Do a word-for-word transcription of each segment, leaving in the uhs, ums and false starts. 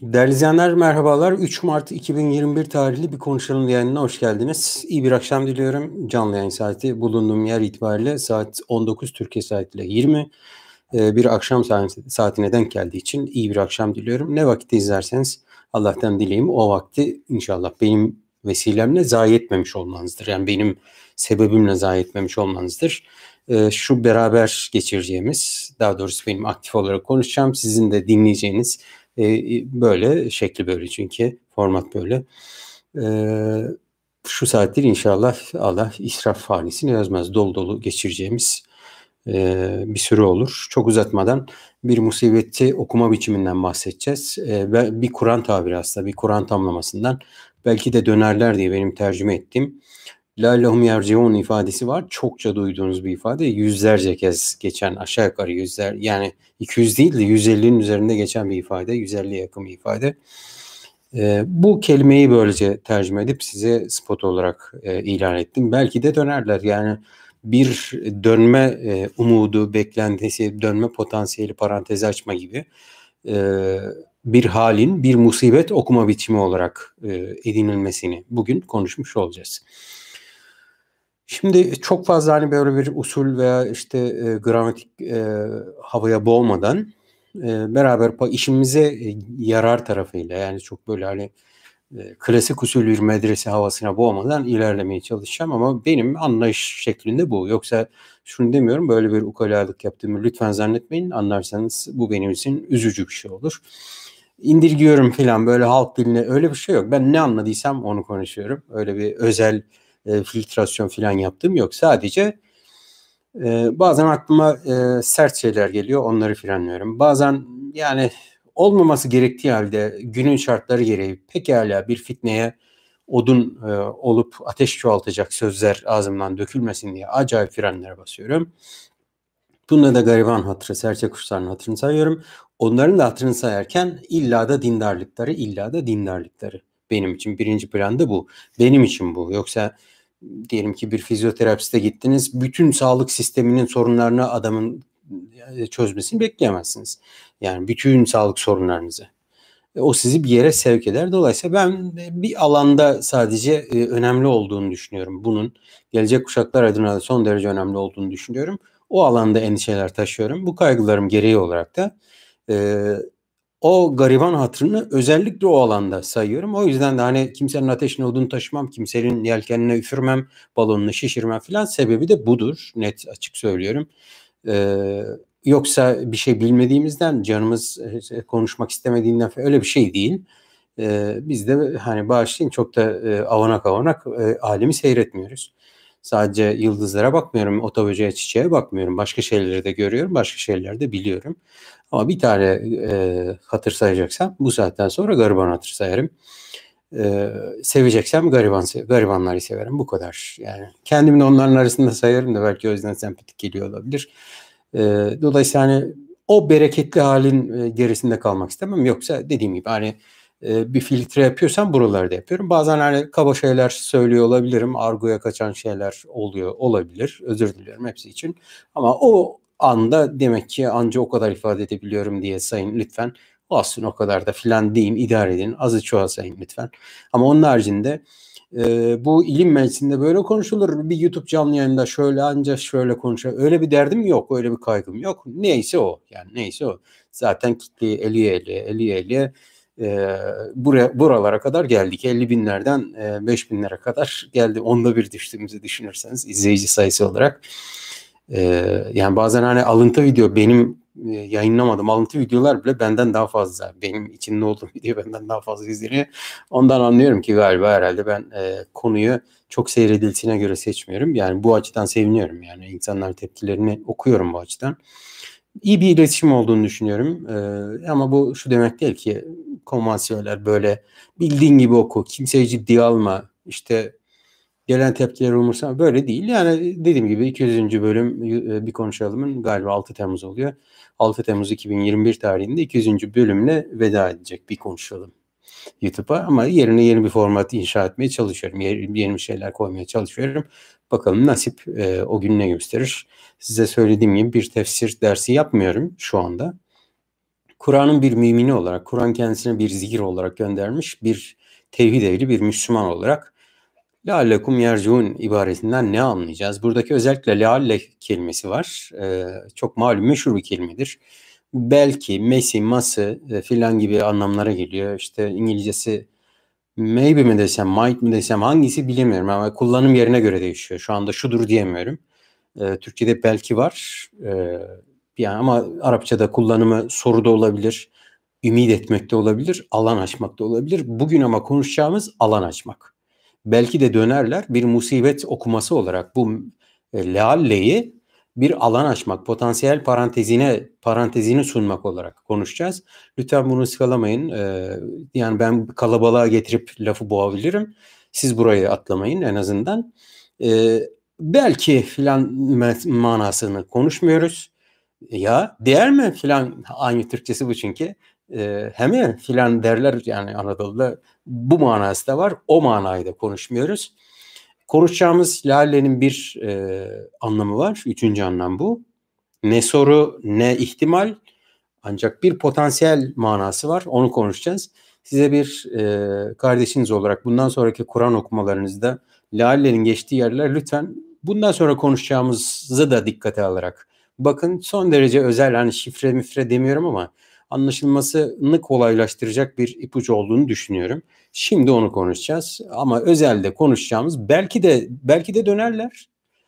Değerli izleyenler merhabalar. üç Mart iki bin yirmi bir tarihli bir konuşalım yayınına hoş geldiniz. İyi bir akşam diliyorum. Canlı yayın saati bulunduğum yer itibariyle saat on dokuz Türkiye saatiyle yirmi. Ee, bir akşam saati, saatine denk geldiği için iyi bir akşam diliyorum. Ne vakitte izlerseniz Allah'tan dileyim o vakti inşallah benim vesilemle zayi etmemiş olmanızdır. Yani benim sebebimle zayi etmemiş olmanızdır. Ee, şu beraber geçireceğimiz, daha doğrusu benim aktif olarak konuşacağım, sizin de dinleyeceğiniz e, böyle şekli böyle çünkü format böyle. E, Şu saattir inşallah Allah israf fanesini yazmaz. Dolu dolu geçireceğimiz e, bir süre olur. Çok uzatmadan bir musibeti okuma biçiminden bahsedeceğiz. E, ve bir Kur'an tabiri aslında bir Kur'an tamlamasından belki de dönerler diye benim tercüme ettiğim lâllehum yerciûn ifadesi var. Çokça duyduğunuz bir ifade. Yüzlerce kez geçen aşağı yukarı yüzler yani iki yüz değil de yüz ellinin üzerinde geçen bir ifade. yüz elliye yakın bir ifade. E, bu kelimeyi böylece tercüme edip size spot olarak e, ilan ettim. Belki de dönerler. Yani bir dönme e, umudu, beklentisi, dönme potansiyeli parantez açma gibi e, bir halin bir musibet okuma biçimi olarak e, edinilmesini bugün konuşmuş olacağız. Şimdi çok fazla hani böyle bir usul veya işte e, gramatik e, havaya boğmadan e, beraber işimize e, yarar tarafıyla yani çok böyle hani e, klasik usul bir medrese havasına boğmadan ilerlemeye çalışacağım ama benim anlayış şeklinde bu. Yoksa şunu demiyorum böyle bir ukalalık yaptığımı lütfen zannetmeyin. Anlarsanız bu benim için üzücü bir şey olur. İndirgiyorum falan böyle halk diline öyle bir şey yok. Ben ne anladıysam onu konuşuyorum. Öyle bir özel e, filtrasyon falan yaptığım yok. Sadece e, bazen aklıma e, sert şeyler geliyor. Onları frenliyorum. Bazen yani olmaması gerektiği halde günün şartları gereği pekala bir fitneye odun e, olup ateş çoğaltacak sözler ağzımdan dökülmesin diye acayip frenlere basıyorum. Bununla da gariban hatırı, serçe kuşlarının hatırını sayıyorum. Onların da hatırını sayarken illa da dindarlıkları, illa da dindarlıkları. Benim için birinci planda bu. Benim için bu. Yoksa diyelim ki bir fizyoterapiste gittiniz. Bütün sağlık sisteminin sorunlarını adamın çözmesini bekleyemezsiniz. Yani bütün sağlık sorunlarınızı. O sizi bir yere sevk eder. Dolayısıyla ben bir alanda sadece önemli olduğunu düşünüyorum. Bunun gelecek kuşaklar adına da son derece önemli olduğunu düşünüyorum. O alanda endişeler taşıyorum. Bu kaygılarım gereği olarak da e, o gariban hatırını özellikle o alanda sayıyorum. O yüzden de hani kimsenin ateşine odun taşımam, kimsenin yelkenine üfürmem, balonunu şişirmem filan sebebi de budur. Net açık söylüyorum. Ee, Yoksa bir şey bilmediğimizden canımız konuşmak istemediğinden öyle bir şey değil. Ee, biz de hani bağışlayın çok da e, avanak avanak e, alemi seyretmiyoruz. Sadece yıldızlara bakmıyorum, ota böceğe çiçeğe bakmıyorum. Başka şeyleri de görüyorum, başka şeyleri de biliyorum. Ama bir tane e, hatır sayacaksam bu saatten sonra gariban hatır sayarım. E, seveceksem gariban, garibanları severim. Bu kadar. Yani kendimi de onların arasında sayarım da belki o yüzden sempatik geliyor olabilir. E, Dolayısıyla hani o bereketli halin e, gerisinde kalmak istemem. Yoksa dediğim gibi hani e, bir filtre yapıyorsam buralarda yapıyorum. Bazen hani kaba şeyler söylüyor olabilirim. Argoya kaçan şeyler oluyor olabilir. Özür diliyorum hepsi için. Ama o anda demek ki anca o kadar ifade edebiliyorum diye sayın lütfen. Olsun o kadar da filan deyin, idare edin. Azı çoğa sayın lütfen. Ama onun haricinde e, bu ilim meclisinde böyle konuşulur. Bir YouTube canlı yayında şöyle ancak şöyle konuşuyor. Öyle bir derdim yok, öyle bir kaygım yok. Neyse o. Yani neyse o. Zaten kitleyi eliye eliye, eliye eliye e, buraya, buralara kadar geldik. elli binlerden e, beş binlere kadar geldi. Onda bir düştüğümüzü düşünürseniz izleyici sayısı olarak. Ee, yani bazen hani alıntı video benim e, yayınlamadığım alıntı videolar bile benden daha fazla. Benim içinde olduğum video benden daha fazla izleniyor. Ondan anlıyorum ki galiba herhalde ben e, konuyu çok seyredildiğine göre seçmiyorum. Yani bu açıdan seviniyorum. Yani insanların tepkilerini okuyorum bu açıdan. İyi bir iletişim olduğunu düşünüyorum. Ee, ama bu şu demek değil ki konvansiyonlar böyle bildiğin gibi oku, kimseyi ciddiye alma, işte gelen tepkileri umursama böyle değil. Yani dediğim gibi iki yüzüncü bölüm bir konuşalımın galiba altı Temmuz oluyor. altı Temmuz iki bin yirmi bir tarihinde iki yüzüncü bölümle veda edecek bir konuşalım YouTube'a ama yerine yeni bir format inşa etmeye çalışıyorum. Yeni, yeni bir şeyler koymaya çalışıyorum. Bakalım nasip e, o gün ne gösterir. Size söylediğim gibi bir tefsir dersi yapmıyorum şu anda. Kur'an'ın bir mümini olarak, Kur'an kendisine bir zikir olarak göndermiş bir tevhid ehli bir Müslüman olarak "Leallekum yerciun" ibaresinden ne anlayacağız? Buradaki özellikle lealle kelimesi var. Ee, çok malum meşhur bir kelimedir. Belki, mesi, ması e, filan gibi anlamlara geliyor. İşte İngilizcesi maybe mi desem, might mi desem hangisi bilemiyorum ama kullanım yerine göre değişiyor. Şu anda şudur diyemiyorum. Ee, Türkçe'de belki var. Ee, yani ama Arapçada kullanımı soru da olabilir, ümit etmek de olabilir, alan açmak da olabilir. Bugün ama konuşacağımız alan açmak. Belki de dönerler bir musibet okuması olarak bu e, lealleyi bir alan açmak, potansiyel parantezine parantezini sunmak olarak konuşacağız. Lütfen bunu ıskalamayın. Ee, yani ben kalabalığa getirip lafı boğabilirim. Siz burayı atlamayın en azından. Ee, belki filan manasını konuşmuyoruz. Ya değer mi filan, aynı Türkçesi bu çünkü. Ee, hem filan derler yani Anadolu'da, bu manası da var. O manayı da konuşmuyoruz. Konuşacağımız lallenin bir e, anlamı var. Üçüncü anlam bu. Ne soru ne ihtimal, ancak bir potansiyel manası var. Onu konuşacağız. Size bir e, kardeşiniz olarak bundan sonraki Kur'an okumalarınızda lallerin geçtiği yerler lütfen bundan sonra konuşacağımızı da dikkate alarak bakın. Son derece özel, hani şifre mifre demiyorum ama anlaşılmasını kolaylaştıracak bir ipucu olduğunu düşünüyorum. Şimdi onu konuşacağız ama özelde konuşacağımız belki de belki de dönerler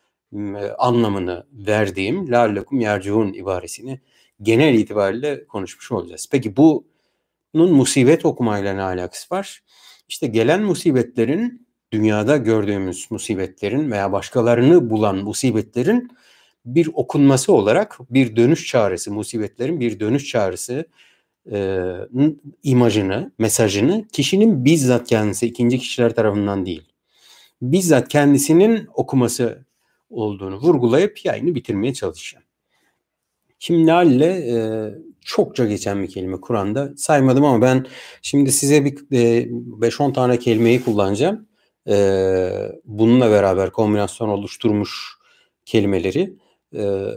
anlamını verdiğim "Leallekum yerciun" ibaresini genel itibariyle konuşmuş olacağız. Peki bunun musibet okumayla ne alakası var? İşte gelen musibetlerin, dünyada gördüğümüz musibetlerin veya başkalarını bulan musibetlerin bir okunması olarak bir dönüş çağrısı, musibetlerin bir dönüş çağrısı e, imajını, mesajını kişinin bizzat kendisi, ikinci kişiler tarafından değil, bizzat kendisinin okuması olduğunu vurgulayıp yayını bitirmeye çalışacağım. Şimdi lealle e, çokça geçen bir kelime Kur'an'da, saymadım ama ben şimdi size bir e, beş on tane kelimeyi kullanacağım. E, bununla beraber kombinasyon oluşturmuş kelimeleri. E,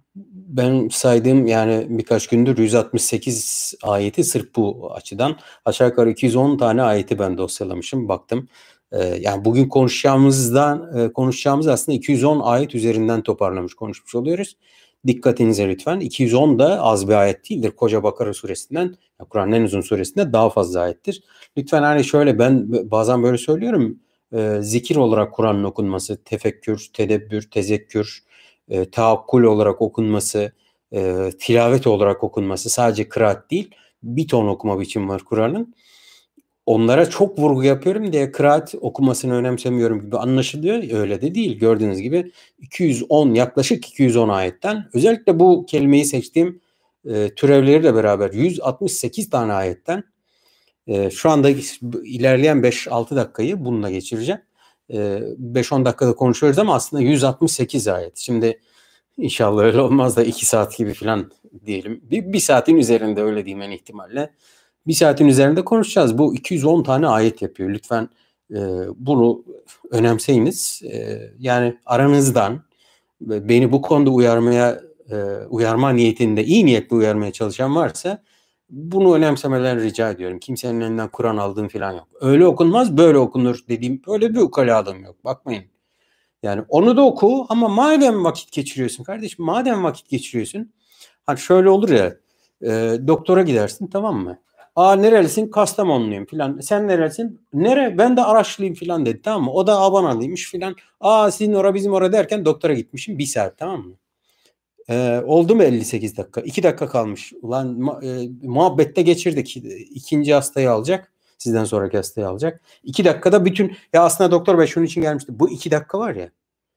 ben saydığım yani birkaç gündür yüz altmış sekiz ayeti sırf bu açıdan, aşağı yukarı iki yüz on tane ayeti ben dosyalamışım, baktım. E, yani bugün konuşacağımızdan e, konuşacağımız aslında iki yüz on ayet üzerinden toparlamış konuşmuş oluyoruz. Dikkatinize lütfen. iki yüz on da az bir ayet değildir. Koca Bakara suresinden, Kur'an'ın en uzun suresinde daha fazla ayettir. Lütfen hani şöyle, ben bazen böyle söylüyorum. E, zikir olarak Kur'an'ın okunması, tefekkür, tedebbür, tezekkür, e, taakkul olarak okunması, e, tilavet olarak okunması, sadece kıraat değil, bir ton okuma biçimi var Kur'an'ın. Onlara çok vurgu yapıyorum diye kıraat okumasını önemsemiyorum gibi anlaşılıyor. Öyle de değil. Gördüğünüz gibi iki yüz on, yaklaşık iki yüz on ayetten, özellikle bu kelimeyi seçtiğim e, türevleriyle beraber yüz altmış sekiz tane ayetten, e, şu anda ilerleyen beş altı dakikayı bununla geçireceğim. E, beş on dakikada konuşuyoruz ama aslında yüz altmış sekiz ayet. Şimdi inşallah öyle olmaz da iki saat gibi falan diyelim. Bir, bir saatin üzerinde, öyle diyeyim en ihtimalle. Bir saatin üzerinde konuşacağız. Bu iki yüz on tane ayet yapıyor. Lütfen e, bunu önemseyiniz. E, yani aranızdan beni bu konuda uyarmaya, e, uyarma niyetinde, iyi niyetle uyarmaya çalışan varsa bunu önemsemelerini rica ediyorum. Kimsenin elinden Kur'an aldığım falan yok. Öyle okunmaz, böyle okunur dediğim böyle bir ukalalığım yok. Bakmayın. Yani onu da oku ama madem vakit geçiriyorsun kardeşim, madem vakit geçiriyorsun, hani şöyle olur ya, e, doktora gidersin, tamam mı? Aa, nerelisin? Kastamonluyum filan. Sen nerelisin? Nere? Ben de Araçlıyım filan dedi, tamam mı? O da Abanalıymış filan. Aa, sizin ora bizim ora derken doktora gitmişim bir saat, tamam mı? Ee, oldu mu elli sekiz dakika? iki dakika kalmış. Ulan e, muhabbette geçirdik. İkinci hastayı alacak. Sizden sonraki hastayı alacak. iki dakikada bütün, ya aslında doktor bey şunun için gelmişti. Bu iki dakika var ya.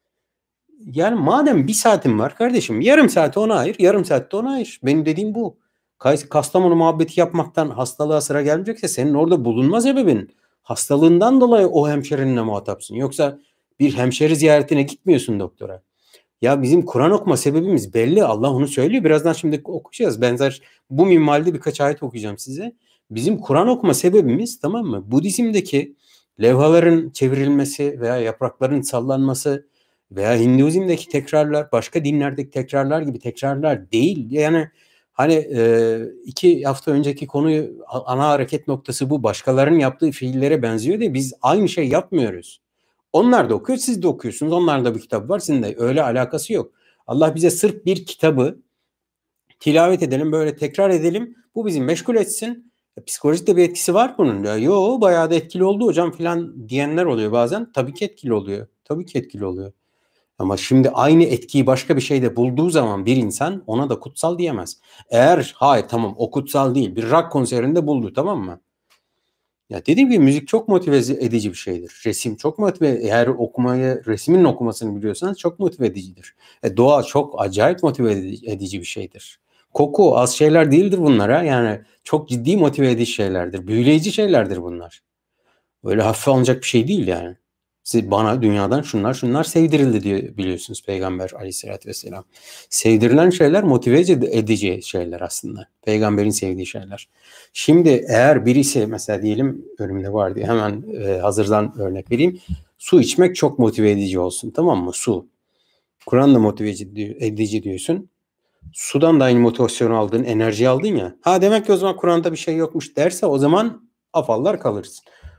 Yani madem bir saatin var kardeşim, yarım saati ona ayır, yarım saatte ona ayır. Benim dediğim bu. Kastamonu muhabbeti yapmaktan hastalığa sıra gelmeyecekse senin orada bulunma sebebin hastalığından dolayı o hemşerinle muhatapsın. Yoksa bir hemşeri ziyaretine gitmiyorsun doktora. Ya bizim Kur'an okuma sebebimiz belli. Allah onu söylüyor. Birazdan şimdi okuyacağız. Benzer bu minvalde birkaç ayet okuyacağım size. Bizim Kur'an okuma sebebimiz, tamam mı? Budizm'deki levhaların çevrilmesi veya yaprakların sallanması veya Hinduizm'deki tekrarlar, başka dinlerdeki tekrarlar gibi tekrarlar değil. Yani Hani e, iki hafta önceki konuyu ana hareket noktası bu. Başkalarının yaptığı fiillere benziyor diye biz aynı şey yapmıyoruz. Onlar da okuyor, siz de okuyorsunuz. Onların da bir kitap var, sizin de. Öyle alakası yok. Allah bize sırf bir kitabı tilavet edelim, böyle tekrar edelim. Bu bizi meşgul etsin. E, psikolojik de bir etkisi var bunun. Ya, yo bayağı da etkili oldu hocam filan diyenler oluyor bazen. Tabii ki etkili oluyor. Tabii ki etkili oluyor. Ama şimdi aynı etkiyi başka bir şeyde bulduğu zaman bir insan ona da kutsal diyemez. Eğer hayır tamam o kutsal değil, bir rock konserinde buldu, tamam mı? Ya dediğim gibi müzik çok motive edici bir şeydir. Resim çok motive, eğer okumayı, resmin okumasını biliyorsanız çok motive edicidir. E, doğa çok acayip motive edici bir şeydir. Koku az şeyler değildir bunlara. Yani çok ciddi motive edici şeylerdir. Büyüleyici şeylerdir bunlar. Öyle hafife alınacak bir şey değil yani. Siz, bana dünyadan şunlar şunlar sevdirildi diye biliyorsunuz Peygamber aleyhissalatü vesselam. Sevdirilen şeyler motive edici şeyler aslında. Peygamberin sevdiği şeyler. Şimdi eğer birisi mesela diyelim önümde var diye hemen e, hazırdan örnek vereyim. Su içmek çok motive edici olsun, tamam mı? Su. Kur'an da motive edici diyorsun. Sudan da aynı motivasyonu aldın, enerji aldın ya. Ha demek ki o zaman Kur'an'da bir şey yokmuş derse o zaman afallar kalırsın.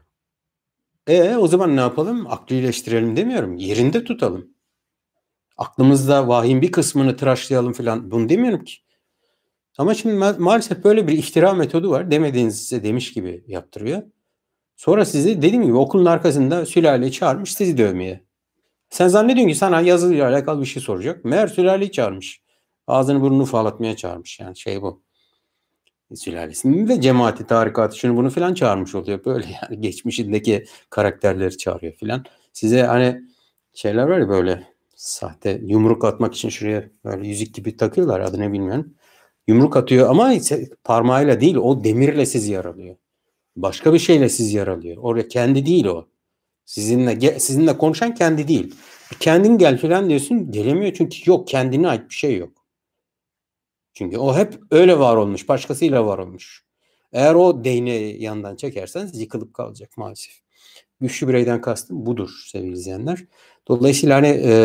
E o zaman ne yapalım? Aklileştirelim demiyorum. Yerinde tutalım. Aklımızda vahyin bir kısmını tıraşlayalım falan. Bunu demiyorum ki. Ama şimdi ma- maalesef böyle bir iftira metodu var. Demediğiniz size demiş gibi yaptırıyor. Sonra sizi dediğim gibi okulun arkasında sülaleyi çağırmış sizi dövmeye. Sen zannediyorsun ki sana yazıyla alakalı bir şey soracak. Meğer sülaleyi çağırmış. Ağzını burnunu falatmaya çağırmış. Yani şey bu. Sülalesini de cemaati, tarikatı, şunu bunu filan çağırmış oluyor. Böyle yani geçmişindeki karakterleri çağırıyor filan. Size hani şeyler var ya böyle sahte yumruk atmak için şuraya böyle yüzük gibi takıyorlar, adını bilmiyorum. Yumruk atıyor ama parmağıyla değil, o demirle sizi yaralıyor. Başka bir şeyle sizi yaralıyor. Oraya kendi değil o. Sizinle sizinle konuşan kendi değil. Kendin gel filan diyorsun, gelemiyor çünkü yok, kendine ait bir şey yok. Çünkü o hep öyle var olmuş. Başkasıyla var olmuş. Eğer o değneği yandan çekerseniz yıkılıp kalacak maalesef. Güçlü bireyden kastım budur sevgili izleyenler. Dolayısıyla hani e,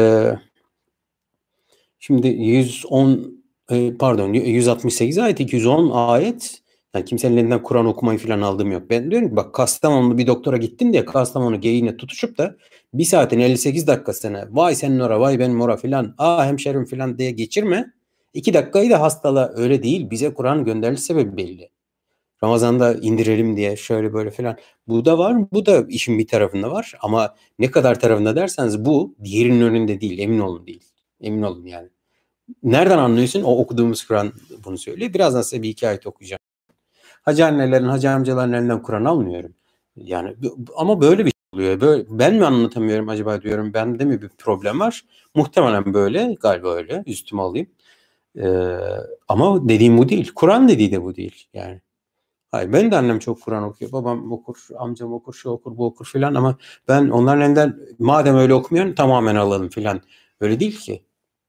şimdi yüz on e, pardon yüz altmış sekiz ayet, iki yüz on ayet, yani kimsenin elinden Kur'an okumayı falan aldığım yok. Ben diyorum ki bak, Kastamonu'lu bir doktora gittim diye Kastamonu geyiğine tutuşup da bir saatin elli sekiz dakikasını vay senin ora vay benim ora filan, aa hemşerim filan diye geçirme. İki dakikayı da hastala, öyle değil. Bize Kur'an gönderiliş sebebi belli. Ramazan'da indirelim diye şöyle böyle filan. Bu da var. Bu da işin bir tarafında var. Ama ne kadar tarafında derseniz bu diğerinin önünde değil. Emin olun değil. Emin olun yani. Nereden anlıyorsun? O okuduğumuz Kur'an bunu söylüyor. Birazdan size bir iki ayet okuyacağım. Hacı annelerin, hacı amcaların elinden Kur'an almıyorum. Yani ama böyle bir şey oluyor. Böyle, ben mi anlatamıyorum acaba diyorum. Bende mi bir problem var? Muhtemelen böyle. Galiba öyle. Üstüme alayım. Ee, ama dediğim bu değil. Kur'an dediği de bu değil. Yani. Hayır, benim de annem çok Kur'an okuyor. Babam okur, amcam okur, şu okur, bu okur filan, ama ben onların elinden madem öyle okumuyorsun tamamen alalım filan. Öyle değil ki.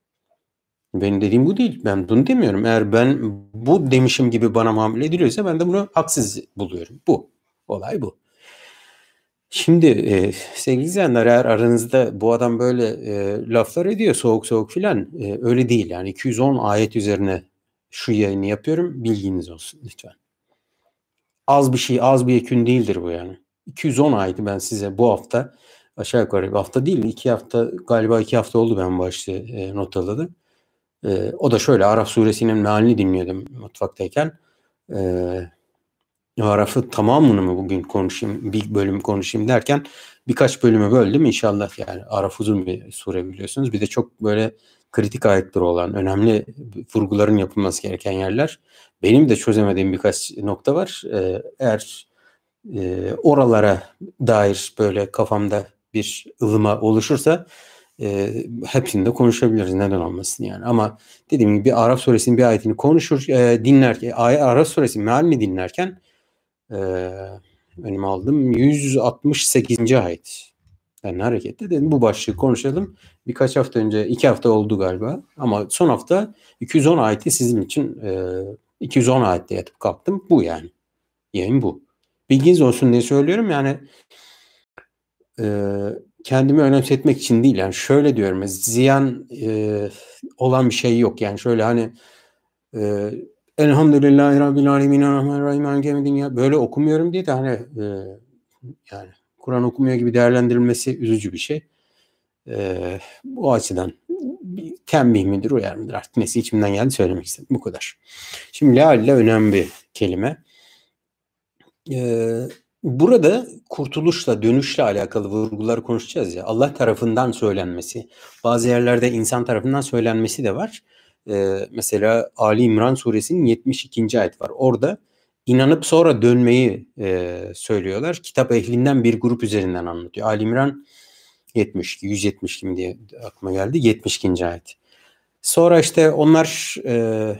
Benim dediğim bu değil. Ben bunu demiyorum. Eğer ben bu demişim gibi bana muamele ediliyorsa ben de bunu haksız buluyorum. Bu. Olay bu. Şimdi e, sevgili izleyenler, eğer aranızda bu adam böyle e, laflar ediyor soğuk soğuk filan, e, öyle değil. Yani iki yüz on ayet üzerine şu yayını yapıyorum. Bilginiz olsun lütfen. Az bir şey, az bir yekün değildir bu yani. iki yüz on ayeti ben size bu hafta, aşağı yukarı bir hafta değil, iki hafta galiba, iki hafta oldu ben başta e, not aladım. E, o da şöyle, Araf suresinin mealini dinliyordum mutfaktayken. E, Araf'ı tamamını mı bugün konuşayım, bir bölüm konuşayım derken birkaç bölümü böldüm inşallah. Yani Araf uzun bir sure biliyorsunuz. Bir de çok böyle kritik ayetleri olan, önemli vurguların yapılması gereken yerler. Benim de çözemediğim birkaç nokta var. Ee, eğer e, oralara dair böyle kafamda bir ılıma oluşursa e, hepsini de konuşabiliriz. Neden olmasın yani. Ama dediğim gibi bir Araf suresinin bir ayetini konuşur, e, dinlerken, Araf suresinin mealini dinlerken e, önüme aldım. yüz altmış sekizinci ayet. Yani harekette dedim bu başlığı konuşalım. Birkaç hafta önce, iki hafta oldu galiba. Ama son hafta iki yüz on ayeti sizin için e, iki yüz on ayette yatıp kalktım. Bu yani. Yayın bu. Bilginiz olsun diye söylüyorum. Yani e, kendimi önemsetmek için değil. Yani şöyle diyorum. Ziyan e, olan bir şey yok. Yani şöyle hani e, Elhamdülillahi Rabbil alemin errahmanirrahim maliki yevmiddin ya böyle okumuyorum diye de hani e, yani Kur'an okumuyor gibi değerlendirilmesi üzücü bir şey. E, bu açıdan bir tembih midir, uyar mıdır artık neyse içimden geldi söylemek istedim. Bu kadar. Şimdi lealle önemli bir kelime. Ee, burada kurtuluşla, dönüşle alakalı vurguları konuşacağız ya. Allah tarafından söylenmesi, bazı yerlerde insan tarafından söylenmesi de var. Ee, mesela Ali İmran suresinin yetmiş ikinci ayet var. Orada inanıp sonra dönmeyi e, söylüyorlar. Kitap ehlinden bir grup üzerinden anlatıyor. Ali İmran yetmiş iki, yüz yetmiş iki diye aklıma geldi. yetmiş ikinci ayet. Sonra işte onlar e,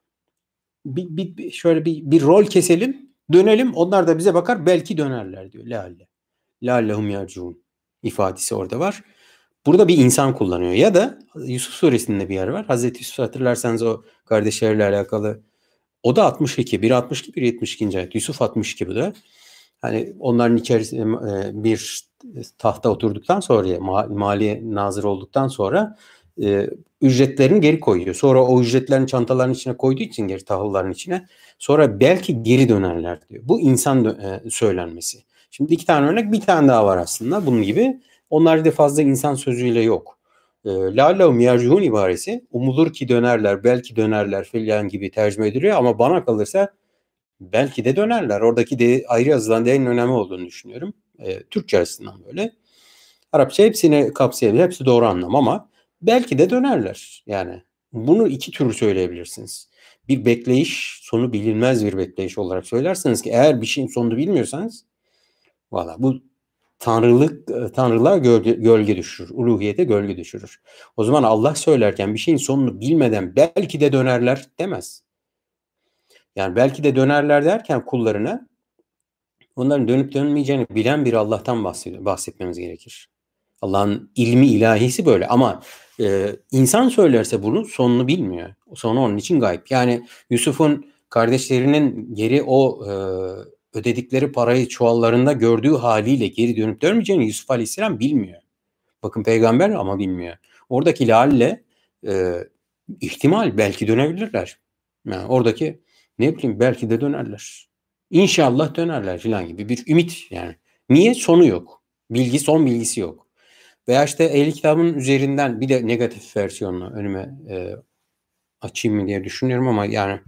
bir, bir, bir şöyle bir, bir rol keselim, dönelim. Onlar da bize bakar, belki dönerler diyor. Lealle. Leallehum yerciun ifadesi orada var. Burada bir insan kullanıyor. Ya da Yusuf suresinde bir yer var. Hazreti Yusuf, hatırlarsanız o kardeşlerle alakalı. O da altmış iki. Bir altmış iki, bir yetmiş ikinci ayet. Yusuf altmış iki bu da. Hani onların içerisinde bir tahta oturduktan sonra, mali nazır olduktan sonra e, ücretlerini geri koyuyor. Sonra o ücretlerini çantaların içine koyduğu için, geri tahılların içine, sonra belki geri dönerler diyor. Bu insan e, söylenmesi. Şimdi iki tane örnek, bir tane daha var aslında bunun gibi. Onlar da fazla insan sözüyle yok. E, Lallahum yercuhun ibaresi umulur ki dönerler, belki dönerler filan gibi tercüme ediliyor ama bana kalırsa belki de dönerler. Oradaki de ayrı yazılan değerin önemi olduğunu düşünüyorum. E, Türkçe açısından böyle. Arapça hepsini kapsayabilir. Hepsi doğru anlam ama belki de dönerler. Yani bunu iki türlü söyleyebilirsiniz. Bir bekleyiş, sonu bilinmez bir bekleyiş olarak söylerseniz ki eğer bir şeyin sonunu bilmiyorsanız valla bu tanrılık, tanrılığa gölge, gölge düşürür. Uluhiyete gölge düşürür. O zaman Allah söylerken bir şeyin sonunu bilmeden belki de dönerler demez. Yani belki de dönerler derken kullarına, onların dönüp dönmeyeceğini bilen bir Allah'tan bahsetmemiz gerekir. Allah'ın ilmi ilahisi böyle ama e, insan söylerse bunu sonunu bilmiyor. Sonu onun için gayb. Yani Yusuf'un kardeşlerinin geri o e, ödedikleri parayı çuvallarında gördüğü haliyle geri dönüp dönmeyeceğini Yusuf Aleyhisselam bilmiyor. Bakın peygamber ama bilmiyor. Oradaki laalle e, ihtimal, belki dönebilirler. Yani oradaki ne bileyim belki de dönerler. İnşallah dönerler falan gibi bir ümit yani. Niye? Sonu yok. Bilgi, son bilgisi yok. Veya işte Ehl-i Kitab'ın üzerinden bir de negatif versiyonunu önüme e, açayım mı diye düşünüyorum ama yani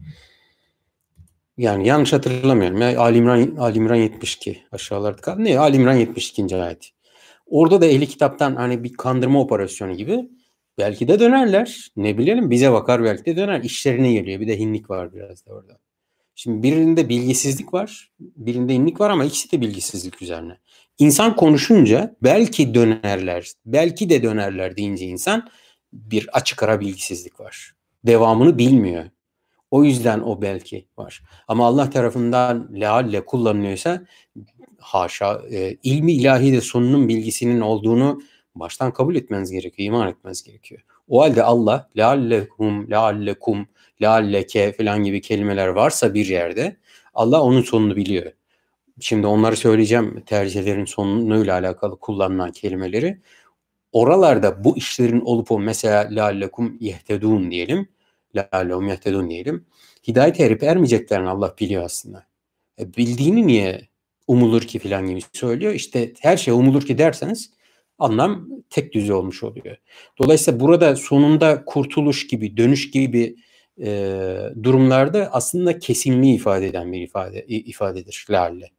yani yanlış hatırlamıyorum. Yani Ali İmran, Ali İmran yetmiş iki aşağılarda kaldı. Ne? Ali İmran yetmiş ikinci ayet. Orada da Ehl-i Kitap'tan hani bir kandırma operasyonu gibi belki de dönerler. Ne bilelim, bize bakar belki de döner. İşlerine geliyor. Bir de hinlik var biraz da orada. Şimdi birinde bilgisizlik var, birinde inlik var ama ikisi de bilgisizlik üzerine. İnsan konuşunca belki dönerler, belki de dönerler deyince insan bir açık ara bilgisizlik var. Devamını bilmiyor. O yüzden o belki var. Ama Allah tarafından lealle kullanılıyorsa haşa e, ilmi ilahi de sonunun bilgisinin olduğunu baştan kabul etmeniz gerekiyor, iman etmeniz gerekiyor. O halde Allah leallehum, leallekum, lealleke falan gibi kelimeler varsa bir yerde Allah onun sonunu biliyor. Şimdi onları söyleyeceğim, tercihlerin sonuyla alakalı kullanılan kelimeleri. Oralarda bu işlerin olup o mesela leallekum yehtedun diyelim. Leallehum yehtedun diyelim. Hidayete erip ermeyeceklerini Allah biliyor aslında. E, bildiğini niye umulur ki falan gibi söylüyor. İşte her şey umulur ki derseniz anlam tek düze olmuş oluyor. Dolayısıyla burada sonunda kurtuluş gibi, dönüş gibi e, durumlarda aslında kesinliği ifade eden bir ifade ifadedir lealle.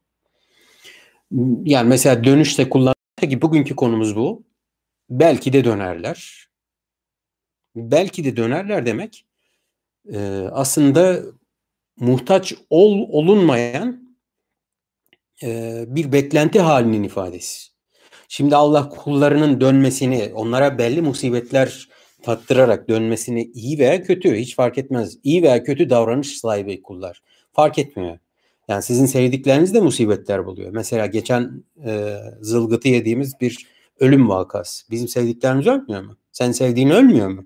Yani mesela dönüşte kullanılıyor ki bugünkü konumuz bu. Belki de dönerler. Belki de dönerler demek e, aslında muhtaç ol, olunmayan e, bir beklenti halinin ifadesi. Şimdi Allah kullarının dönmesini, onlara belli musibetler tattırarak dönmesini, iyi veya kötü hiç fark etmez. İyi veya kötü davranış sahibi kullar. Fark etmiyor. Yani sizin sevdikleriniz de musibetler buluyor. Mesela geçen e, zılgıtı yediğimiz bir ölüm vakası. Bizim sevdiklerimiz ölmüyor mu? Sen sevdiğin ölmüyor mu?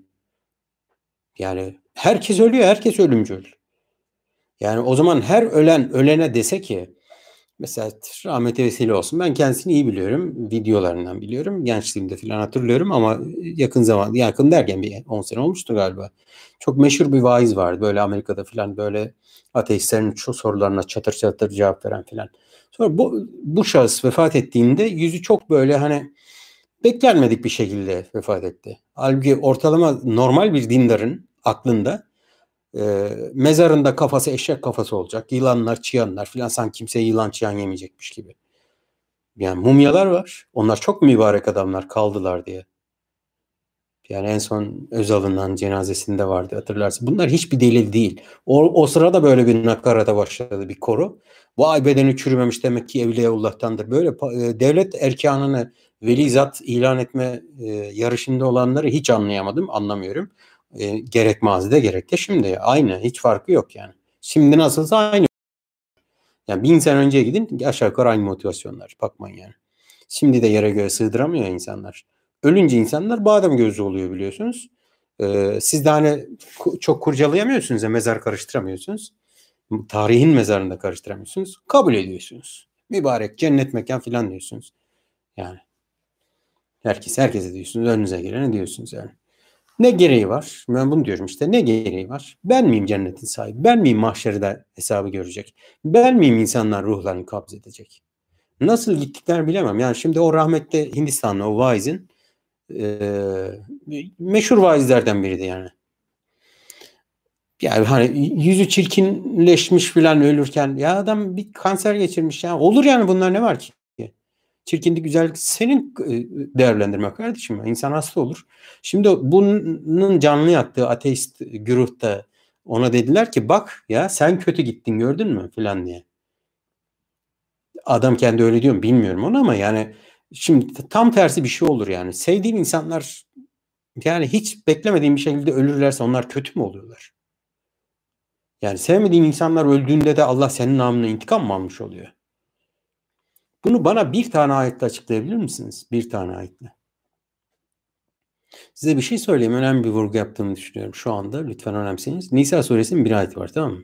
Yani herkes ölüyor, herkes ölümcül. Yani o zaman her ölen ölene dese ki Mesela rahmete vesile olsun. Ben kendisini iyi biliyorum. Videolarından biliyorum. Gençliğimde falan hatırlıyorum ama yakın zaman, yakın derken bir on sene olmuştu galiba. Çok meşhur bir vaiz vardı. Böyle Amerika'da falan böyle ateistlerin şu sorularına çatır çatır cevap veren falan. Sonra bu, bu şahıs vefat ettiğinde yüzü çok böyle hani beklenmedik bir şekilde vefat etti. Halbuki ortalama normal bir dindarın aklında e, mezarında kafası eşek kafası olacak. Yılanlar, çıyanlar filan, sanki kimse yılan çıyan yemeyecekmiş gibi. Yani mumyalar var. Onlar çok mübarek adamlar kaldılar diye. Yani en son Özal'ın cenazesinde vardı, hatırlarsın. Bunlar hiçbir delil değil. O, o sırada böyle bir nakarata başladı bir koro. Vay, bedeni çürümemiş, demek ki Evliyaullah'tandır. Böyle e, devlet erkanını velizat ilan etme e, yarışında olanları hiç anlayamadım, anlamıyorum. E, gerek mazide gerek de şimdi. Aynı, hiç farkı yok yani. Şimdi nasılsa aynı. Yani bin sene önceye gidin, aşağı yukarı aynı motivasyonlar. Bakmayın yani. Şimdi de yere göğe sığdıramıyor insanlar. Ölünce insanlar badem gözlü oluyor, biliyorsunuz. Ee, siz de hani çok kurcalayamıyorsunuz ya, mezar karıştıramıyorsunuz. Tarihin mezarında karıştıramıyorsunuz. Kabul ediyorsunuz. Mübarek cennet mekan filan diyorsunuz. Yani herkes herkese diyorsunuz. Önünüze gelene diyorsunuz yani. Ne gereği var? Ben bunu diyorum işte. Ne gereği var? Ben miyim cennetin sahibi? Ben miyim mahşerde hesabı görecek? Ben miyim insanlar ruhlarını kabz edecek? Nasıl gittikler bilemem. Yani şimdi o rahmetli Hindistanlı o vaizin e, meşhur vaizlerden biriydi yani. Yani hani yüzü çirkinleşmiş falan ölürken, ya adam bir kanser geçirmiş ya. Olur yani, bunlar ne var ki? Çirkinlik, güzellik senin değerlendirmek kardeşim. İnsan hasta olur. Şimdi bunun canlı yattığı ateist güruhta ona dediler ki bak ya, sen kötü gittin, gördün mü falan diye. Adam kendi öyle diyor mu bilmiyorum onu, ama yani şimdi tam tersi bir şey olur yani. Sevdiğin insanlar yani hiç beklemediğin bir şekilde ölürlerse onlar kötü mü oluyorlar? Yani sevmediğin insanlar öldüğünde de Allah senin namına intikam mı almış oluyor? Bunu bana bir tane ayetle açıklayabilir misiniz? Bir tane ayetle. Size bir şey söyleyeyim. Önemli bir vurgu yaptığımı düşünüyorum şu anda. Lütfen önemseyiniz. Nisa suresinin bir ayeti var, tamam mı?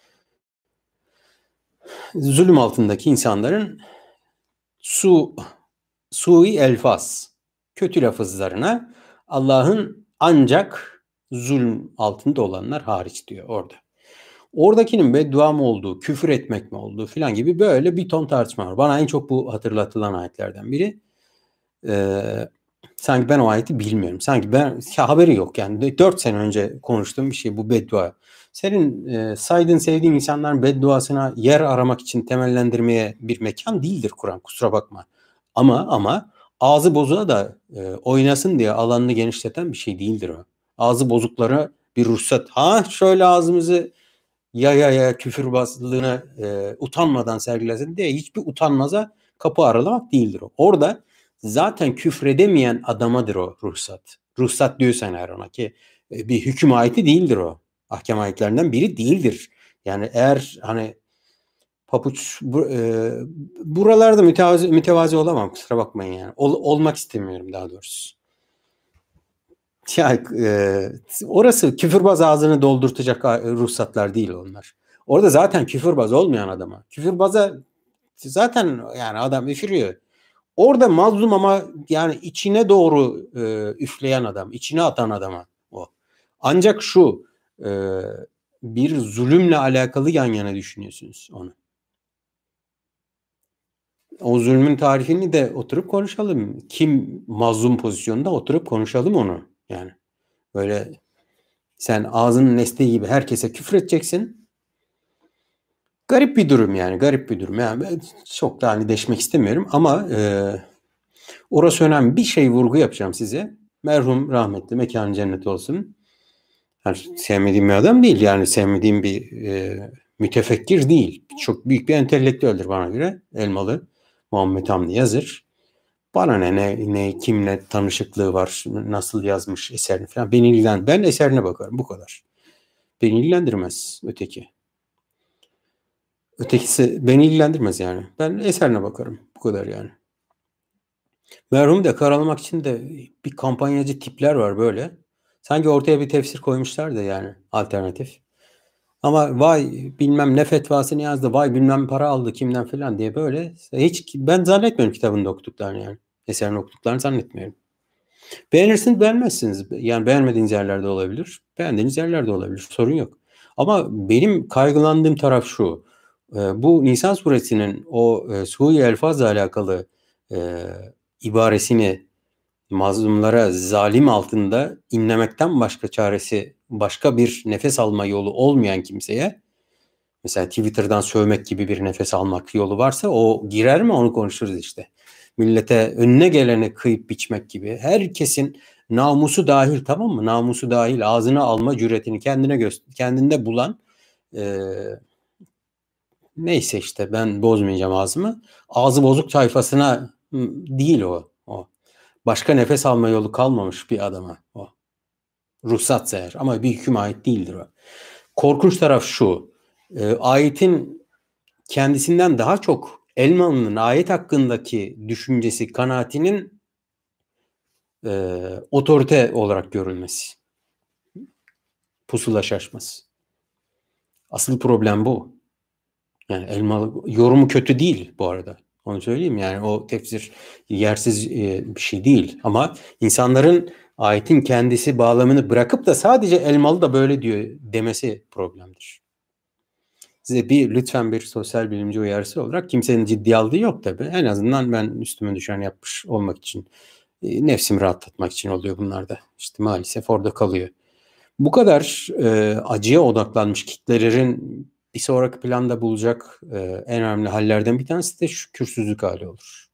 Zulüm altındaki insanların su sui elfas, kötü lafızlarına Allah'ın ancak zulüm altında olanlar hariç diyor orada. Oradakinin beddua mı olduğu, küfür etmek mi olduğu filan gibi böyle bir ton tartışma var. Bana en çok bu hatırlatılan ayetlerden biri. Ee, sanki ben o ayeti bilmiyorum. Sanki ben ya, haberi yok yani. Dört sene önce konuştuğum bir şey bu beddua. Senin e, saydığın, sevdiğin insanların bedduasına yer aramak için temellendirmeye bir mekan değildir Kur'an. Kusura bakma. Ama ama ağzı bozuğa da e, oynasın diye alanını genişleten bir şey değildir o. Ağzı bozuklara bir ruhsat. Ha şöyle ağzımızı ya ya ya küfürbazlığına e, utanmadan sergilesin diye hiçbir utanmaza kapı aralamak değildir o. Orada zaten küfredemeyen adamadır o ruhsat. Ruhsat diyorsan eğer ona, ki e, bir hüküm ayeti değildir o. Ahkam ayetlerinden biri değildir. Yani eğer hani papuç bu, e, buralarda mütevazi, mütevazi olamam, kusura bakmayın yani. Ol, olmak istemiyorum daha doğrusu. Ya, e, orası küfürbaz ağzını doldurtacak ruhsatlar değil onlar. Orada zaten küfürbaz olmayan adama. Küfürbaza zaten yani adam üfürüyor. Orada mazlum ama yani içine doğru e, üfleyen adam, içine atan adama o. Ancak şu e, bir zulümle alakalı yan yana düşünüyorsunuz onu. O zulmün tarifini de oturup konuşalım. Kim mazlum pozisyonda, oturup konuşalım onu. Yani böyle sen ağzının nesneği gibi herkese küfür edeceksin. Garip bir durum yani, garip bir durum. Yani ben çok da hani deşmek istemiyorum ama e, orası önemli. Bir şey vurgu yapacağım size. Merhum rahmetli, mekanı cennet olsun. Yani sevmediğim bir adam değil, yani sevmediğim bir e, mütefekkir değil. Çok büyük bir entelektüeldir bana göre. Elmalı Muhammed Hamdi Yazır. Bana ne, ne, ne kimle tanışıklığı var, nasıl yazmış eserini falan. Beni ilgilen, ben eserine bakarım, bu kadar. Beni ilgilendirmez öteki. Ötekisi beni ilgilendirmez yani. Ben eserine bakarım. Bu kadar yani. Merhumu da karalamak için de bir kampanyacı tipler var böyle. Sanki ortaya bir tefsir koymuşlar da yani alternatif. Ama vay bilmem ne fetvasını yazdı, vay bilmem para aldı kimden falan diye böyle hiç ben zannetmiyorum kitabını okuduklarını yani. Eserini okuduklarını zannetmiyorum. Beğenirsiniz, beğenmezsiniz. Yani beğenmediğiniz yerlerde olabilir, beğendiğiniz yerlerde olabilir. Sorun yok. Ama benim kaygılandığım taraf şu. E, bu Nisan suresinin o e, sui elfazla alakalı e, ibaresini mazlumlara zalim altında inlemekten başka çaresi, başka bir nefes alma yolu olmayan kimseye, mesela Twitter'dan sövmek gibi bir nefes almak yolu varsa o girer mi, onu konuşuruz işte. Millete önüne geleni kıyıp biçmek gibi. Herkesin namusu dahil, tamam mı? Namusu dahil ağzına alma cüretini kendine göster kendinde bulan e, neyse işte ben bozmayacağım ağzımı. Ağzı bozuk tayfasına değil o. o. Başka nefes alma yolu kalmamış bir adama o. Ruhsatsa eğer, ama bir hüküm ait değildir o. Korkunç taraf şu. E, ayetin kendisinden daha çok Elmalı'nın ayet hakkındaki düşüncesi, kanaatinin e, otorite olarak görülmesi. Pusula şaşması. Asıl problem bu. Yani Elmalı yorumu kötü değil bu arada. Onu söyleyeyim, yani o tefsir yersiz e, bir şey değil. Ama insanların ayetin kendisi bağlamını bırakıp da sadece Elmalı da böyle diyor demesi problemdir. Size bir lütfen bir sosyal bilimci uyarısı olarak, kimsenin ciddi aldığı yok tabii. En azından ben üstüme düşen yapmış olmak için, e, nefsimi rahatlatmak için oluyor bunlar da. İşte maalesef orada kalıyor. Bu kadar e, acıya odaklanmış kitlelerin bir sonraki planda bulacak e, en önemli hallerden bir tanesi de şükürsüzlük hali olur.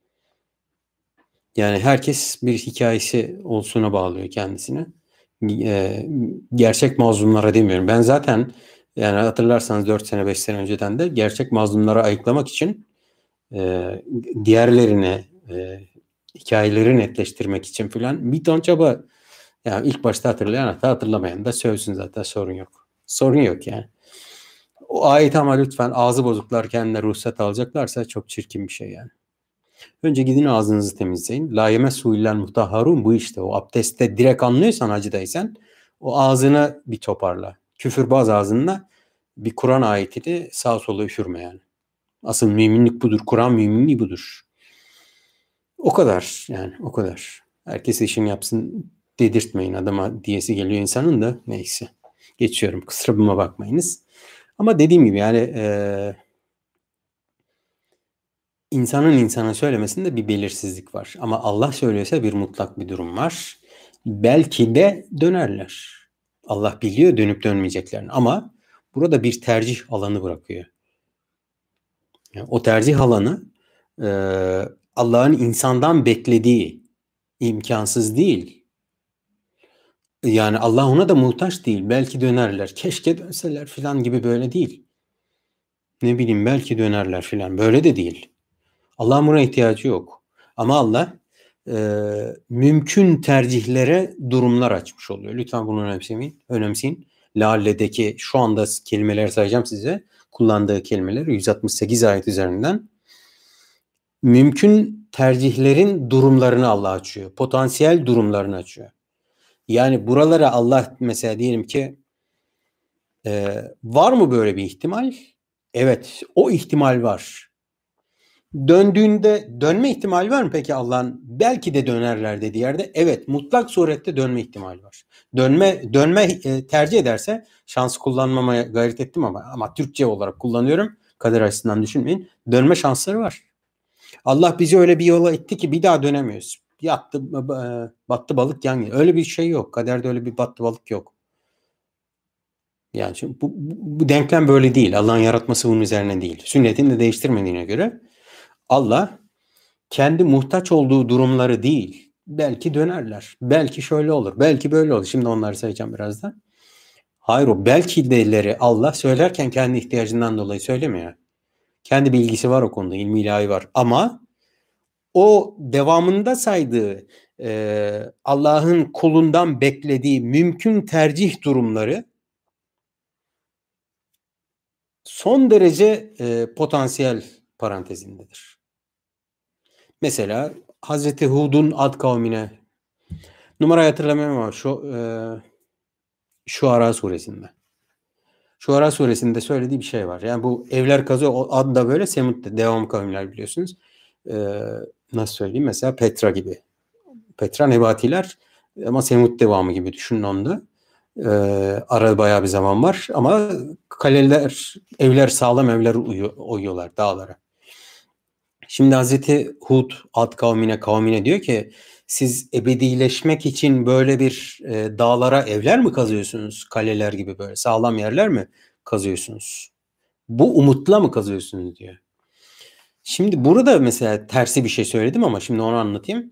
Yani herkes bir hikayesi olsuna bağlıyor kendisini. E, gerçek mazlumlara demiyorum. Ben zaten, yani hatırlarsanız dört sene beş sene önceden de gerçek mazlumları ayıklamak için e, diğerlerine e, hikayeleri netleştirmek için filan bir ton çaba. Yani ilk başta hatırlayan, hatta hatırlamayan da sövsün, zaten sorun yok. Sorun yok yani. O ayet ama lütfen ağzı bozuklar kendine ruhsat alacaklarsa çok çirkin bir şey yani. Önce gidin ağzınızı temizleyin. La yemessu illel mutahharun, bu işte. O abdestte direkt anlıyorsan, hacıdaysan o ağzını bir toparla. Küfürbaz ağzınla bir Kur'an ayetini sağa sola üfürme yani. Asıl müminlik budur. Kur'an müminliği budur. O kadar yani, o kadar. Herkes işini yapsın dedirtmeyin adama diyesi geliyor insanın da, neyse. Geçiyorum, kusuruma bakmayınız. Ama dediğim gibi yani e, insanın insana söylemesinde bir belirsizlik var. Ama Allah söylüyorsa bir mutlak bir durum var. Belki de dönerler. Allah biliyor dönüp dönmeyeceklerini, ama burada bir tercih alanı bırakıyor. Yani o tercih alanı e, Allah'ın insandan beklediği, imkansız değil. Yani Allah ona da muhtaç değil. Belki dönerler. Keşke dönseler filan gibi, böyle değil. Ne bileyim, belki dönerler filan. Böyle de değil. Allah'ın buna ihtiyacı yok. Ama Allah e, mümkün tercihlere durumlar açmış oluyor. Lütfen bunu önemseyin. önemseyin. Lale'deki şu anda kelimeleri sayacağım size. Kullandığı kelimeler yüz altmış sekiz ayet üzerinden. Mümkün tercihlerin durumlarını Allah açıyor. Potansiyel durumlarını açıyor. Yani buralara Allah mesela diyelim ki e, var mı böyle bir ihtimal? Evet, o ihtimal var. Döndüğünde dönme ihtimali var mı peki Allah'ın? Belki de dönerler dediği yerde, evet, mutlak surette dönme ihtimali var. Dönme dönme e, tercih ederse, şans kullanmamaya gayret ettim ama ama Türkçe olarak kullanıyorum. Kader açısından düşünmeyin. Dönme şansları var. Allah bizi öyle bir yola itti ki bir daha dönemiyoruz. Yattı, battı balık yan yana. Öyle bir şey yok. Kaderde öyle bir battı balık yok. Yani bu, bu, bu denklem böyle değil. Allah'ın yaratması bunun üzerine değil. Sünnetini de değiştirmediğine göre Allah kendi muhtaç olduğu durumları değil, belki dönerler, belki şöyle olur, belki böyle olur. Şimdi onları sayacağım birazdan. Hayır, o belki deleri Allah söylerken kendi ihtiyacından dolayı söylemiyor. Kendi bilgisi var o konuda, ilmi ilahi var. Ama o devamında saydığı e, Allah'ın kulundan beklediği mümkün tercih durumları son derece e, potansiyel parantezindedir. Mesela Hazreti Hud'un Ad kavmine, numarayı hatırlamıyorum ama şu e, Şuara suresinde. Şuara suresinde söylediği bir şey var. Yani bu evler kazıyor, o adı da böyle Semut devam kavimler biliyorsunuz. Ee, nasıl söyleyeyim? Mesela Petra gibi. Petra Nebatiler ama Semut devamı gibi düşünün onu da. Ee, arada bayağı bir zaman var ama kaleler, evler sağlam evler uyuyor, oyuyorlar dağlara. Şimdi Hazreti Hud Ad kavmine kavmine diyor ki siz ebedileşmek için böyle bir e, dağlara evler mi kazıyorsunuz? Kaleler gibi böyle sağlam yerler mi kazıyorsunuz? Bu umutla mı kazıyorsunuz diyor. Şimdi burada mesela tersi bir şey söyledim ama şimdi onu anlatayım.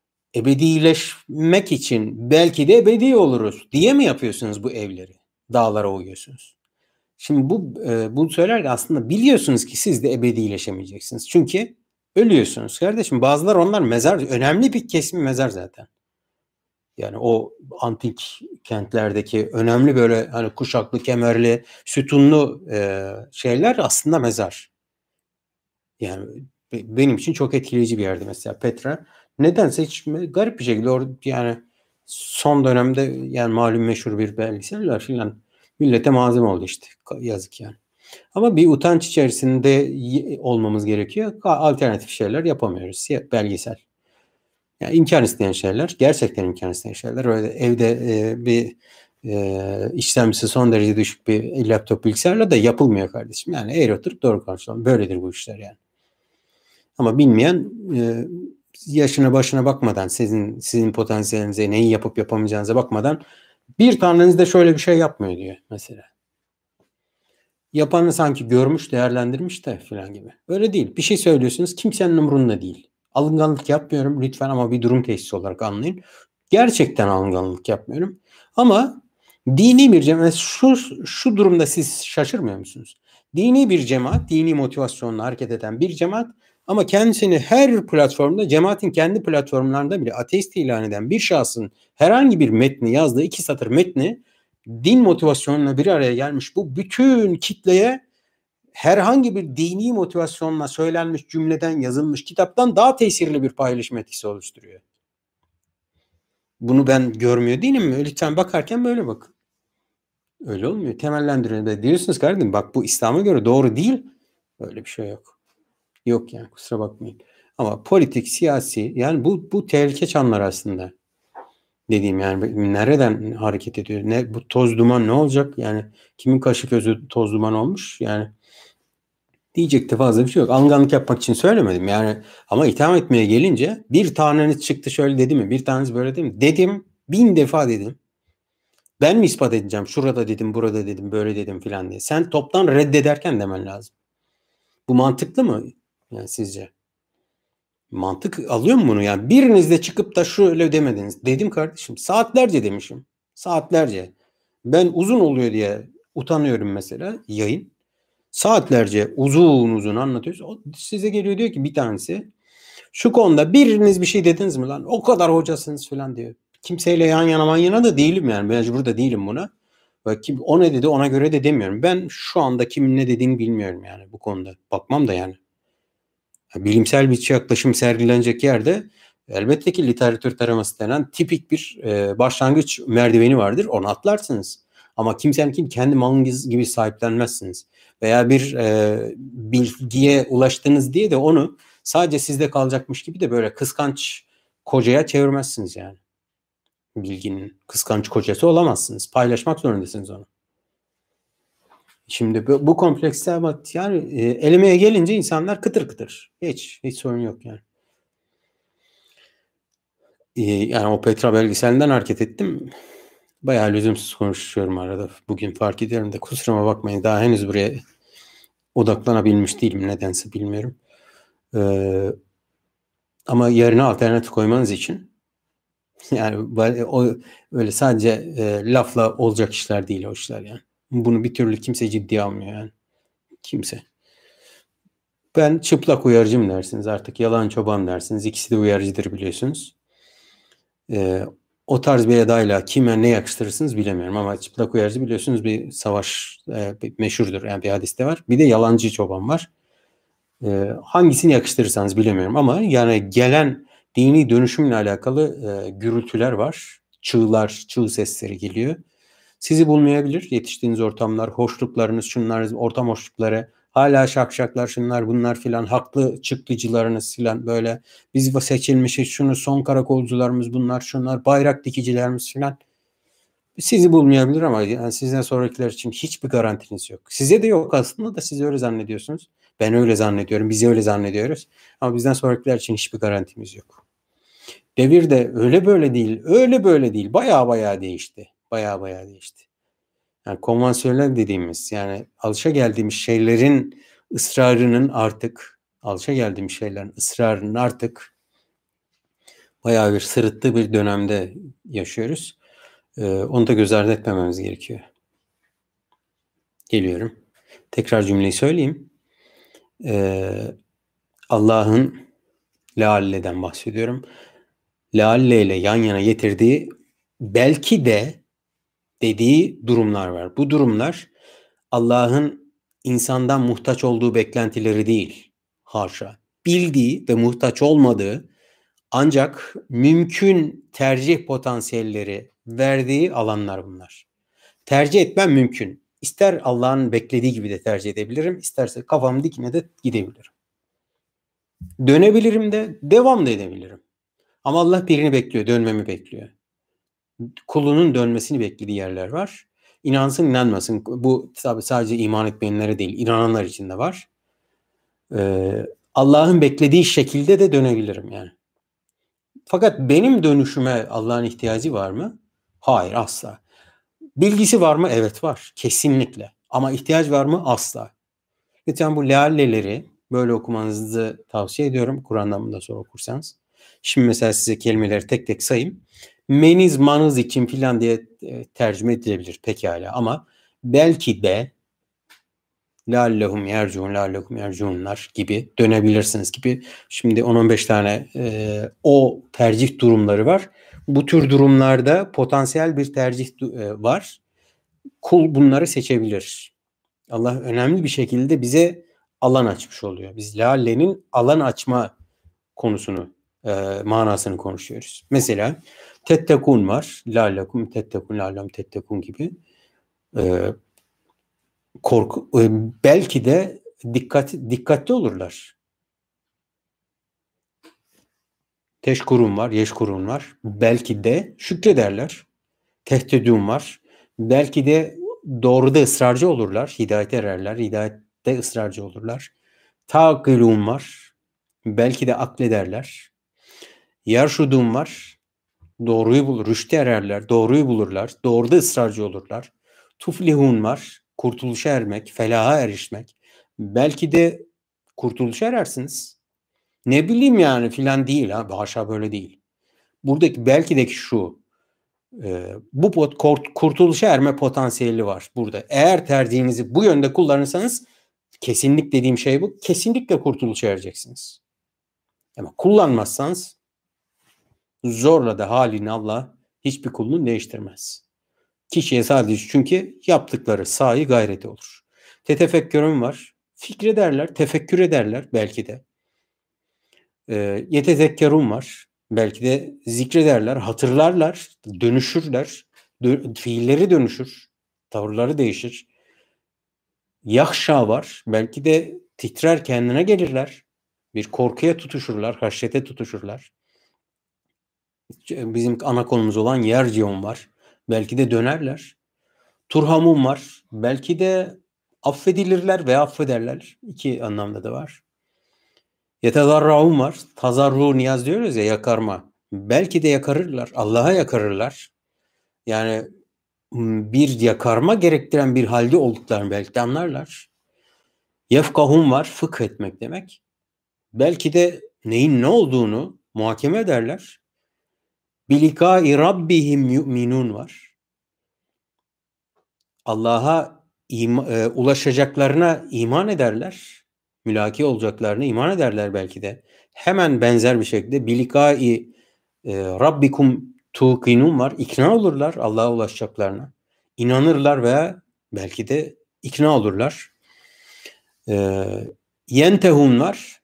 Ebedileşmek için belki de ebedi oluruz diye mi yapıyorsunuz bu evleri? Dağlara uyuyorsunuz. Şimdi bu e, bunu söylerken aslında biliyorsunuz ki siz de ebedileşemeyeceksiniz. Çünkü ölüyorsunuz kardeşim. Bazılar onlar mezar, önemli bir kesimi mezar zaten. Yani o antik kentlerdeki önemli böyle hani kuşaklı, kemerli, sütunlu e, şeyler aslında mezar. Yani benim için çok etkileyici bir yerdi mesela Petra. Nedense hiç garip bir şekilde orada yani son dönemde yani malum meşhur bir belgeseller filan millete malzeme oldu işte. Yazık yani. Ama bir utanç içerisinde olmamız gerekiyor. Alternatif şeyler yapamıyoruz. Belgesel. Yani imkan isteyen şeyler, gerçekten imkan isteyen şeyler. Öyle evde e, bir e, işlemcisi son derece düşük bir laptop bilgisayarla da yapılmıyor kardeşim. Yani eğer oturup doğru konuşalım. Böyledir bu işler yani. Ama bilmeyen e, yaşına başına bakmadan sizin sizin potansiyelinize neyi yapıp yapamayacağınıza bakmadan bir taneniz de şöyle bir şey yapmıyor diyor mesela. Yapanı sanki görmüş, değerlendirmiş de falan gibi. Öyle değil. Bir şey söylüyorsunuz kimsenin umurunda değil. Alınganlık yapmıyorum lütfen ama bir durum teşhisi olarak anlayın. Gerçekten alınganlık yapmıyorum. Ama dini bir cemaat şu, şu durumda siz şaşırmıyor musunuz? Dini bir cemaat, dini motivasyonla hareket eden bir cemaat ama kendisini her platformda, cemaatin kendi platformlarında bile ateist ilan eden bir şahsın herhangi bir metni yazdığı iki satır metni din motivasyonuna bir araya gelmiş bu bütün kitleye herhangi bir dini motivasyonla söylenmiş cümleden yazılmış kitaptan daha tesirli bir paylaşım etkisi oluşturuyor. Bunu ben görmüyor değilim mi? Lütfen bakarken böyle bakın. Öyle olmuyor. Temellendiriyor. Diyorsunuz kardeşim bak bu İslam'a göre doğru değil. Öyle bir şey yok. Yok yani kusura bakmayın. Ama politik, siyasi yani bu bu tehlike çanlar aslında. Dediğim yani nereden hareket ediyor? Ne bu toz duman ne olacak? Yani kimin kaşı gözü toz duman olmuş? Yani diyecek de fazla bir şey yok. Alınganlık yapmak için söylemedim. Yani ama itham etmeye gelince bir taneniz çıktı şöyle dedi mi? Bir taneniz böyle dedi mi? Dedim. Bin defa dedim. Ben mi ispat edeceğim? Şurada dedim, burada dedim, böyle dedim filan diye. Sen toptan reddederken demen lazım. Bu mantıklı mı? Yani sizce? Mantık alıyor mu bunu? Yani biriniz de çıkıp da şöyle demediniz. Dedim kardeşim. Saatlerce demişim. Saatlerce. Ben uzun oluyor diye utanıyorum mesela yayın. Saatlerce uzun uzun anlatıyoruz. O size geliyor diyor ki bir tanesi şu konuda biriniz bir şey dediniz mi lan? O kadar hocasınız falan diyor. Kimseyle yan yana man yana da değilim yani. Mecbur da değilim buna. Ve kim, o ne dedi ona göre de demiyorum. Ben şu anda kimin ne dediğini bilmiyorum yani bu konuda. Bakmam da yani. Bilimsel bir yaklaşım sergilenecek yerde elbette ki literatür taraması denen tipik bir e, başlangıç merdiveni vardır. Onu atlarsınız. Ama kimsenin kendi malınız gibi sahiplenmezsiniz. Veya bir e, bilgiye ulaştınız diye de onu sadece sizde kalacakmış gibi de böyle kıskanç kocaya çevirmezsiniz yani. Bilginin kıskanç kocası olamazsınız. Paylaşmak zorundasınız onu. Şimdi bu, bu kompleksler ama yani e, elemeye gelince insanlar kıtır kıtır. Hiç, hiç sorun yok yani. E, yani o Petra belgeselinden hareket ettim. Bayağı lüzumsuz konuşuyorum arada. Bugün fark ediyorum da kusuruma bakmayın. Daha henüz buraya odaklanabilmiş değilim. Nedense bilmiyorum. Ee, ama yerine alternatif koymanız için yani o öyle sadece e, lafla olacak işler değil o işler yani. Bunu bir türlü kimse ciddiye almıyor yani. Kimse. Ben çıplak uyarıcım dersiniz artık. Yalan çoban dersiniz. İkisi de uyarıcıdır biliyorsunuz. Ee, o tarz bir edayla kime ne yakıştırırsınız bilemiyorum ama çıplak uyarıcı biliyorsunuz bir savaş e, bir meşhurdur. Yani bir hadiste var. Bir de yalancı çoban var. Ee, hangisini yakıştırırsanız bilemiyorum ama yani gelen dini dönüşümle alakalı e, gürültüler var. Çığlar, çığ sesleri geliyor. Sizi bulmayabilir. Yetiştiğiniz ortamlar, hoşluklarınız, şunlarınız, ortam hoşlukları, hala şakşaklar, şunlar bunlar filan, haklı çıktıcılarınız filan böyle, biz seçilmişiz, şunu son karakolcularımız bunlar, şunlar, bayrak dikicilerimiz filan. Sizi bulmayabilir ama yani sizden sonrakiler için hiçbir garantiniz yok. Size de yok aslında da siz öyle zannediyorsunuz. Ben öyle zannediyorum, biz öyle zannediyoruz. Ama bizden sonrakiler için hiçbir garantimiz yok. Devir de öyle böyle değil, öyle böyle değil. Baya baya değişti. Baya baya değişti. Yani konvansiyonel dediğimiz, yani alışageldiğimiz şeylerin ısrarının artık, alışageldiğimiz şeylerin ısrarının artık bayağı bir sırıttığı bir dönemde yaşıyoruz. Ee, onu da göz ardı etmememiz gerekiyor. Geliyorum. Tekrar cümleyi söyleyeyim. Ee, Allah'ın lealleden bahsediyorum. Lealle ile yan yana getirdiği, belki de dediği durumlar var. Bu durumlar Allah'ın insandan muhtaç olduğu beklentileri değil. Haşa. Bildiği ve muhtaç olmadığı, ancak mümkün tercih potansiyelleri verdiği alanlar bunlar. Tercih etmem mümkün. İster Allah'ın beklediği gibi de tercih edebilirim, isterse kafam dikine de gidebilirim. Dönebilirim de, devam da edebilirim. Ama Allah birini bekliyor, dönmemi bekliyor. Kulunun dönmesini beklediği yerler var. İnansın inanmasın. Bu tabii sadece iman etmeyenlere değil, inananlar için de var. Ee, Allah'ın beklediği şekilde de dönebilirim yani. Fakat benim dönüşüme Allah'ın ihtiyacı var mı? Hayır, asla. Bilgisi var mı? Evet, var. Kesinlikle. Ama ihtiyaç var mı? Asla. Lütfen bu lealleleri böyle okumanızı tavsiye ediyorum. Kur'an'dan bundan sonra okursanız. Şimdi mesela size kelimeleri tek tek sayayım. Meniz manız için filan diye tercüme edilebilir pekala, ama belki de lallehum yercun, lallehum yercunlar gibi dönebilirsiniz gibi. Şimdi on on beş tane e, o tercih durumları var. Bu tür durumlarda potansiyel bir tercih e, var. Kul bunları seçebilir. Allah önemli bir şekilde bize alan açmış oluyor. Biz lallenin alan açma konusunu, e, manasını konuşuyoruz. Mesela tettekun var. Lallekum tettekun, lallem tettekun gibi. E, korku, e, belki de dikkat dikkatli olurlar. Teşkurun var, yeşkurun var. Belki de şükrederler. Tehdüdün var. Belki de doğruda ısrarcı olurlar. Hidayete ererler. Hidayette ısrarcı olurlar. Taqilun var. Belki de aklederler. Yarşudun var. Doğruyu bulur. Rüşte ererler. Doğruyu bulurlar. Doğruda ısrarcı olurlar. Tuflihun var. Kurtuluşa ermek, felaha erişmek. Belki de kurtuluşa erersiniz. Ne bileyim yani filan değil. Ha, haşa böyle değil. Buradaki belki de şu. E, bu pot, kurt, kurtuluşa erme potansiyeli var burada. Eğer tercihinizi bu yönde kullanırsanız, kesinlik dediğim şey bu. Kesinlikle kurtuluşa ereceksiniz. Ama kullanmazsanız zorla da halini Allah hiçbir kulunu değiştirmez. Kişiye sadece çünkü yaptıkları sahi gayreti olur. Tetefekkürüm var. Fikrederler, tefekkür ederler belki de. E, yetezekkerun var. Belki de zikrederler, hatırlarlar, dönüşürler. Dö- fiilleri dönüşür. Tavırları değişir. Yahşa var. Belki de titrer, kendine gelirler. Bir korkuya tutuşurlar, haşyete tutuşurlar. Bizim ana konumuz olan yercion var. Belki de dönerler. Turhamun var. Belki de affedilirler veya affederler. İki anlamda da var. Yetezarraun var. Tazarru, niyaz diyoruz ya, yakarma. Belki de yakarırlar. Allah'a yakarırlar. Yani bir yakarma gerektiren bir halde olduklarını belki de anlarlar. Yefkahun var. Fıkh etmek demek. Belki de neyin ne olduğunu muhakeme ederler. Bilikai rabbihim yu'minun var. Allah'a ima, e, ulaşacaklarına iman ederler. Mülaki olacaklarına iman ederler belki de. Hemen benzer bir şekilde bilikai e, rabbikum tuqinun var. İkna olurlar Allah'a ulaşacaklarına. İnanırlar veya belki de ikna olurlar. E, yentehun var.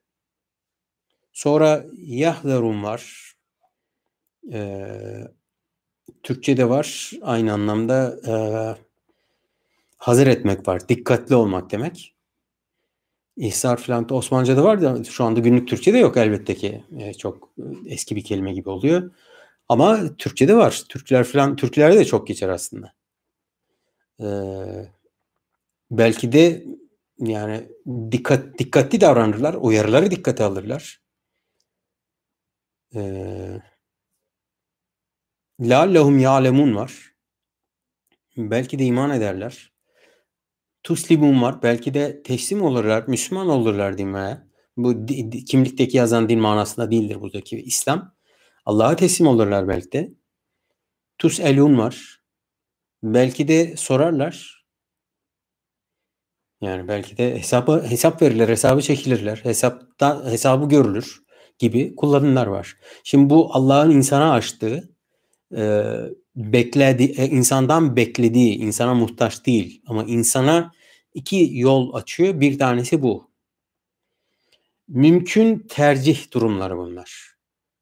Sonra yahzerun var. E, Türkçe'de var. Aynı anlamda e, hazır etmek var. Dikkatli olmak demek. İhsar falan da Osmanca'da var da şu anda günlük Türkçe'de yok elbette ki. E, çok eski bir kelime gibi oluyor. Ama Türkçe'de var. Türkler falan, Türklerde de çok geçer aslında. E, belki de yani dikkat dikkatli davranırlar. Uyarıları dikkate alırlar. E, لَعَلَّهُمْ يَعْلَمُونَ var. Belki de iman ederler. Tuslimun var. Belki de teslim olurlar, Müslüman olurlar diyeyim ya. Bu di, di, kimlikteki yazan din manasında değildir buradaki İslam. Allah'a teslim olurlar belki de. Tus'elun var. Belki de sorarlar. Yani belki de hesabı, hesap verirler, hesabı çekilirler, hesapta hesabı görülür gibi kullanımlar var. Şimdi bu Allah'ın insana açtığı, e, bekledi, e, insandan beklediği, insana muhtaç değil ama insana iki yol açıyor. Bir tanesi bu. Mümkün tercih durumları bunlar.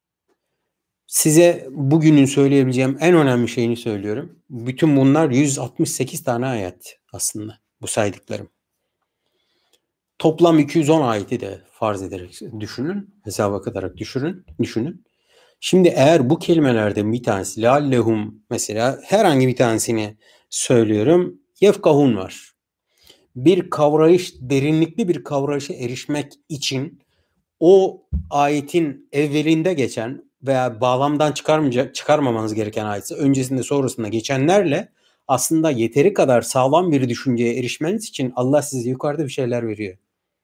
Size bugünün söyleyebileceğim en önemli şeyini söylüyorum. Bütün bunlar yüz altmış sekiz tane ayet aslında bu saydıklarım. Toplam iki yüz on ayeti de farz ederek düşünün, hesaba katarak düşünün, düşünün. Şimdi eğer bu kelimelerden bir tanesi leallehum mesela herhangi bir tanesini söylüyorum. Yefkahun var. Bir kavrayış, derinlikli bir kavrayışa erişmek için o ayetin evvelinde geçen veya bağlamdan çıkarmayacak, çıkarmamanız gereken ayetse öncesinde sonrasında geçenlerle aslında yeteri kadar sağlam bir düşünceye erişmeniz için Allah size yukarıda bir şeyler veriyor.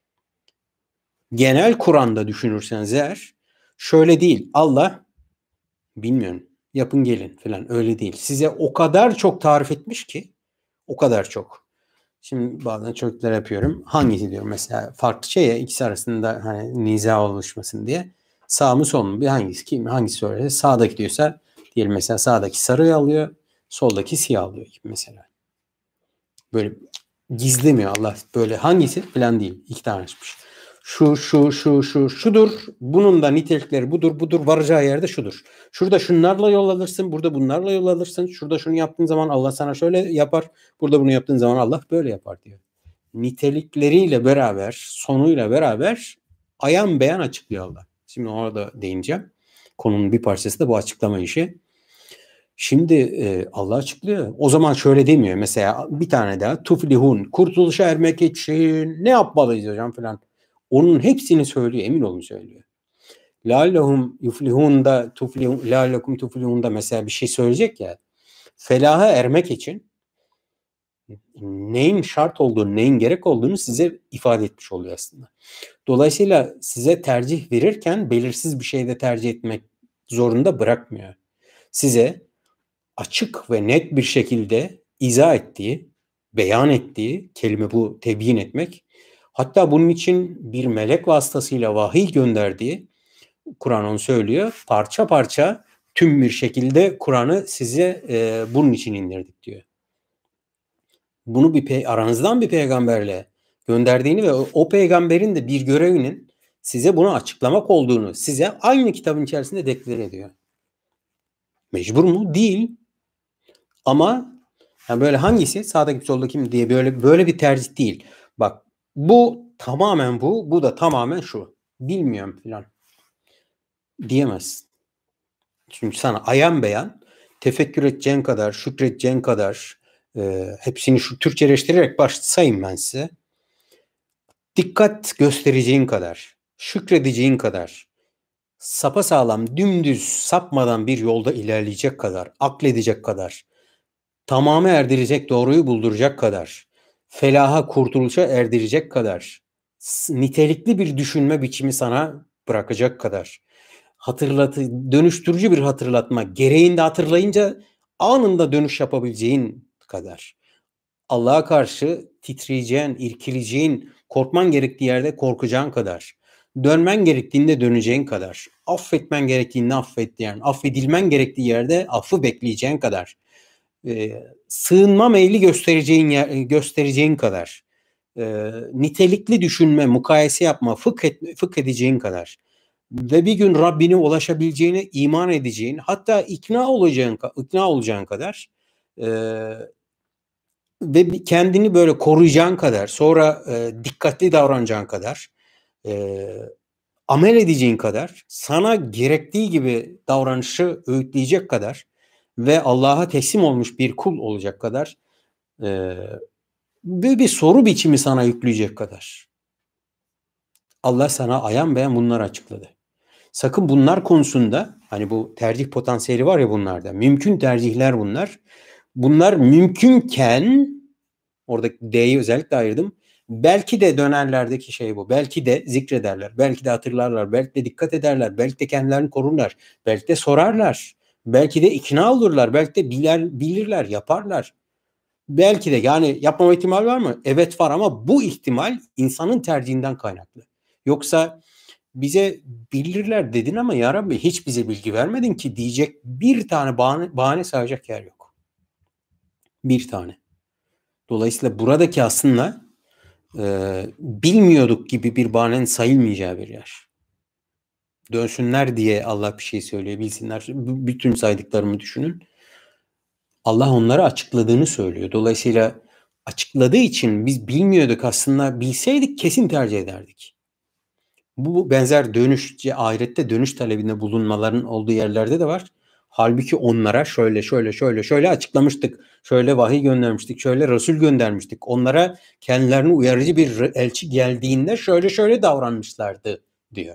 Genel Kur'an'da düşünürseniz eğer şöyle değil. Allah bilmiyorum yapın gelin falan öyle değil. Size o kadar çok tarif etmiş ki o kadar çok. Şimdi bazen çocuklar yapıyorum. Hangisi diyorum mesela farklı şeye ikisi arasında hani niza oluşmasın diye. Sağ mı sol mu bir hangisi kim hangisi söylese sağdaki diyorsa diyelim mesela sağdaki sarıyı alıyor soldaki siyah alıyor gibi mesela. Böyle gizlemiyor Allah böyle hangisi falan değil. İki tane açmış. Şu şu şu şu şudur. Bunun da nitelikleri budur budur varacağı yerde şudur. Şurada şunlarla yol alırsın. Burada bunlarla yol alırsın. Şurada şunu yaptığın zaman Allah sana şöyle yapar. Burada bunu yaptığın zaman Allah böyle yapar diyor. Nitelikleriyle beraber sonuyla beraber ayan beyan açıklıyor Allah. Şimdi orada değineceğim. Konunun bir parçası da bu açıklama işi. Şimdi e, Allah açıklıyor. O zaman şöyle demiyor. Mesela bir tane daha tuflihun kurtuluşa ermek için ne yapmalıyız hocam falan. Onun hepsini söylüyor. Emin olun söylüyor. Lallehum yuflihun da tuflihun lallekum tuflihun da mesela bir şey söyleyecek ya. Felaha ermek için neyin şart olduğunu, neyin gerek olduğunu size ifade etmiş oluyor aslında. Dolayısıyla size tercih verirken belirsiz bir şeyde tercih etmek zorunda bırakmıyor. Size açık ve net bir şekilde izah ettiği, beyan ettiği kelime bu tebyin etmek. Hatta bunun için bir melek vasıtasıyla vahiy gönderdiği Kur'an onu söylüyor. Parça parça tüm bir şekilde Kur'an'ı size e, bunun için indirdik diyor. Bunu bir pe- aranızdan bir peygamberle gönderdiğini ve o, o peygamberin de bir görevinin size bunu açıklamak olduğunu size aynı kitabın içerisinde deklare ediyor. Mecbur mu? Değil. Ama yani böyle hangisi sağdaki soldaki mi diye böyle böyle bir tercih değil. Bak bu tamamen bu, bu da tamamen şu. Bilmiyorum falan diyemezsin. Çünkü sana ayan beyan tefekkür edeceğin kadar, şükredeceğin kadar e, hepsini şu Türkçeleştirerek başlayayım ben size. Dikkat göstereceğin kadar, şükredeceğin kadar, sapasağlam, dümdüz, sapmadan bir yolda ilerleyecek kadar, akledecek kadar, tamamı erdirecek, doğruyu bulduracak kadar, felaha, kurtuluşa erdirecek kadar, nitelikli bir düşünme biçimi sana bırakacak kadar, hatırlatı, dönüştürücü bir hatırlatma, gereğinde hatırlayınca anında dönüş yapabileceğin kadar, Allah'a karşı titreyeceğin, irkileceğin, korkman gerektiği yerde korkacağın kadar, dönmen gerektiğinde döneceğin kadar, affetmen gerektiğinde affettiğin, affedilmen gerektiği yerde affı bekleyeceğin kadar, e, sığınma meyli göstereceğin yer, göstereceğin kadar, e, nitelikli düşünme, mukayese yapma, fıkh, et, fıkh edeceğin kadar, ve bir gün Rabbine ulaşabileceğine iman edeceğin, hatta ikna olacağın ikna olacağın kadar e, ve kendini böyle koruyacağın kadar, sonra e, dikkatli davranacağın kadar, e, amel edeceğin kadar, sana gerektiği gibi davranışı öğütleyecek kadar ve Allah'a teslim olmuş bir kul olacak kadar, e, bir, bir soru biçimi sana yükleyecek kadar. Allah sana ayan beyan bunları açıkladı. Sakın bunlar konusunda, hani bu tercih potansiyeli var ya bunlarda, mümkün tercihler bunlar. Bunlar mümkünken, orada D'yi özellikle ayırdım. Belki de dönerlerdeki şey bu. Belki de zikrederler. Belki de hatırlarlar. Belki de dikkat ederler. Belki de kendilerini korurlar. Belki de sorarlar. Belki de ikna olurlar. Belki de bilir, bilirler, yaparlar. Belki de, yani yapmama ihtimal var mı? Evet var, ama bu ihtimal insanın tercihinden kaynaklı. Yoksa bize bilirler dedin ama ya Rabbi hiç bize bilgi vermedin ki diyecek bir tane bahane, bahane sayacak yer yok. Bir tane. Dolayısıyla buradaki aslında e, bilmiyorduk gibi bir bahanenin sayılmayacağı bir yer. Dönsünler diye Allah bir şey söylüyor, bilsinler. Bütün saydıklarımı düşünün. Allah onları açıkladığını söylüyor. Dolayısıyla açıkladığı için biz bilmiyorduk aslında. Bilseydik kesin tercih ederdik. Bu benzer dönüş, ahirette dönüş talebinde bulunmaların olduğu yerlerde de var. Halbuki onlara şöyle şöyle şöyle şöyle açıklamıştık. Şöyle vahiy göndermiştik. Şöyle Resul göndermiştik. Onlara kendilerine uyarıcı bir elçi geldiğinde şöyle şöyle davranmışlardı diyor.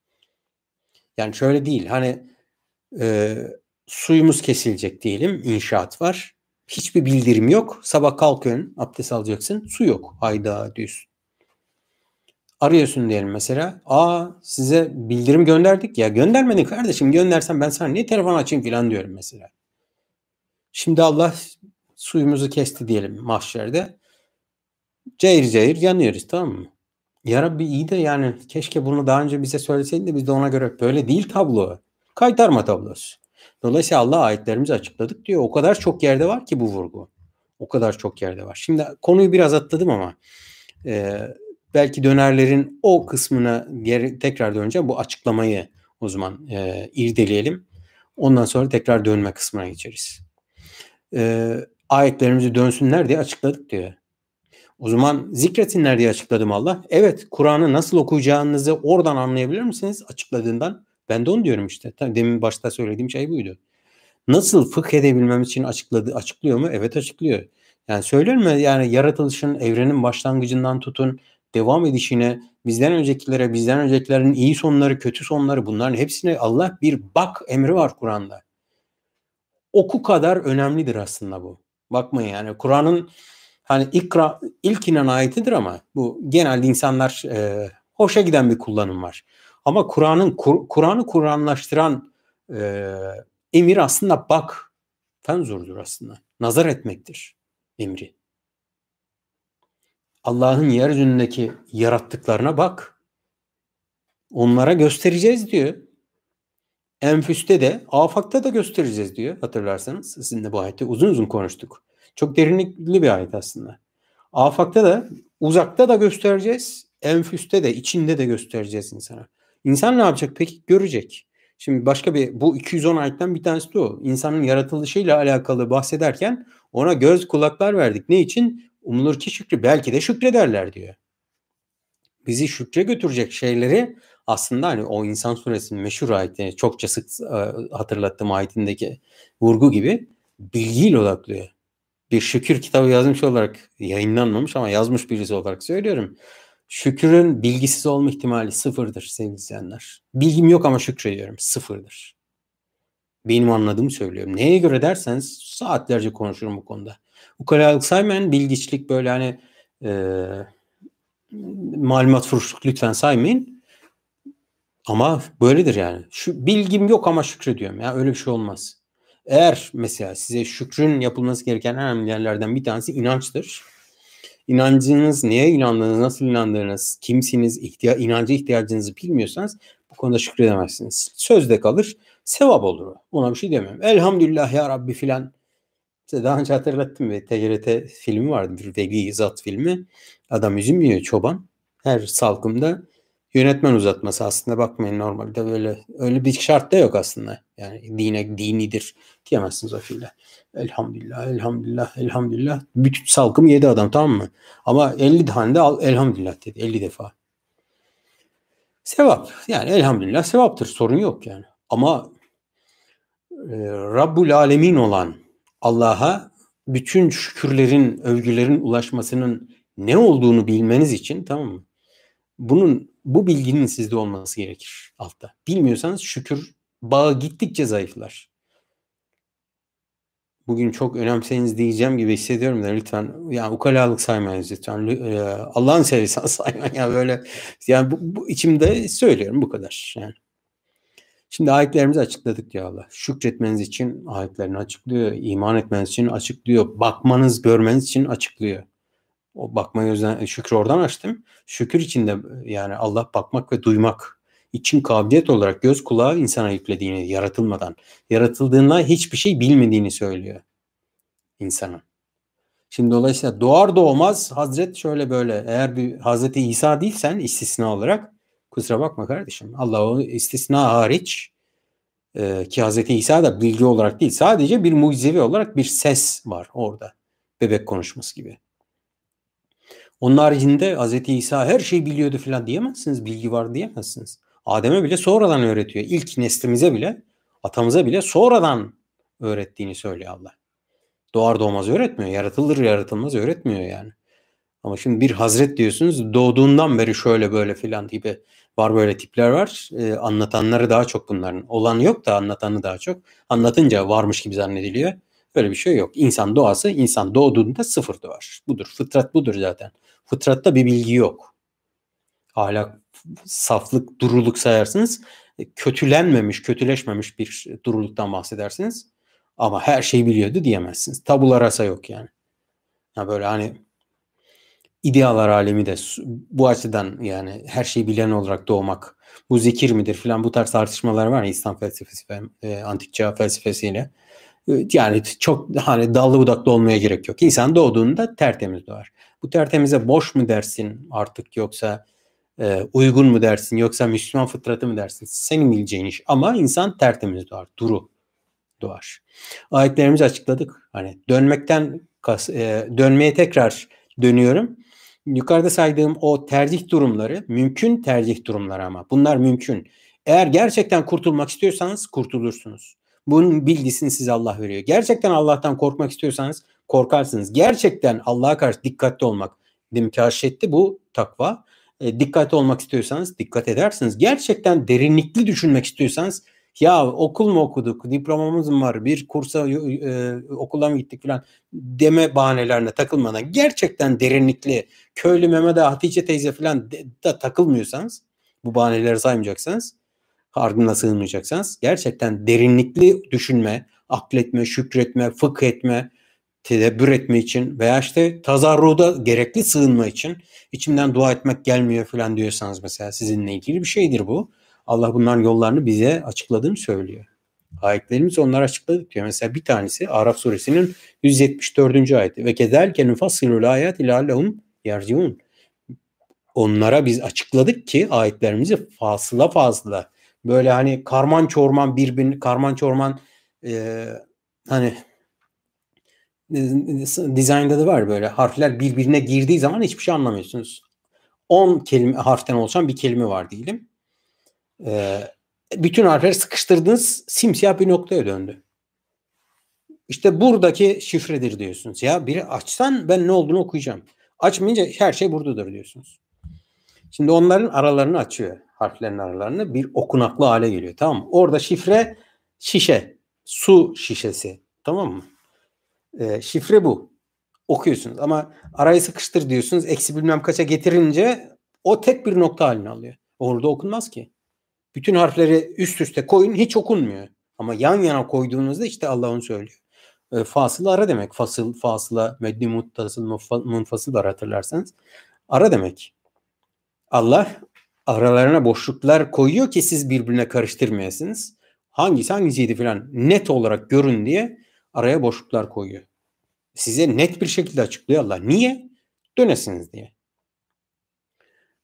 Yani şöyle değil. Hani e, suyumuz kesilecek diyelim. İnşaat var. Hiçbir bildirim yok. Sabah kalkıyorsun, abdest alacaksın. Su yok. Hayda diyorsun. Arıyorsun diyelim mesela. Aa, size bildirim gönderdik ya. Göndermedin kardeşim. Göndersen ben sana niye telefon açayım falan diyorum mesela. Şimdi Allah suyumuzu kesti diyelim mahşerde. Cayır cayır yanıyoruz, tamam mı? Ya Rabbi iyi de yani keşke bunu daha önce bize söyleseydin de biz de ona göre, böyle değil tablo. Kaytarma tablosu. Dolayısıyla Allah ayetlerimizi açıkladık diyor. O kadar çok yerde var ki bu vurgu. O kadar çok yerde var. Şimdi konuyu biraz atladım ama e, belki dönerlerin o kısmına geri, tekrar döneceğim. Bu açıklamayı o zaman e, irdeleyelim. Ondan sonra tekrar dönme kısmına geçeriz. E, ayetlerimizi dönsünler diye açıkladık diyor. O zaman zikretsinler diye açıkladım Allah. Evet, Kur'an'ı nasıl okuyacağınızı oradan anlayabilir misiniz açıkladığından? Ben de onu diyorum işte. Tabii demin başta söylediğim şey buydu. Nasıl fıkh edebilmem için açıkladı, açıklıyor mu? Evet, açıklıyor. Yani söyler mi? Yani yaratılışın, evrenin başlangıcından tutun, devam edişine, bizden öncekilere, bizden öncekilerin iyi sonları, kötü sonları, bunların hepsine Allah bir bak emri var Kur'an'da. Oku kadar önemlidir aslında bu. Bakmayın yani Kur'an'ın hani ikra, ilk inen ayetidir ama bu genelde insanlar e, hoşa giden bir kullanım var. Ama Kur'an'ın Kur, Kur'an'ı Kur'anlaştıran e, emir aslında bak, fenzurdur aslında. Nazar etmektir emri. Allah'ın yeryüzündeki yarattıklarına bak. Onlara göstereceğiz diyor. Enfüste de, afakta da göstereceğiz diyor. Hatırlarsanız sizinle bu ayette uzun uzun konuştuk. Çok derinlikli bir ayet aslında. Afakta da, uzakta da göstereceğiz. Enfüste de, içinde de göstereceğiz insana. İnsan ne yapacak peki? Görecek. Şimdi başka bir, bu iki yüz on ayetten bir tanesi de o. İnsanın yaratılışıyla alakalı bahsederken ona göz kulaklar verdik. Ne için? Umulur ki şükrü. Belki de şükrederler diyor. Bizi şükre götürecek şeyleri aslında hani o İnsan Suresinin meşhur ayeti, çokça sık hatırlattığım ayetindeki vurgu gibi bilgiyle odaklıyor. Bir şükür kitabı yazmış olarak, yayınlanmamış ama yazmış birisi olarak söylüyorum. Şükürün bilgisiz olma ihtimali sıfırdır sevgili izleyenler. Bilgim yok ama şükrediyorum. Sıfırdır. Benim anladığımı söylüyorum. Neye göre derseniz saatlerce konuşurum bu konuda. Ukalalık saymayın, bilgiçlik böyle hani e, malumat furuşluk lütfen saymayın. Ama böyledir yani. Şu bilgim yok ama şükrediyorum. Ya öyle bir şey olmaz. Eğer mesela size şükrün yapılması gereken en önemli yerlerden bir tanesi inançtır. İnancınız, neye inandığınız, nasıl inandığınız, kimsiniz, ihtiya inancı ihtiyacınızı bilmiyorsanız bu konuda şükredemezsiniz. Sözde kalır, sevap olur. Ona bir şey demiyorum. Elhamdülillah ya Rabbi filan. İşte daha önce hatırlattım ve T G R T filmi vardı, bir Veli Zat filmi. Adam üzüm yiyor, çoban. Her salkımda Yönetmen uzatması aslında, bakmayın normalde böyle öyle bir şart da yok aslında. Yani dine dinidir diyemezsiniz o fiille. Elhamdülillah, elhamdülillah, elhamdülillah. Bütün salkım yedi adam, tamam mı? Ama elli tane de elhamdülillah dedi. elli defa. Sevap. Yani elhamdülillah sevaptır. Sorun yok yani. Ama e, Rabbul Alemin olan Allah'a bütün şükürlerin, övgülerin ulaşmasının ne olduğunu bilmeniz için, tamam mı? Bunun, bu bilginin sizde olması gerekir altta. Bilmiyorsanız şükür bağı gittikçe zayıflar. Bugün çok önemseniz diyeceğim gibi hissediyorum da lütfen yani ukalalık saymayınız lütfen. E, Allah'ın seversen saymayın ya böyle. Yani bu, bu içimde söylüyorum, bu kadar yani. Şimdi ayetlerimizi açıkladık diyor Allah. Şükretmeniz için ayetlerini açıklıyor. İman etmeniz için açıklıyor. Bakmanız, görmeniz için açıklıyor. O bakma gözden, şükür oradan açtım. Şükür içinde yani Allah bakmak ve duymak için kabiliyet olarak göz kulağı insana yüklediğini, yaratılmadan, yaratıldığında hiçbir şey bilmediğini söylüyor insana. Şimdi dolayısıyla doğar doğmaz Hazret şöyle böyle, eğer bir Hazreti İsa değilsen istisna olarak, kusura bakma kardeşim, Allah o istisna hariç e, ki Hazreti İsa da bilgi olarak değil, sadece bir mucizevi olarak bir ses var orada, bebek konuşması gibi. Onun haricinde Hazreti İsa her şeyi biliyordu falan diyemezsiniz. Bilgi var diyemezsiniz. Adem'e bile sonradan öğretiyor. İlk neslimize bile, atamıza bile sonradan öğrettiğini söylüyor Allah. Doğar doğmaz öğretmiyor. Yaratılır yaratılmaz öğretmiyor yani. Ama şimdi bir hazret diyorsunuz, doğduğundan beri şöyle böyle filan gibi var, böyle tipler var. Ee, anlatanları daha çok bunların. Olan yok da anlatanı daha çok. Anlatınca varmış gibi zannediliyor. Böyle bir şey yok. İnsan doğası, insan doğduğunda sıfır doğar. Budur. Fıtrat budur zaten. Fıtratta bir bilgi yok. Ahlak, saflık, duruluk sayarsınız. Kötülenmemiş, kötüleşmemiş bir duruluktan bahsedersiniz. Ama her şeyi biliyordu diyemezsiniz. Tabula rasa yok yani. Ya böyle hani idealar alemi de bu açıdan, yani her şeyi bilen olarak doğmak, bu zikir midir filan, bu tarz tartışmalar var ya İslam felsefesi ve e, antik çağ felsefesiyle. Yani çok hani dallı budaklı olmaya gerek yok. İnsan doğduğunda tertemiz doğar. Bu tertemize boş mu dersin artık, yoksa e, uygun mu dersin, yoksa Müslüman fıtratı mı dersin? Senin bileceğin iş. Ama insan tertemiz doğar, duru doğar. Ayetlerimizi açıkladık. Hani dönmekten e, dönmeye tekrar dönüyorum. Yukarıda saydığım o tercih durumları mümkün tercih durumları, ama bunlar mümkün. Eğer gerçekten kurtulmak istiyorsanız kurtulursunuz. Bunun bilgisini size Allah veriyor. Gerçekten Allah'tan korkmak istiyorsanız korkarsınız. Gerçekten Allah'a karşı dikkatli olmak, deminki haşyetti bu takva. E, dikkatli olmak istiyorsanız dikkat edersiniz. Gerçekten derinlikli düşünmek istiyorsanız, ya okul mu okuduk, diplomamız mı var, bir kursa e, okula mı gittik falan deme bahanelerine takılmadan, gerçekten derinlikli köylü Mehmet Ağa, Hatice teyze falan da takılmıyorsanız, bu bahaneleri saymayacaksanız, ardına sığınmayacaksanız, gerçekten derinlikli düşünme, akletme, şükretme, fıkh etme, tedebbür etme için veya işte tazarruda gerekli sığınma için içimden dua etmek gelmiyor falan diyorsanız, mesela sizinle ilgili bir şeydir bu. Allah bunların yollarını bize açıkladığını söylüyor. Ayetlerimiz onları açıkladık diyor. Mesela bir tanesi Araf suresinin yüz yetmiş dördüncü ayeti. Ve kezelke nufassilul ayati leallehum yerciun. Onlara biz açıkladık ki ayetlerimizi fazla fazla, böyle hani karman çorman birbirini karman çorman e, hani dizaynda da var, böyle harfler birbirine girdiği zaman hiçbir şey anlamıyorsunuz. on kelime harften oluşan bir kelime var diyelim. Ee, bütün harfleri sıkıştırdınız, simsiyah bir noktaya döndü. İşte buradaki şifredir diyorsunuz. Ya biri açsan ben ne olduğunu okuyacağım. Açmayınca her şey buradadır diyorsunuz. Şimdi onların aralarını açıyor. Harflerin aralarını bir okunaklı hale geliyor. Tamam mı? Orada şifre şişe. Su şişesi. Tamam mı? Ee, şifre bu. Okuyorsunuz ama arayı sıkıştır diyorsunuz. Eksi bilmem kaça getirince o tek bir nokta halini alıyor. Orada okunmaz ki. Bütün harfleri üst üste koyun, hiç okunmuyor. Ama yan yana koyduğunuzda işte Allah onu söylüyor. E, fasılı ara demek. Fasıl, fasıla, medni muttasıl, munfasıl var hatırlarsanız. Ara demek. Allah aralarına boşluklar koyuyor ki siz birbirine karıştırmayasınız. Hangisi hangisiydi falan net olarak görün diye araya boşluklar koyuyor. Size net bir şekilde açıklıyor Allah. Niye? Dönesiniz diye.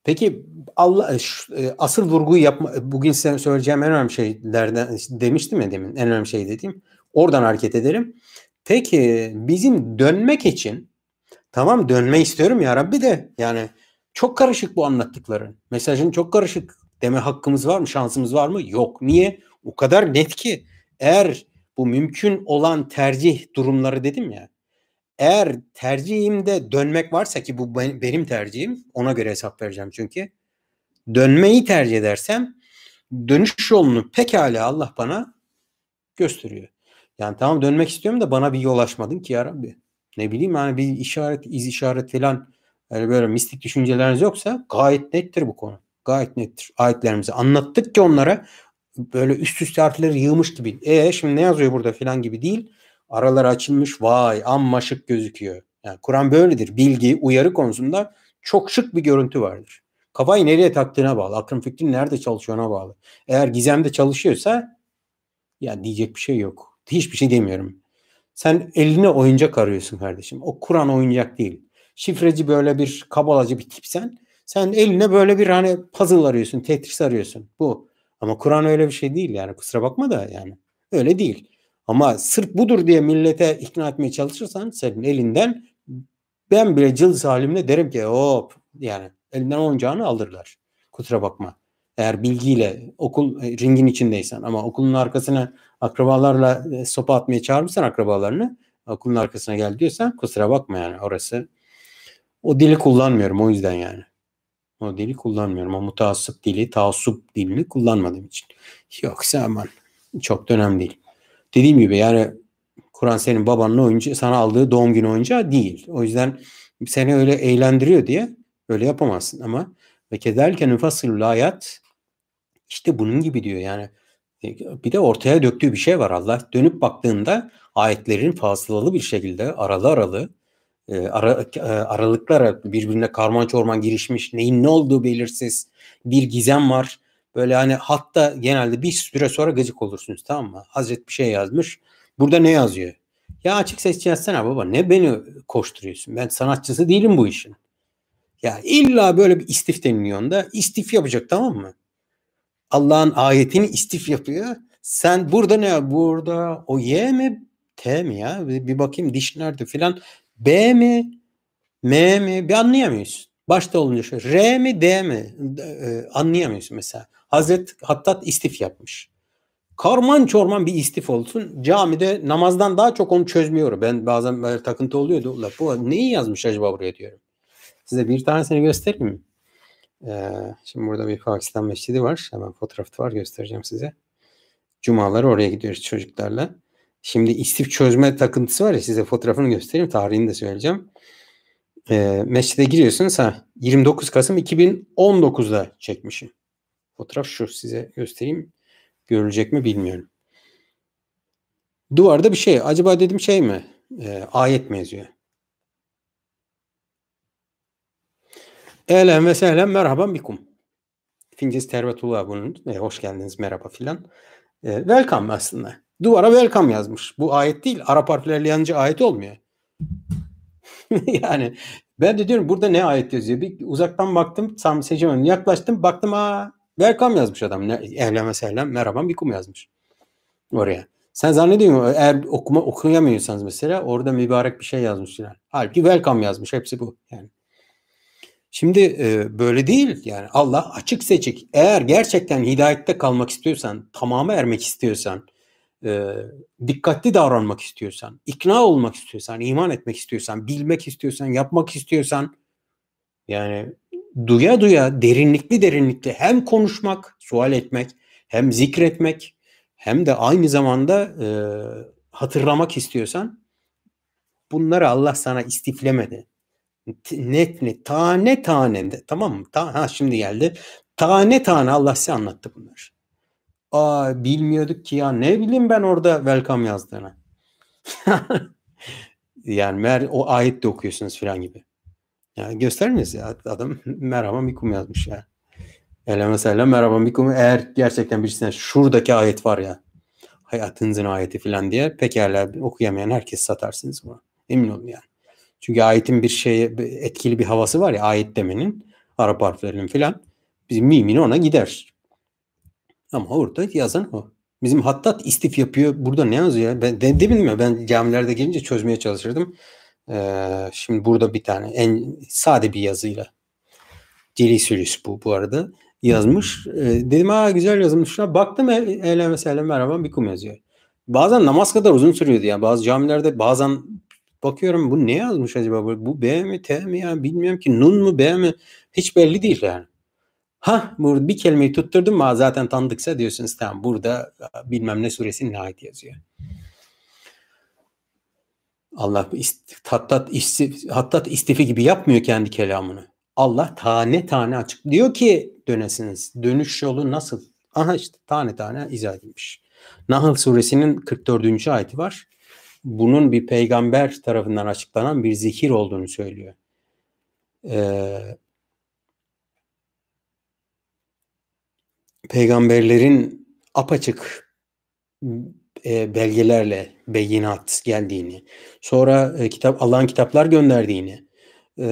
Peki Allah şu, e, asıl vurguyu yapma, bugün size söyleyeceğim en önemli şeylerden demiştim ya demin, en önemli şey dediğim. Oradan hareket edelim. Peki bizim dönmek için, tamam dönme istiyorum ya Rabbi de, yani çok karışık bu anlattıkların. Mesajın çok karışık. Deme hakkımız var mı? Şansımız var mı? Yok. Niye? O kadar net ki. Eğer bu mümkün olan tercih durumları dedim ya. Eğer tercihimde dönmek varsa, ki bu benim tercihim, ona göre hesap vereceğim çünkü. Dönmeyi tercih edersem dönüş yolunu pekala Allah bana gösteriyor. Yani tamam dönmek istiyorum da bana bir yol açmadın ki ya Rabbi. Ne bileyim yani bir işaret, iz işaret falan, yani böyle mistik düşünceleriniz yoksa gayet nettir bu konu. Gayet nettir. Ayetlerimizi anlattık ki onlara böyle üst üste harfleri yığmış gibi. E şimdi ne yazıyor burada falan gibi değil. Aralar açılmış, vay amma şık gözüküyor. Yani Kur'an böyledir. Bilgi, uyarı konusunda çok şık bir görüntü vardır. Kafayı nereye taktığına bağlı. Aklın fikrin nerede çalışıyoruna bağlı. Eğer gizemde çalışıyorsa ya diyecek bir şey yok. Hiçbir şey demiyorum. Sen eline oyuncak arıyorsun kardeşim. O Kur'an oyuncak değil. Şifreci böyle bir kabalacı bir tipsen, sen eline böyle bir hani puzzle arıyorsun, Tetris arıyorsun. Bu. Ama Kur'an öyle bir şey değil yani. Kusura bakma da yani. Öyle değil. Ama sırf budur diye millete ikna etmeye çalışırsan senin elinden, ben bile cılız halimle derim ki hop, yani elinden oyuncağını alırlar. Kusura bakma. Eğer bilgiyle okul ringin içindeysen, ama okulun arkasına akrabalarla sopa atmaya çağırmışsan akrabalarını, okulun arkasına gel diyorsan kusura bakma yani orası. O dili kullanmıyorum o yüzden yani. O dili kullanmıyorum. O mutaassıp dili, taassup dilini kullanmadığım için. Yoksa aman çok da önemli değil. Dediğim gibi yani Kur'an senin babanın oyuncu, sana aldığı doğum günü oyuncağı değil. O yüzden seni öyle eğlendiriyor diye öyle yapamazsın. Ama ve kederken nüfasılul ayat, işte bunun gibi diyor yani. Bir de ortaya döktüğü bir şey var Allah. Dönüp baktığında ayetlerin fasılalı bir şekilde aralı aralı ara, aralıklar birbirine karman çorman girişmiş, neyin ne olduğu belirsiz bir gizem var. Böyle hani hatta genelde bir süre sonra gıcık olursunuz, tamam mı? Hazret bir şey yazmış. Burada ne yazıyor? Ya açık sesli yazsana baba. Ne beni koşturuyorsun? Ben sanatçısı değilim bu işin. Ya illa böyle bir istif deniliyor onda. İstif yapacak, tamam mı? Allah'ın ayetini istif yapıyor. Sen burada ne? Burada o Y mi? T mi ya? Bir, bir bakayım diş nerede filan. B mi? M mi? Bir anlayamıyorsun. Başta olunca şu. R mi? D mi? E, anlayamıyorsun mesela. Hazret Hattat istif yapmış. Karman çorman bir istif olsun. Camide namazdan daha çok onu çözmüyorum. Ben bazen böyle takıntı oluyordu. Ulan bu neyi yazmış acaba buraya diyorum. Size bir tanesini göstereyim mi? Ee, şimdi burada bir Pakistan mescidi var. Hemen fotoğrafı var, göstereceğim size. Cumaları oraya gidiyoruz çocuklarla. Şimdi istif çözme takıntısı var ya, size fotoğrafını göstereyim. Tarihini de söyleyeceğim. Ee, mescide giriyorsunuz. Ha, yirmi dokuz Kasım iki bin on dokuzda çekmişim. Fotoğraf şu, size göstereyim. Görülecek mi bilmiyorum. Duvarda bir şey. Acaba dedim şey mi? Ee, ayet mi yazıyor? Ehlen ve sehlen merhaban bikum. Fincez tervetullah bunun. E, hoş geldiniz, merhaba filan. E, welcome aslında. Duvara welcome yazmış. Bu ayet değil. Arap harflerle yanınca ayet olmuyor. Yani ben de diyorum burada ne ayet yazıyor? Bir uzaktan baktım, tam seçemedim. Yaklaştım, baktım, aa welcome yazmış adam. Ehlen ve sehlen merhaban bikum yazmış oraya. Sen zannediyorsun eğer okuma okuyamıyorsanız mesela orada mübarek bir şey yazmışlar. Halbuki welcome yazmış. Hepsi bu yani. Şimdi e, böyle değil yani, Allah açık seçik. Eğer gerçekten hidayette kalmak istiyorsan, tamama ermek istiyorsan, e, dikkatli davranmak istiyorsan, ikna olmak istiyorsan, iman etmek istiyorsan, bilmek istiyorsan, yapmak istiyorsan, yani duya duya derinlikli derinlikli hem konuşmak, sual etmek, hem zikretmek, hem de aynı zamanda e, hatırlamak istiyorsan, bunları Allah sana istiflemedi. Net net tane tane de, tamam mı? Ta, ha şimdi geldi. Tane tane Allah size anlattı bunları. Aa bilmiyorduk ki ya, ne bileyim ben orada welcome yazdığını. Yani mer o ayette okuyorsunuz falan gibi. Yani gösteriniz ya, adam merhaba mikum yazmış ya. Hele mesela merhaba mikum, eğer gerçekten birisine şuradaki ayet var ya, hayatınızın ayeti falan diye, pekala okuyamayan herkes satarsınız buna. Emin olun yani. Çünkü ayetin bir şeye etkili bir havası var ya, ayet demenin. Arap harflerinin filan. Bizim mimini ona gider. Ama orada yazan o. Bizim Hattat istif yapıyor. Burada ne yazıyor? Ben de, de bilmiyorum. Ben camilerde gelince çözmeye çalışırdım. Ee, şimdi burada bir tane en sade bir yazıyla. Celisülüs bu bu arada yazmış. Ee, dedim ha güzel yazılmış. Baktım eyle mesela merhaba bikum yazıyor. Bazen namaz kadar uzun sürüyordu ya. Bazı camilerde bazen bakıyorum bu ne yazmış acaba? Bu, bu B mi T mi ya bilmiyorum ki. Nun mu B mi? Hiç belli değil yani. Ha burada bir kelimeyi tutturdum mu zaten tanıdıksa diyorsunuz tamam burada bilmem ne suresinin ayet yazıyor. Allah hattat, istif, hattat istifi gibi yapmıyor kendi kelamını. Allah tane tane açıklıyor ki dönesiniz. Dönüş yolu nasıl? Aha işte tane tane izah edilmiş. Nahl suresinin kırk dördüncü ayeti var. Bunun bir peygamber tarafından açıklanan bir zikir olduğunu söylüyor. Ee, peygamberlerin apaçık e, belgelerle beyinat geldiğini, sonra e, kitap Allah'ın kitaplar gönderdiğini, e,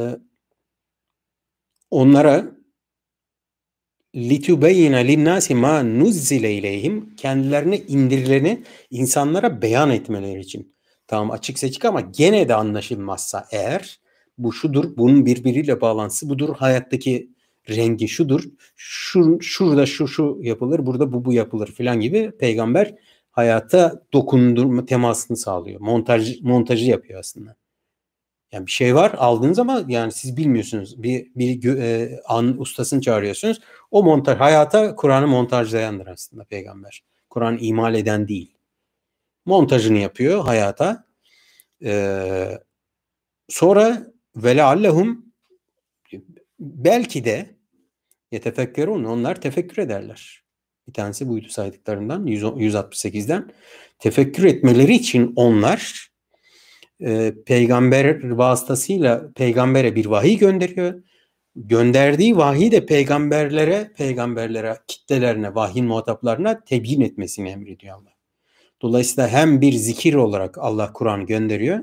onlara لِتُبَيِّنَ لِلنَّاسِ مَا نُزِّلَ اِلَيْهِمْ kendilerine indirileni insanlara beyan etmeleri için. Tamam açık seçik ama gene de anlaşılmazsa eğer bu şudur, bunun birbiriyle bağlantısı budur, hayattaki rengi şudur, şu, şurada şu şu yapılır, burada bu bu yapılır filan gibi peygamber hayata dokundurma temasını sağlıyor. Montaj, montajı yapıyor aslında. Yani bir şey var aldığınız ama yani siz bilmiyorsunuz. Bir, bir e, an ustasını çağırıyorsunuz. O montaj hayata Kur'an'ı montajlayandır aslında peygamber. Kur'an imal eden değil. Montajını yapıyor hayata. Ee, sonra ve leallehum belki de yetefekkerun onlar tefekkür ederler. Bir tanesi buydu saydıklarından yüz altmış sekizden. Tefekkür etmeleri için onlar e, peygamber vasıtasıyla peygambere bir vahiy gönderiyor. Gönderdiği vahiy de peygamberlere, peygamberlere, kitlelerine, vahyin muhataplarına tebyin etmesini emrediyor Allah. Dolayısıyla hem bir zikir olarak Allah Kur'an'ı gönderiyor.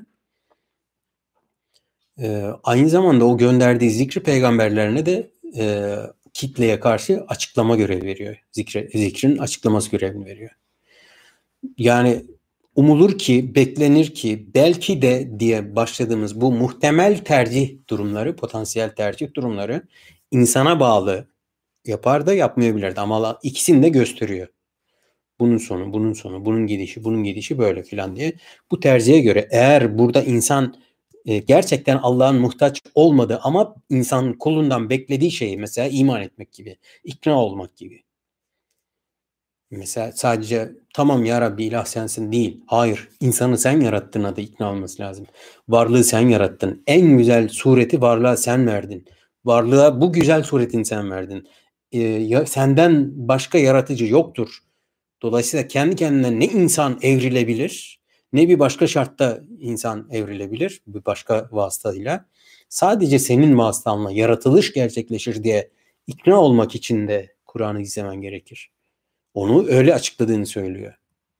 E, aynı zamanda o gönderdiği zikri peygamberlerine de e, kitleye karşı açıklama görevi veriyor. Zikre, zikrin açıklaması görevini veriyor. Yani umulur ki, beklenir ki, belki de diye başladığımız bu muhtemel tercih durumları, potansiyel tercih durumları insana bağlı yapar da yapmayabilirdi. Ama ikisini de gösteriyor. Bunun sonu, bunun sonu, bunun gidişi, bunun gidişi böyle filan diye. Bu tercihe göre eğer burada insan e, gerçekten Allah'ın muhtaç olmadığı ama insan kulundan beklediği şeyi mesela iman etmek gibi, ikna olmak gibi. Mesela sadece tamam ya Rabbi ilah sensin değil. Hayır. İnsanı sen yarattığına da ikna olması lazım. Varlığı sen yarattın. En güzel sureti varlığa sen verdin. Varlığa bu güzel suretini sen verdin. Ee, ya, senden başka yaratıcı yoktur. Dolayısıyla kendi kendine ne insan evrilebilir ne bir başka şartta insan evrilebilir bir başka vasıtayla. Sadece senin vasıtanla yaratılış gerçekleşir diye ikna olmak için de Kur'an'ı izlemen gerekir. Onu öyle açıkladığını söylüyor.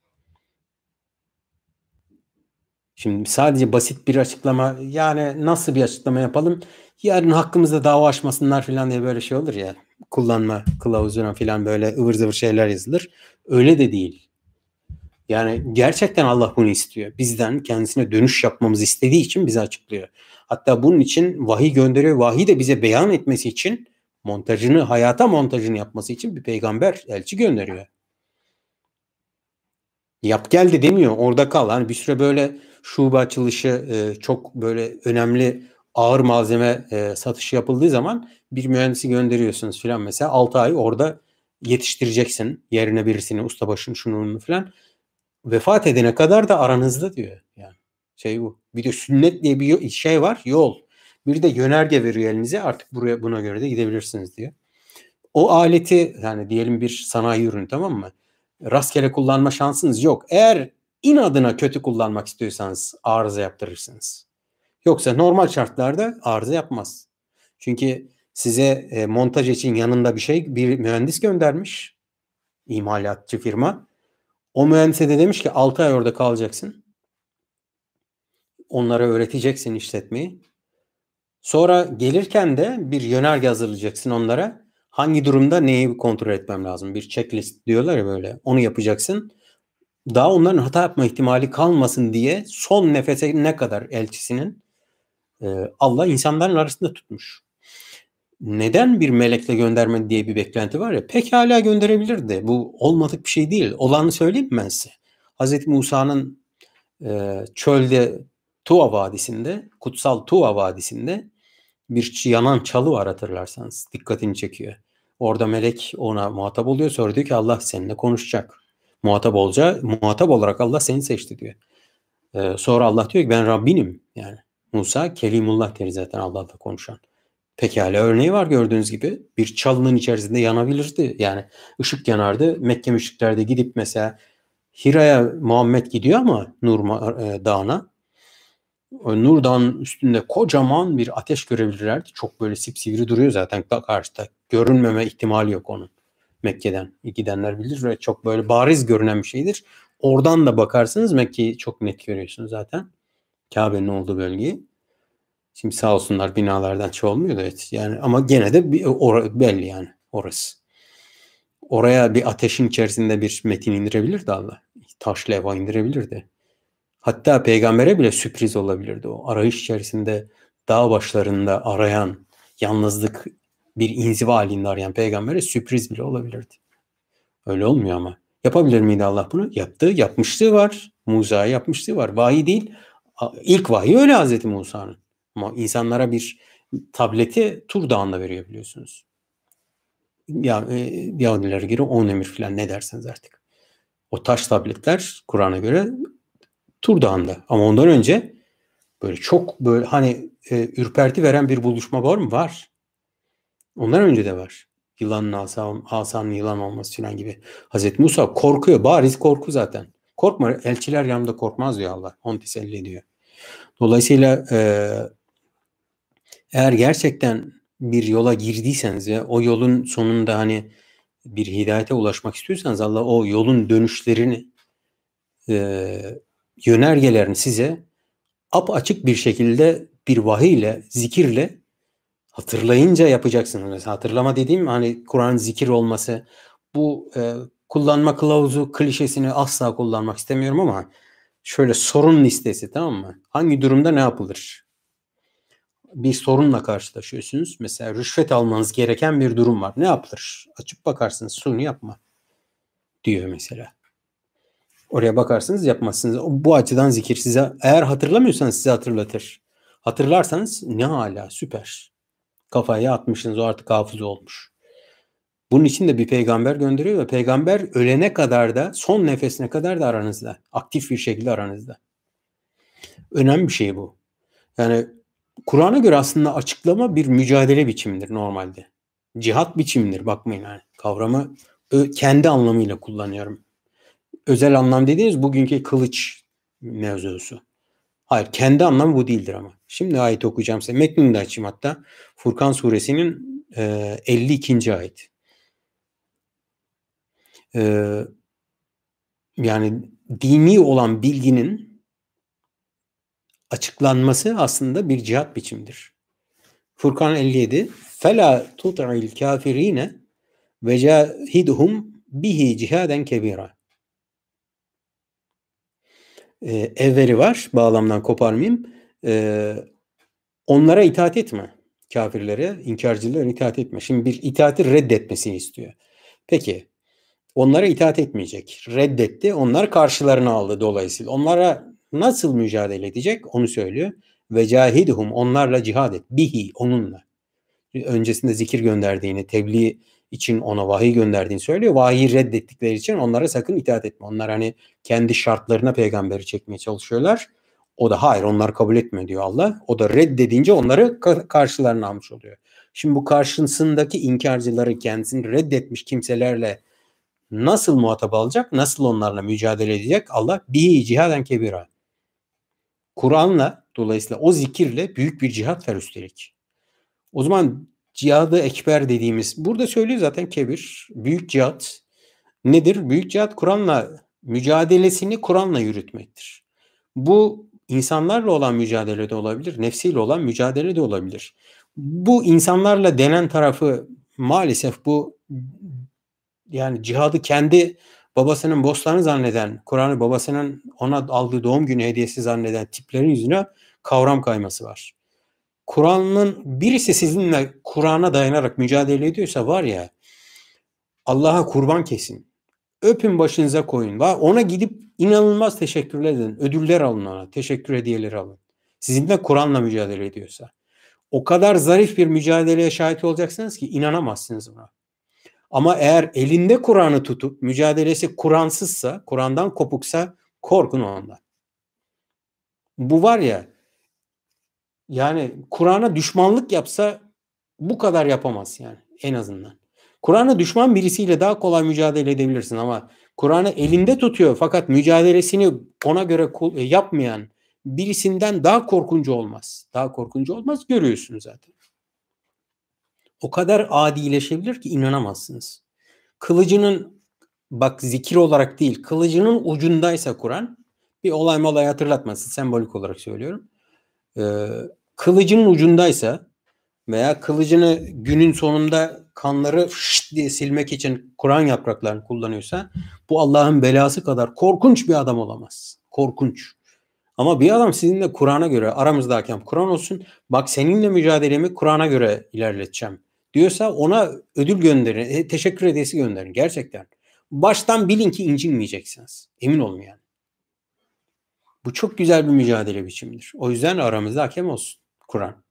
Şimdi sadece basit bir açıklama yani nasıl bir açıklama yapalım? Yarın hakkımızda dava açmasınlar falan diye böyle şey olur ya. Kullanma kılavuzuna falan böyle ıvır zıvır şeyler yazılır. Öyle de değil. Yani gerçekten Allah bunu istiyor. Bizden kendisine dönüş yapmamızı istediği için bize açıklıyor. Hatta bunun için vahiy gönderiyor. Vahiy de bize beyan etmesi için montajını, hayata montajını yapması için bir peygamber, elçi gönderiyor. Yap gel de demiyor. Orada kal. Hani bir süre böyle şube açılışı e, çok böyle önemli ağır malzeme e, satışı yapıldığı zaman bir mühendisi gönderiyorsunuz filan mesela altı ay orada yetiştireceksin yerine birisini ustabaşını şunu filan vefat edene kadar da aranızda diyor. Yani şey bu. Bir de sünnet diye bir şey var yol. Bir de yönerge veriyor elinize artık buraya buna göre de gidebilirsiniz diyor. O aleti yani diyelim bir sanayi ürünü tamam mı? Rastgele kullanma şansınız yok. Eğer inadına kötü kullanmak istiyorsanız arıza yaptırırsınız. Yoksa normal şartlarda arıza yapmaz. Çünkü size e, montaj için yanında bir şey bir mühendis göndermiş. İmalatçı firma. O mühendise de demiş ki altı ay orada kalacaksın. Onlara öğreteceksin işletmeyi. Sonra gelirken de bir yönerge hazırlayacaksın onlara. Hangi durumda neyi kontrol etmem lazım? Bir checklist diyorlar ya böyle. Onu yapacaksın. Daha onların hata yapma ihtimali kalmasın diye son nefese ne kadar elçisinin e, Allah insanların arasında tutmuş. Neden bir melekle gönderme diye bir beklenti var ya, pekala gönderebilirdi. Bu olmadık bir şey değil. Olanı söyleyeyim mi ben size? Hazreti Musa'nın e, çölde Tuva Vadisi'nde, kutsal Tuva Vadisi'nde bir yanan çalı var, hatırlarsanız. Dikkatini çekiyor. Orada melek ona muhatap oluyor. Sonra diyor ki Allah seninle konuşacak. Muhatap olca, muhatap olarak Allah seni seçti diyor. Ee, sonra Allah diyor ki ben Rabbinim. Yani Musa Kelimullah deri zaten Allah'la konuşan. Pekala örneği var gördüğünüz gibi. Bir çalının içerisinde yanabilirdi. Yani ışık yanardı. Mekke müşrikler de gidip mesela Hira'ya Muhammed gidiyor ama Nur e, Dağı'na. Nur Dağı'nın üstünde kocaman bir ateş görebilirlerdi. Çok böyle sipsivri duruyor zaten karşıda. Görünmeme ihtimali yok onun. Mekke'den gidenler bilir ve çok böyle bariz görünen bir şeydir. Oradan da bakarsınız Mekke'yi çok net görüyorsunuz zaten. Kabe'nin olduğu bölgeyi. Şimdi sağ olsunlar binalardan şey olmuyor da evet. Yani ama gene de bir, or- belli yani orası. Oraya bir ateşin içerisinde bir metin indirebilirdi Allah. Taş levha indirebilirdi. Hatta peygambere bile sürpriz olabilirdi o. Arayış içerisinde dağ başlarında arayan, yalnızlık bir inziva halinde arayan peygambere sürpriz bile olabilirdi. Öyle olmuyor ama. Yapabilir miydi Allah bunu? Yaptı. Yapmışlığı var. Musa'ya yapmışlığı var. Vahiy değil. İlk vahiy öyle Hazreti Musa'nın. Ama insanlara bir tableti Tur Dağı'nda veriyor biliyorsunuz. Ya, e, Yahudilere göre on emir falan ne derseniz artık. O taş tabletler Kur'an'a göre Tur Dağı'nda. Ama ondan önce böyle çok böyle hani e, ürperti veren bir buluşma var mı? Var. Ondan önce de var. Yılanın asan, asanın yılan olması falan gibi. Hazreti Musa korkuyor. Bariz korku zaten. Korkma. Elçiler yanında korkmaz diyor Allah. Onu teselli ediyor. Dolayısıyla e, eğer gerçekten bir yola girdiyseniz ve o yolun sonunda hani bir hidayete ulaşmak istiyorsanız Allah o yolun dönüşlerini e, yönergelerini size apaçık bir şekilde bir vahiyle, zikirle hatırlayınca yapacaksınız. Mesela hatırlama dediğim hani Kur'an zikir olması, bu e, kullanma kılavuzu klişesini asla kullanmak istemiyorum ama şöyle sorun listesi, tamam mı? Hangi durumda ne yapılır? Bir sorunla karşılaşıyorsunuz. Mesela rüşvet almanız gereken bir durum var. Ne yapılır? Açıp bakarsınız, şunu yapma diyor mesela. Oraya bakarsınız, yapmazsınız. Bu açıdan zikir size, eğer hatırlamıyorsanız size hatırlatır. Hatırlarsanız ne hala, süper. Kafaya atmışsınız, o artık hafız olmuş. Bunun için de bir peygamber gönderiyor ve peygamber ölene kadar da, son nefesine kadar da aranızda. Aktif bir şekilde aranızda. Önemli bir şey bu. Yani Kur'an'a göre aslında açıklama bir mücadele biçimidir normalde. Cihat biçimidir, bakmayın yani. Kavramı kendi anlamıyla kullanıyorum. Özel anlam dediğiniz bugünkü kılıç mevzusu. Hayır, kendi anlamı bu değildir ama. Şimdi ayet okuyacağım size. Metnini de açayım hatta. Furkan suresinin e, elli ikinci ayet. E, yani dini olan bilginin açıklanması aslında bir cihat biçimidir. Furkan elli yedi. Fela tut'il kafirine ve cahidhum bihi cihaden kebira. E, evveri var. Bağlamdan koparmayayım. E, onlara itaat etme. Kafirlere, inkarcılara itaat etme. Şimdi bir itaati reddetmesini istiyor. Peki onlara itaat etmeyecek. Reddetti. Onlar karşılarına aldı dolayısıyla. Onlara nasıl mücadele edecek onu söylüyor. Ve cahidhum, onlarla cihad et. Bihi, onunla. Öncesinde zikir gönderdiğini, tebliğ için ona vahiy gönderdiğini söylüyor. Vahiyi reddettikleri için onlara sakın itaat etme. Onlar hani kendi şartlarına peygamberi çekmeye çalışıyorlar. O da hayır, onlar kabul etme diyor Allah. O da reddedince onları karşılarına almış oluyor. Şimdi bu karşısındaki inkarcıları, kendisini reddetmiş kimselerle nasıl muhatap alacak? Nasıl onlarla mücadele edecek? Allah bir cihaden kebira. Kur'an'la, dolayısıyla o zikirle büyük bir cihat var üstelik. O zaman cihadı ekber dediğimiz, burada söylüyor zaten kebir, büyük cihat nedir? Büyük cihat Kur'an'la mücadelesini Kur'an'la yürütmektir. Bu insanlarla olan mücadele de olabilir, nefsiyle olan mücadele de olabilir. Bu insanlarla denen tarafı maalesef bu yani cihadı kendi babasının bostanı zanneden, Kur'an'ı babasının ona aldığı doğum günü hediyesi zanneden tiplerin yüzüne kavram kayması var. Kur'an'ın birisi sizinle Kur'an'a dayanarak mücadele ediyorsa var ya, Allah'a kurban kesin. Öpün başınıza koyun. Ona gidip inanılmaz teşekkürler edin. Ödüller alın ona. Teşekkür hediyeleri alın. Sizinle Kur'an'la mücadele ediyorsa. O kadar zarif bir mücadeleye şahit olacaksınız ki inanamazsınız buna. Ama eğer elinde Kur'an'ı tutup mücadelesi Kur'ansızsa, Kur'an'dan kopuksa korkun ondan. Bu var ya, yani Kur'an'a düşmanlık yapsa bu kadar yapamaz yani en azından. Kur'an'a düşman birisiyle daha kolay mücadele edebilirsin ama Kur'an'ı elinde tutuyor fakat mücadelesini ona göre yapmayan birisinden daha korkuncu olmaz. Daha korkuncu olmaz, görüyorsun zaten. O kadar adileşebilir ki inanamazsınız. Kılıcının, bak zikir olarak değil, kılıcının ucundaysa Kur'an, bir olay malay hatırlatmasın, sembolik olarak söylüyorum. Ee, kılıcının ucundaysa veya kılıcını günün sonunda kanları fışt diye silmek için Kur'an yapraklarını kullanıyorsa bu Allah'ın belası kadar korkunç bir adam olamaz. Korkunç. Ama bir adam sizinle Kur'an'a göre, aramızda hakem Kur'an olsun, bak seninle mücadelemi Kur'an'a göre ilerleteceğim diyorsa ona ödül gönderin, e, teşekkür hediyesi gönderin gerçekten. Baştan bilin ki incinmeyeceksiniz. Emin olun yani. Bu çok güzel bir mücadele biçimidir. O yüzden aramızda hakem olsun Kur'an.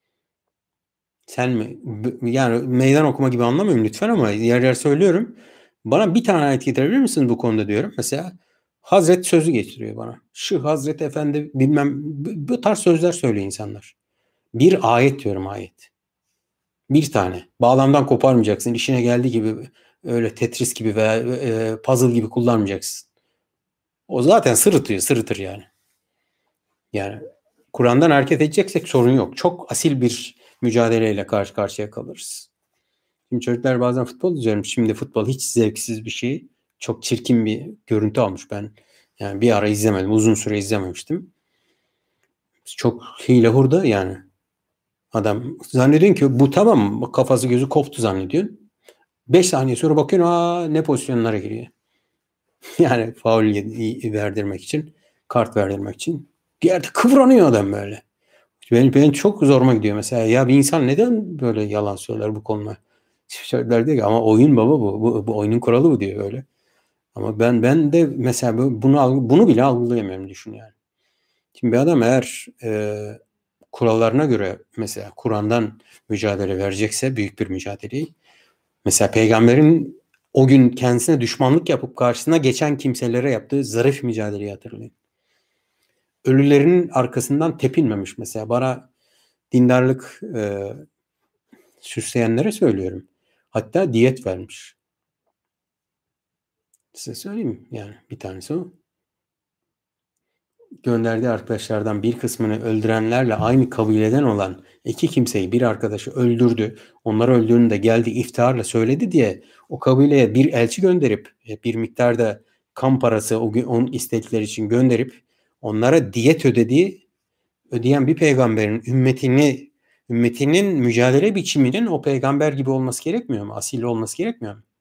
Sen mi? Yani meydan okuma gibi anlamayın lütfen ama yer yer söylüyorum. Bana bir tane ayet getirebilir misin bu konuda diyorum. Mesela Hazret sözü getiriyor bana. Şu Hazreti Efendi bilmem, bu tarz sözler söylüyor insanlar. Bir ayet diyorum, ayet. Bir tane. Bağlamdan koparmayacaksın. İşine geldiği gibi öyle Tetris gibi veya e, puzzle gibi kullanmayacaksın. O zaten sırıtıyor, sırıtır yani. Yani Kur'an'dan hareket edeceksek sorun yok. Çok asil bir mücadeleyle karşı karşıya kalırız. Şimdi çocuklar bazen futbol izliyorum. Şimdi futbol hiç zevksiz bir şey. Çok çirkin bir görüntü almış ben. Yani bir ara izlemedim. Uzun süre izlememiştim. Çok hile hurda yani. Adam zannediyorsun ki bu tamam, kafası gözü koptu zannediyorsun. beş saniye sonra bakıyorsun, aa ne pozisyonlara giriyor. Yani faul verdirmek için, kart verdirmek için. Bir yerde kıvranıyor adam böyle. Benim, benim çok zoruma gidiyor mesela. Ya bir insan neden böyle yalan söyler bu konuda? Çocuklar diyor ki ama oyun baba bu. Bu, bu oyunun kuralı bu diyor öyle. Ama ben ben de mesela bunu bunu bile algılayamıyorum, düşün yani. Şimdi bir adam eğer e, kurallarına göre mesela Kur'an'dan mücadele verecekse, büyük bir mücadeleyi, mesela peygamberin o gün kendisine düşmanlık yapıp karşısına geçen kimselere yaptığı zarif mücadeleyi hatırlayın. Ölülerin arkasından tepinmemiş mesela. Bana dindarlık e, süsleyenlere söylüyorum. Hatta diyet vermiş. Size söyleyeyim yani, bir tanesi o. Gönderdiği arkadaşlardan bir kısmını öldürenlerle aynı kabileden olan iki kimseyi, bir arkadaşı öldürdü. Onları öldürdüğünü de geldi iftiharla söyledi diye o kabileye bir elçi gönderip bir miktarda kan parası o gün onun istedikleri için gönderip onlara diyet ödediği ödeyen bir peygamberin ümmetini ümmetinin mücadele biçiminin o peygamber gibi olması gerekmiyor mu? Asil olması gerekmiyor mu?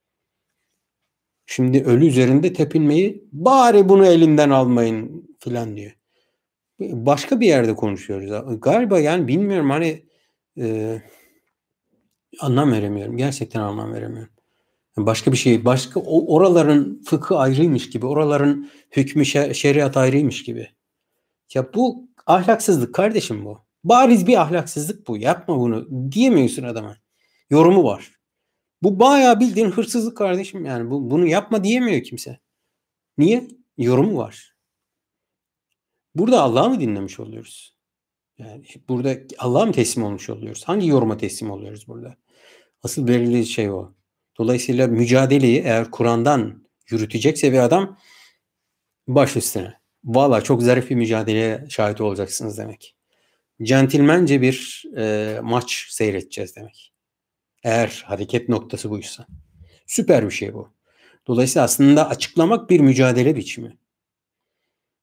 Şimdi ölü üzerinde tepinmeyi, bari bunu elinden almayın filan diyor. Başka bir yerde konuşuyoruz. Galiba yani bilmiyorum hani e, anlam veremiyorum. Gerçekten anlam veremiyorum. Başka bir şey, başka oraların fıkhı ayrıymış gibi, oraların hükmü şeriat ayrıymış gibi. Ya bu ahlaksızlık kardeşim bu. Bariz bir ahlaksızlık bu. Yapma bunu diyemiyorsun adama. Yorumu var. Bu bayağı bildiğin hırsızlık kardeşim. Yani bu, bunu yapma diyemiyor kimse. Niye? Yorumu var. Burada Allah'ı mı dinlemiş oluyoruz? Yani burada Allah'a mı teslim olmuş oluyoruz? Hangi yoruma teslim oluyoruz burada? Asıl belirli şey o. Dolayısıyla mücadeleyi eğer Kur'an'dan yürütecekse bir adam, baş üstüne. Valla çok zarif bir mücadeleye şahit olacaksınız demek. Centilmence bir e, maç seyredeceğiz demek. Eğer hareket noktası buysa. Süper bir şey bu. Dolayısıyla aslında açıklamak bir mücadele biçimi.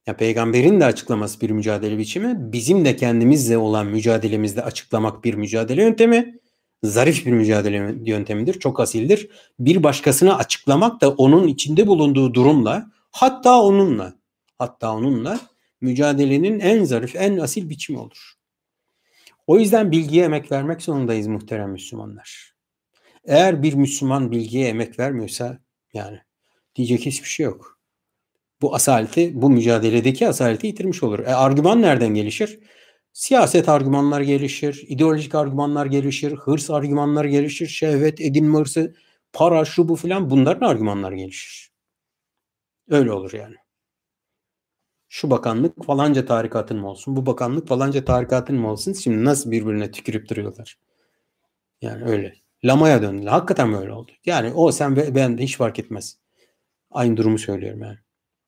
Yani peygamberin de açıklaması bir mücadele biçimi, bizim de kendimizle olan mücadelemizde açıklamak bir mücadele yöntemi. Zarif bir mücadele yöntemidir, çok asildir. Bir başkasına açıklamak da onun içinde bulunduğu durumla, hatta onunla, hatta onunla mücadelenin en zarif, en asil biçimi olur. O yüzden bilgiye emek vermek zorundayız muhterem Müslümanlar. Eğer bir Müslüman bilgiye emek vermiyorsa, yani diyecek hiçbir şey yok. Bu asaleti, bu mücadeledeki asaleti yitirmiş olur. E, argüman nereden gelişir? Siyaset argümanlar gelişir, ideolojik argümanlar gelişir, hırs argümanlar gelişir, şehvet, edinme hırsı, para, şu bu filan, bunların argümanlar gelişir. Öyle olur yani. Şu bakanlık falanca tarikatın mı olsun, bu bakanlık falanca tarikatın mı olsun, şimdi nasıl birbirine tükürüp duruyorlar. Yani öyle. Lamaya döndüler. Hakikaten böyle oldu. Yani o sen ve ben de hiç fark etmez. Aynı durumu söylüyorum yani.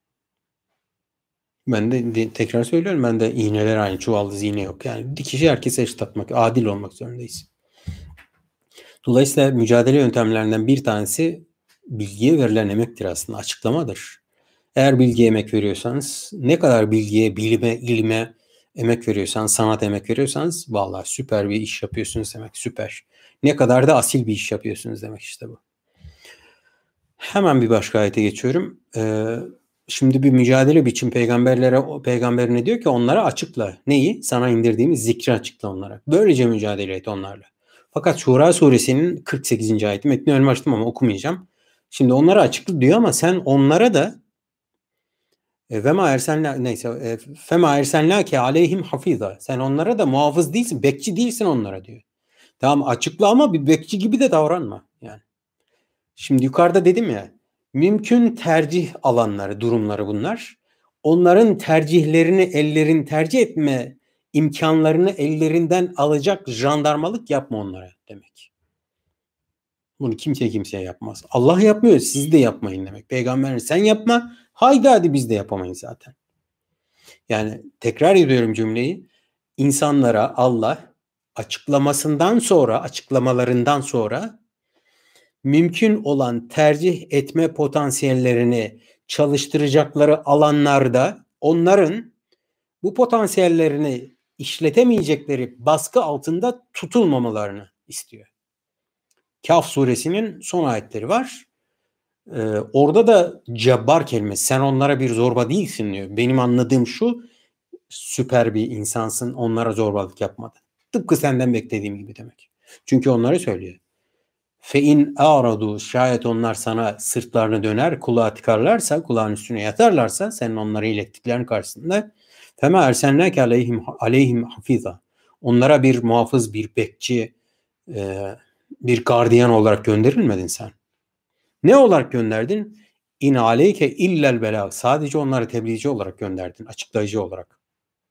Ben de, de tekrar söylüyorum, ben de iğneler aynı, çuvaldız iğne yok. Yani dikişi herkese eşit atmak, adil olmak zorundayız. Dolayısıyla mücadele yöntemlerinden bir tanesi bilgiye verilen emektir aslında, açıklamadır. Eğer bilgiye emek veriyorsanız, ne kadar bilgiye, bilime, ilime emek veriyorsanız, sanat emek veriyorsanız, vallahi süper bir iş yapıyorsunuz demek, süper. Ne kadar da asil bir iş yapıyorsunuz demek işte bu. Hemen bir başka ayete geçiyorum. Ee, şimdi bir mücadele biçim peygamberlere, o peygamber ne diyor ki? Onlara açıkla. Neyi? Sana indirdiğimiz zikri açıkla onlara. Böylece mücadele et onlarla. Fakat Şura suresinin kırk sekizinci ayeti, metni önüme açtım ama okumayacağım. Şimdi onlara açıkla diyor ama sen onlara da ve ma ersenla neyse fema ersenlake aleyhim hafiza. Sen onlara da muhafız değilsin, bekçi değilsin onlara diyor. Tamam, açıkla ama bir bekçi gibi de davranma yani. Şimdi yukarıda dedim ya, mümkün tercih alanları, durumları bunlar. Onların tercihlerini, ellerin tercih etme imkanlarını ellerinden alacak jandarmalık yapma onlara demek. Bunu kimse kimseye yapmaz. Allah yapmıyor, siz de yapmayın demek. Peygamber sen yapma, haydi hadi biz de yapamayız zaten. Yani tekrar ediyorum cümleyi. İnsanlara Allah açıklamasından sonra, açıklamalarından sonra mümkün olan tercih etme potansiyellerini çalıştıracakları alanlarda onların bu potansiyellerini işletemeyecekleri baskı altında tutulmamalarını istiyor. Kaf suresinin son ayetleri var. Ee, orada da cebbar kelimesi, sen onlara bir zorba değilsin diyor. Benim anladığım şu, süper bir insansın, onlara zorbalık yapmadın. Tıpkı senden beklediğim gibi demek. Çünkü onlara söylüyor. Fe in aradu, şayet onlar sana sırtlarını döner, kulağa tıkarlarsa, kulağın üstüne yatarlarsa, senin onlara ilettiklerin karşısında, fema ersenlâke aleyhim aleyhim hafiza. Onlara bir muhafız, bir bekçi, e, bir gardiyan olarak gönderilmedin sen. Ne olarak gönderdin? İn aleyke illel belag. Sadece onları tebliğci olarak gönderdin, açıklayıcı olarak.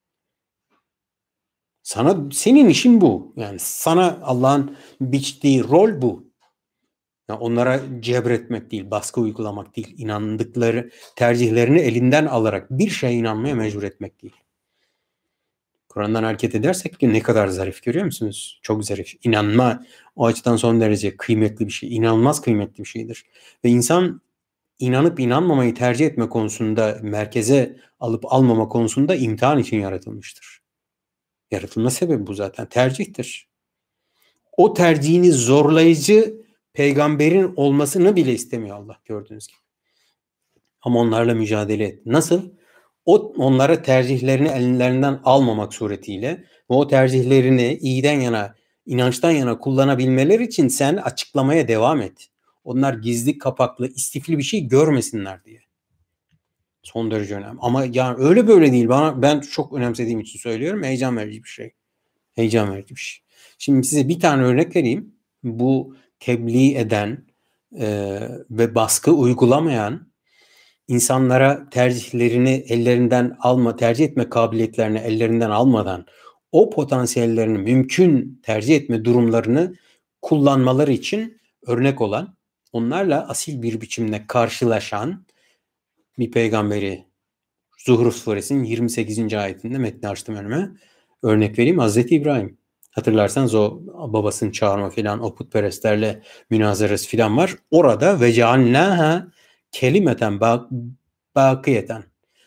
Sana, senin işin bu. Yani sana Allah'ın biçtiği rol bu. Yani onlara cebretmek değil, baskı uygulamak değil, inandıkları tercihlerini elinden alarak bir şeye inanmaya mecbur etmek değil. Kur'an'dan hareket edersek ki ne kadar zarif, görüyor musunuz? Çok zarif. İnanma o açıdan son derece kıymetli bir şey. İnanılmaz kıymetli bir şeydir. Ve insan inanıp inanmamayı tercih etme konusunda, merkeze alıp almama konusunda imtihan için yaratılmıştır. Yaratılma sebebi bu zaten. Tercihtir. O tercihini zorlayıcı peygamberin olmasını bile istemiyor Allah, gördüğünüz gibi. Ama onlarla mücadele et. Nasıl? O, onlara tercihlerini ellerinden almamak suretiyle ve o tercihlerini iyiden yana, inançtan yana kullanabilmeleri için sen açıklamaya devam et. Onlar gizli kapaklı, istifli bir şey görmesinler diye. Son derece önemli. Ama yani öyle böyle değil. Bana, ben çok önemsediğim için söylüyorum. Heyecan verici bir şey. Heyecan verici bir şey. Şimdi size bir tane örnek vereyim. Bu tebliğ eden e, ve baskı uygulamayan, insanlara tercihlerini ellerinden alma, tercih etme kabiliyetlerini ellerinden almadan o potansiyellerini, mümkün tercih etme durumlarını kullanmaları için örnek olan, onlarla asil bir biçimde karşılaşan bir peygamberi Zuhruf suresinin yirmi sekizinci ayetinde, metni açtım önüme, örnek vereyim. Hazreti İbrahim. Hatırlarsanız o babasını çağırma filan, o putperestlerle münazarası filan var. Orada ve cealnâhâ kelimeten bakiyeten.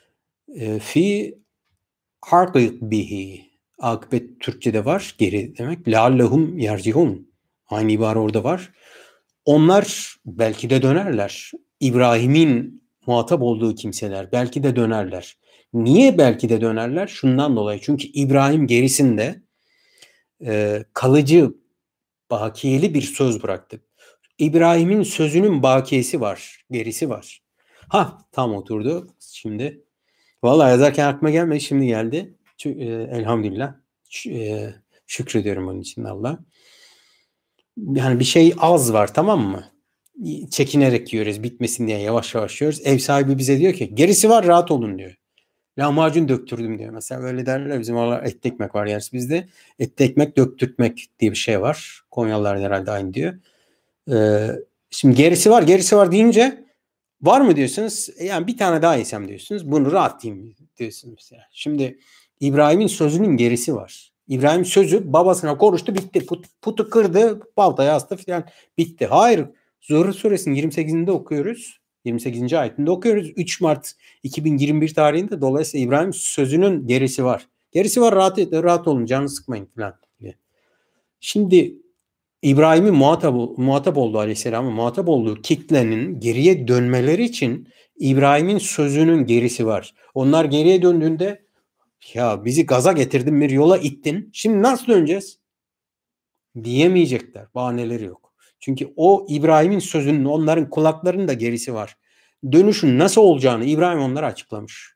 E, fi harqik bihi. Akıbet Türkçe'de var. Geri demek. Leallehum yercihun. Aynı ibare orada var. Onlar belki de dönerler. İbrahim'in muhatap olduğu kimseler belki de dönerler. Niye belki de dönerler? Şundan dolayı. Çünkü İbrahim gerisinde e, kalıcı, bakiyeli bir söz bıraktı. İbrahim'in sözünün bakiyesi var, gerisi var. Ha, tam oturdu şimdi. Vallahi yazarken aklıma gelmedi, şimdi geldi. Ç- e, elhamdülillah. Ş- e, şükrediyorum onun için Allah. Yani bir şey az var, tamam mı? Çekinerek yiyoruz, bitmesin diye yavaş yavaş yiyoruz. Ev sahibi bize diyor ki gerisi var, rahat olun diyor. Lahmacun döktürdüm diyor. Mesela öyle derler, bizim oralar etli ekmek var yani bizde. Etli ekmek döktürtmek diye bir şey var. Konyalılar herhalde aynı diyor. Ee, şimdi gerisi var, gerisi var deyince var mı diyorsunuz? E yani bir tane daha yesem diyorsunuz. Bunu rahat yiyeyim diyorsunuz mesela. Şimdi İbrahim'in sözünün gerisi var. İbrahim sözü babasına konuştu, bitti. Put, putu kırdı, baltaya astı falan, bitti. Hayır. Zuhruf suresinin yirmi sekizinde okuyoruz. yirmi sekizinci ayetinde okuyoruz. üç Mart iki bin yirmi bir tarihinde, dolayısıyla İbrahim sözünün gerisi var. Gerisi var, rahat, rahat olun, canını sıkmayın falan. Şimdi İbrahim'in muhatap, muhatap olduğu aleyhisselamın muhatap olduğu kitlenin geriye dönmeleri için İbrahim'in sözünün gerisi var. Onlar geriye döndüğünde ya bizi gaza getirdin, bir yola ittin, şimdi nasıl döneceğiz diyemeyecekler. Bahaneleri yok. Çünkü o İbrahim'in sözünün onların kulaklarında gerisi var. Dönüşün nasıl olacağını İbrahim onlara açıklamış.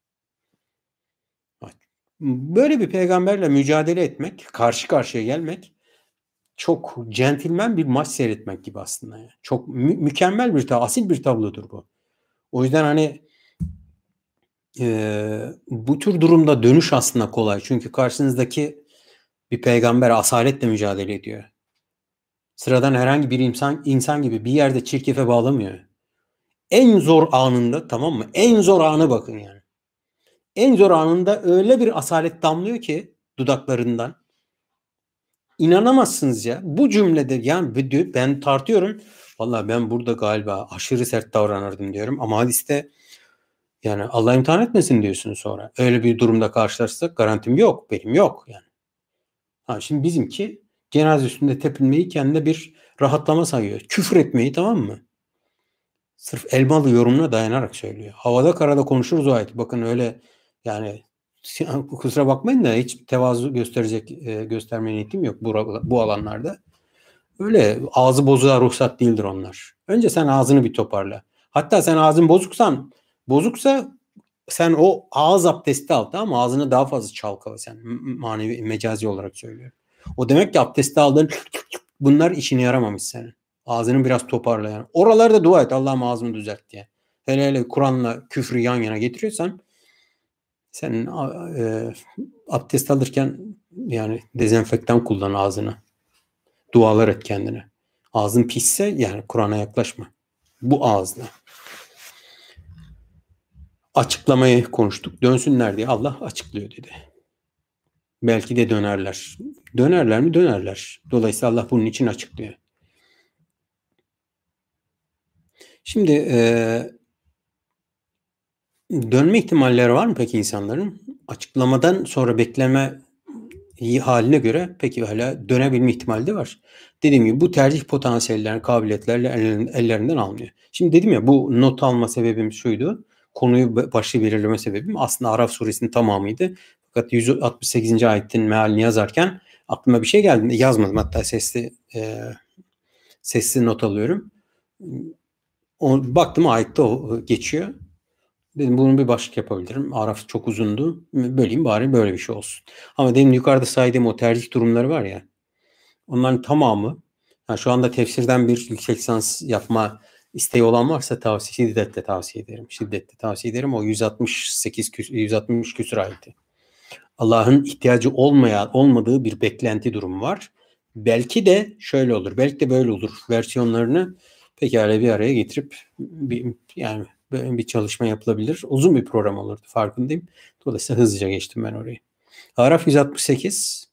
Böyle bir peygamberle mücadele etmek, karşı karşıya gelmek çok centilmen bir maç seyretmek gibi aslında. Yani. Çok mü- mükemmel bir tablo, asil bir tablodur bu. O yüzden hani e, bu tür durumda dönüş aslında kolay. Çünkü karşınızdaki bir peygamber asaletle mücadele ediyor. Sıradan herhangi bir insan insan gibi bir yerde çirkefe bağlamıyor. En zor anında, tamam mı? En zor anı bakın yani. En zor anında öyle bir asalet damlıyor ki dudaklarından. İnanamazsınız ya. Bu cümlede yani ben tartıyorum. Vallahi ben burada galiba aşırı sert davranırdım diyorum. Ama hadiste yani Allah imtihan etmesin diyorsun sonra. Öyle bir durumda karşılaşsak garantim yok. Benim yok yani. Ha, şimdi bizimki cenaze üstünde tepinmeyi kendine bir rahatlama sayıyor. Küfür etmeyi, tamam mı? Sırf Elmalı yorumuna dayanarak söylüyor. Havada karada konuşuruz o ayet. Bakın öyle yani, kusura bakmayın da hiç tevazu gösterecek e, gösterme niyetim yok bu, bu alanlarda. Öyle ağzı bozuğa ruhsat değildir onlar. Önce sen ağzını bir toparla. Hatta sen ağzın bozuksan, bozuksa sen o ağız abdesti al, tamam mı? Ağzını daha fazla çalkala sen. Manevi, mecazi olarak söylüyorum. O demek ki abdesti aldın, bunlar işine yaramamış senin. Ağzını biraz toparla yani. Oralarda dua et, Allah'ım ağzımı düzelt diye. Hele hele Kur'an'la küfrü yan yana getiriyorsan sen e, abdest alırken yani dezenfektan kullan ağzını. Dualar et kendine. Ağzın pisse yani Kur'an'a yaklaşma. Bu ağızla. Açıklamayı konuştuk. Dönsünler diye Allah açıklıyor dedi. Belki de dönerler. Dönerler mi? Dönerler. Dolayısıyla Allah bunun için açıklıyor. Şimdi e, dönme ihtimalleri var mı peki insanların? Açıklamadan sonra bekleme haline göre peki hala dönebilme ihtimali de var. Dediğim gibi bu tercih potansiyellerini, kabiliyetlerle ellerinden almıyor. Şimdi dedim ya, bu not alma sebebim şuydu. Konuyu başlığı belirleme sebebim aslında Araf suresinin tamamıydı. Fakat yüz altmış sekizinci ayetin mealini yazarken aklıma bir şey geldi. Yazmadım, hatta sesli e, sesli not alıyorum. O, baktım ayette o geçiyor. Dedim bunu bir başlık yapabilirim. Araf çok uzundu. Böleyim bari, böyle bir şey olsun. Ama dedim yukarıda saydığım o tercih durumları var ya. Onların tamamı, yani şu anda tefsirden bir yüksek lisans yapma isteği olan varsa tavsiye, şiddetle tavsiye ederim. Şiddetle tavsiye ederim. O yüz altmış sekiz yüz altmış küsur ayeti. Allah'ın ihtiyacı olmayan, olmadığı bir beklenti durumu var. Belki de şöyle olur, belki de böyle olur versiyonlarını pekala bir araya getirip bir, yani bir çalışma yapılabilir. Uzun bir program olurdu, farkındayım. Dolayısıyla hızlıca geçtim ben orayı. Araf yüz altmış sekiz.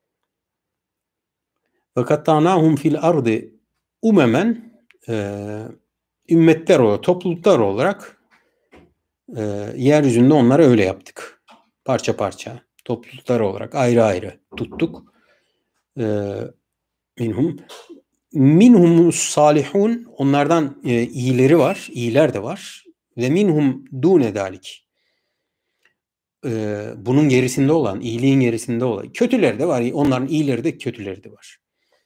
وَكَتَّعْنَاهُمْ fil ardı umemen, e, ümmetler olarak, topluluklar olarak E, yeryüzünde onlara öyle yaptık. Parça parça, topluluklar olarak ayrı ayrı tuttuk. E, minhum minhumus salihun, onlardan e, iyileri var, iyiler de var. Ve minhum dune dalik. E, bunun gerisinde olan, iyiliğin gerisinde olan. Kötüleri de var. Onların iyileri de kötüleri de var.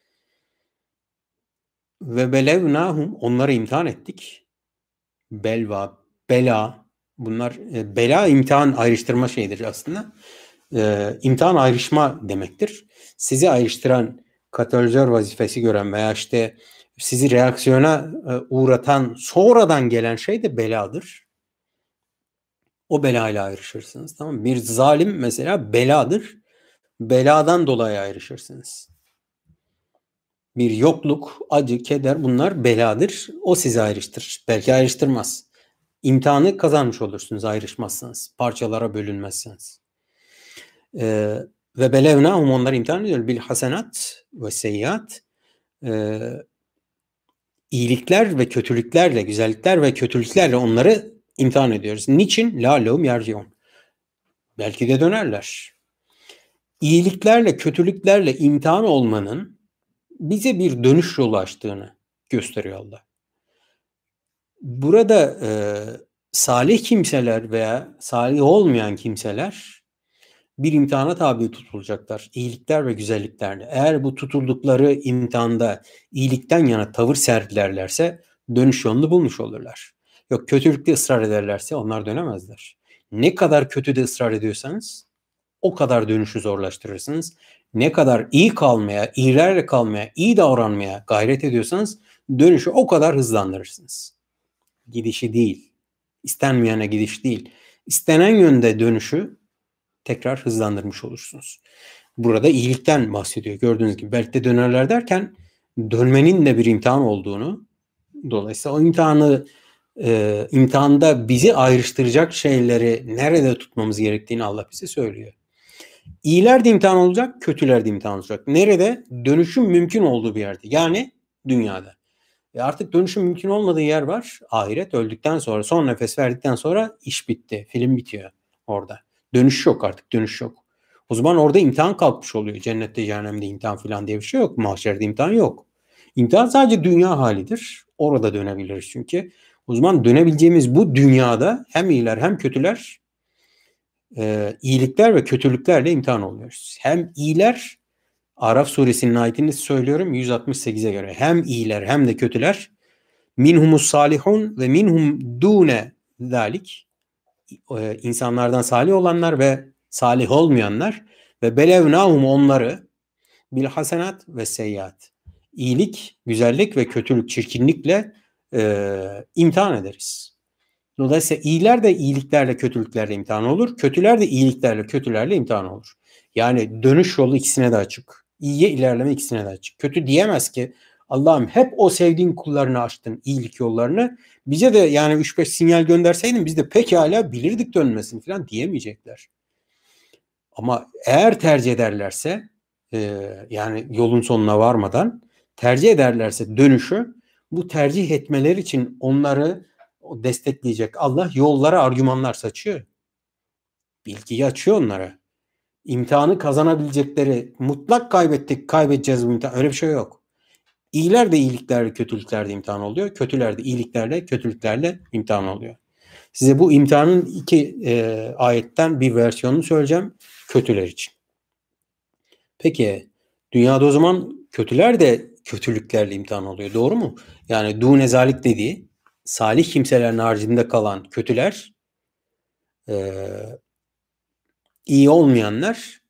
Ve belevnahum, onları imtihan ettik. Belva, bela, bunlar e, bela imtihan ayrıştırma şeyidir aslında. E, imtihan ayrışma demektir. Sizi ayrıştıran, katalizör vazifesi gören veya işte sizi reaksiyona e, uğratan sonradan gelen şey de beladır. O belayla ayrışırsınız. Tamam mı? Bir zalim mesela beladır. Beladan dolayı ayrışırsınız. Bir yokluk, acı, keder, bunlar beladır. O sizi ayrıştırır. Belki ayrıştırmaz. İmtihanı kazanmış olursunuz ayrışmazsanız. Parçalara bölünmezseniz. Ee, ve belevnahum, onları imtihan ediyor. Bil hasenat ve seyyiat. Ee, iyilikler ve kötülüklerle, güzellikler ve kötülüklerle onları imtihan ediyoruz. Niçin? Lâlehum yerciun. Belki de dönerler. İyiliklerle, kötülüklerle imtihan olmanın bize bir dönüş yolu açtığını gösteriyor Allah. Burada e, salih kimseler veya salih olmayan kimseler bir imtihana tabi tutulacaklar. İyilikler ve güzelliklerle. Eğer bu tutuldukları imtihanda iyilikten yana tavır sergilerlerse dönüş yolunu bulmuş olurlar. Yok, kötülükte ısrar ederlerse onlar dönemezler. Ne kadar kötüde ısrar ediyorsanız o kadar dönüşü zorlaştırırsınız. Ne kadar iyi kalmaya, iyilerle kalmaya, iyi davranmaya gayret ediyorsanız dönüşü o kadar hızlandırırsınız. Gidişi değil. İstenmeyene gidiş değil. İstenen yönde dönüşü tekrar hızlandırmış olursunuz. Burada iyilikten bahsediyor. Gördüğünüz gibi belki de dönerler derken dönmenin de bir imtihan olduğunu, dolayısıyla o imtihanı e, imtihanda bizi ayrıştıracak şeyleri nerede tutmamız gerektiğini Allah bize söylüyor. İyiler de imtihan olacak, kötüler de imtihan olacak. Nerede? Dönüşüm mümkün olduğu bir yerde. Yani dünyada. E artık dönüşüm mümkün olmadığı yer var. Ahiret, öldükten sonra, son nefes verdikten sonra iş bitti. Film bitiyor orada. Dönüş yok artık, dönüş yok. O zaman orada imtihan kalkmış oluyor. Cennette, cehennemde imtihan falan diye bir şey yok. Mahşerde imtihan yok. İmtihan sadece dünya halidir. Orada dönebiliriz çünkü. O zaman dönebileceğimiz bu dünyada hem iyiler hem kötüler, e, iyilikler ve kötülüklerle imtihan oluyoruz. Hem iyiler, Araf suresinin ayetini söylüyorum yüz altmış sekize göre. Hem iyiler hem de kötüler. Minhumus salihun ve minhum dune zalik. Ee, insanlardan salih olanlar ve salih olmayanlar. Ve belevnahum, onları bil hasenat ve seyyiat. İyilik, güzellik ve kötülük, çirkinlikle e, imtihan ederiz. Dolayısıyla iyiler de iyiliklerle, kötülüklerle imtihan olur. Kötüler de iyiliklerle, kötülerle imtihan olur. Yani dönüş yolu ikisine de açık. İyiye ilerleme ikisine de açık. Kötü diyemez ki Allah'ım hep o sevdiğin kullarını açtın, iyilik yollarını. Bize de yani üç beş sinyal gönderseydin biz de pekala bilirdik dönmesini falan diyemeyecekler. Ama eğer tercih ederlerse e, yani yolun sonuna varmadan tercih ederlerse dönüşü, bu tercih etmeleri için onları destekleyecek Allah yollara argümanlar saçıyor. Bilgiyi açıyor onlara. İmtihanı kazanabilecekleri, mutlak kaybettik, kaybedeceğiz bu imtihan. Öyle bir şey yok. İyiler de iyiliklerle, kötülüklerle imtihan oluyor. Kötüler de iyiliklerle, kötülüklerle imtihan oluyor. Size bu imtihanın iki e, ayetten bir versiyonunu söyleyeceğim kötüler için. Peki dünyada o zaman kötüler de kötülüklerle imtihan oluyor. Doğru mu? Yani dûne zalik dediği salih kimselerin haricinde kalan kötüler, e, iyi olmayanlar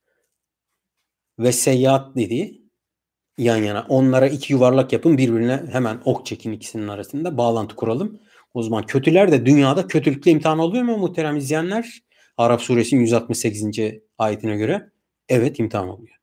ve seyyiat dediği yan yana. Onlara iki yuvarlak yapın, birbirine hemen ok çekin, ikisinin arasında bağlantı kuralım. O zaman kötüler de dünyada kötülükle imtihan oluyor mu muhterem izleyenler? Araf suresinin yüz altmış sekizinci ayetine göre evet, imtihan oluyor.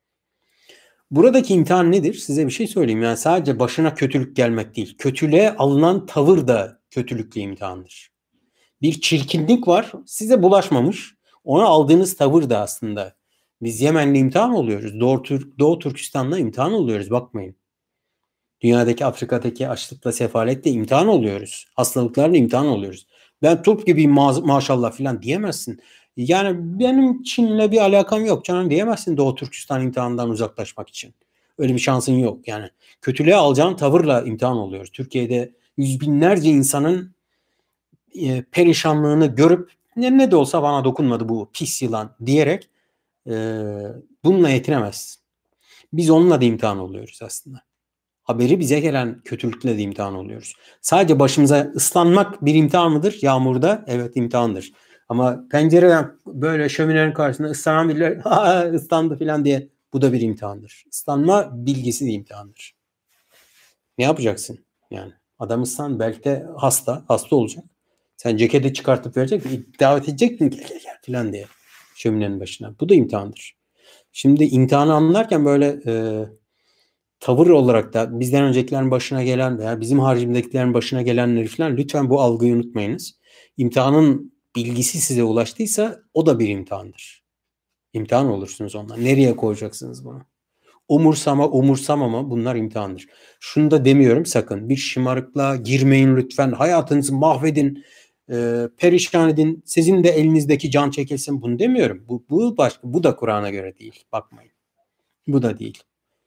Buradaki imtihan nedir? Size bir şey söyleyeyim. Yani sadece başına kötülük gelmek değil. Kötülüğe alınan tavır da kötülükle imtihandır. Bir çirkinlik var, size bulaşmamış. Ona aldığınız tavır da aslında. Biz Yemen'le imtihan oluyoruz. Doğu, Türk, Doğu Türkistan'la imtihan oluyoruz. Bakmayın. Dünyadaki, Afrika'daki açlıkla, sefaletle imtihan oluyoruz. Hastalıklarla imtihan oluyoruz. Ben Türk gibiyim ma- maşallah filan diyemezsin. Yani benim Çin'le bir alakam yok canım diyemezsin Doğu Türkistan imtihanından uzaklaşmak için. Öyle bir şansın yok. Yani kötülüğe alacağın tavırla imtihan oluyoruz. Türkiye'de yüz binlerce insanın e, perişanlığını görüp ne, ne de olsa bana dokunmadı bu pis yılan diyerek e, bununla yetinemezsin. Biz onunla da imtihan oluyoruz aslında. Haberi bize gelen kötülükle de imtihan oluyoruz. Sadece başımıza ıslanmak bir imtihan mıdır? Yağmurda evet imtihandır. Ama pencereden böyle şöminenin karşısında ıslanan birileri ıslandı falan diye bu da bir imtihandır. Islanma bilgisi de imtihandır. Ne yapacaksın? Yani adam ıslan belki de hasta, hasta olacak. Sen ceketi çıkartıp verecek, davet edecektin gel gel gel falan diye şöminenin başına. Bu da imtihandır. Şimdi imtihanı anlarken böyle e, tavır olarak da bizden öncekilerin başına gelen veya bizim haricimdekilerin başına gelenleri falan lütfen bu algıyı unutmayınız. İmtihanın bilgisi size ulaştıysa o da bir imtihandır. İmtihan olursunuz ondan. Nereye koyacaksınız bunu? Umursama, umursamama bunlar imtihandır. Şunu da demiyorum sakın. Bir şımarıklığa girmeyin lütfen. Hayatınızı mahvedin, e, perişan edin. Sizin de elinizdeki can çekilsin. Bunu demiyorum. Bu, bu başka, bu da Kur'an'a göre değil. Bakmayın. Bu da değil.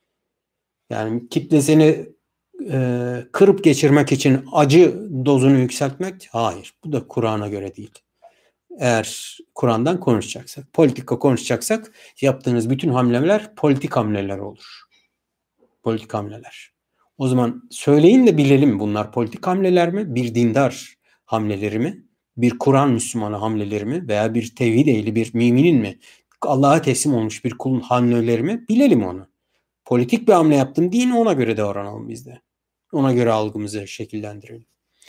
Yani kitlesini e, kırıp geçirmek için acı dozunu yükseltmek hayır. Bu da Kur'an'a göre değil. Eğer Kur'an'dan konuşacaksak, politika konuşacaksak yaptığınız bütün hamleler politik hamleler olur. Politik hamleler. O zaman söyleyin de bilelim bunlar politik hamleler mi? Bir dindar hamleleri mi? Bir Kur'an Müslümanı hamleleri mi? Veya bir tevhid ehli bir müminin mi? Allah'a teslim olmuş bir kulun hamleleri mi? Bilelim onu. Politik bir hamle yaptım deyin ona göre davranalım biz de. Ona göre algımızı şekillendirelim.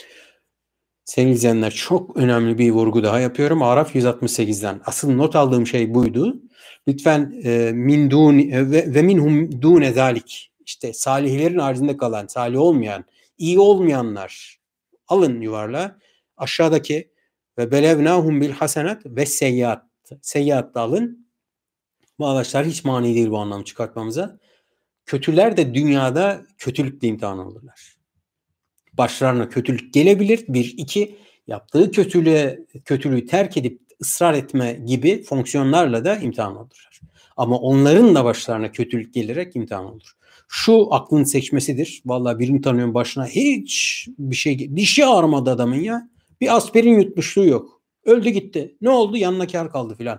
Sevgili izleyenler çok önemli bir vurgu daha yapıyorum. Araf yüz altmış sekizden. Asıl not aldığım şey buydu. Lütfen e, min dun ve, ve minhum dune zalik. İşte salihlerin haricinde kalan, salih olmayan, iyi olmayanlar alın yuvarla. Aşağıdaki ve belevnahum bil hasenat ve seyyiat. Seyyiat da alın. Bu arkadaşlar hiç mani değil bu anlamı çıkartmamıza. Kötüler de dünyada kötülükle imtihan olurlar. Başlarına kötülük gelebilir. Bir, iki, yaptığı kötülüğe, kötülüğü terk edip ısrar etme gibi fonksiyonlarla da imtihan olurlar. Ama onların da başlarına kötülük gelerek imtihan olur. Şu aklın seçmesidir. Vallahi birini tanıyorum başına hiç bir şey bir şey ağrımadı adamın ya. Bir aspirin yutmuşluğu yok. Öldü gitti. Ne oldu? Yanına kar kaldı filan.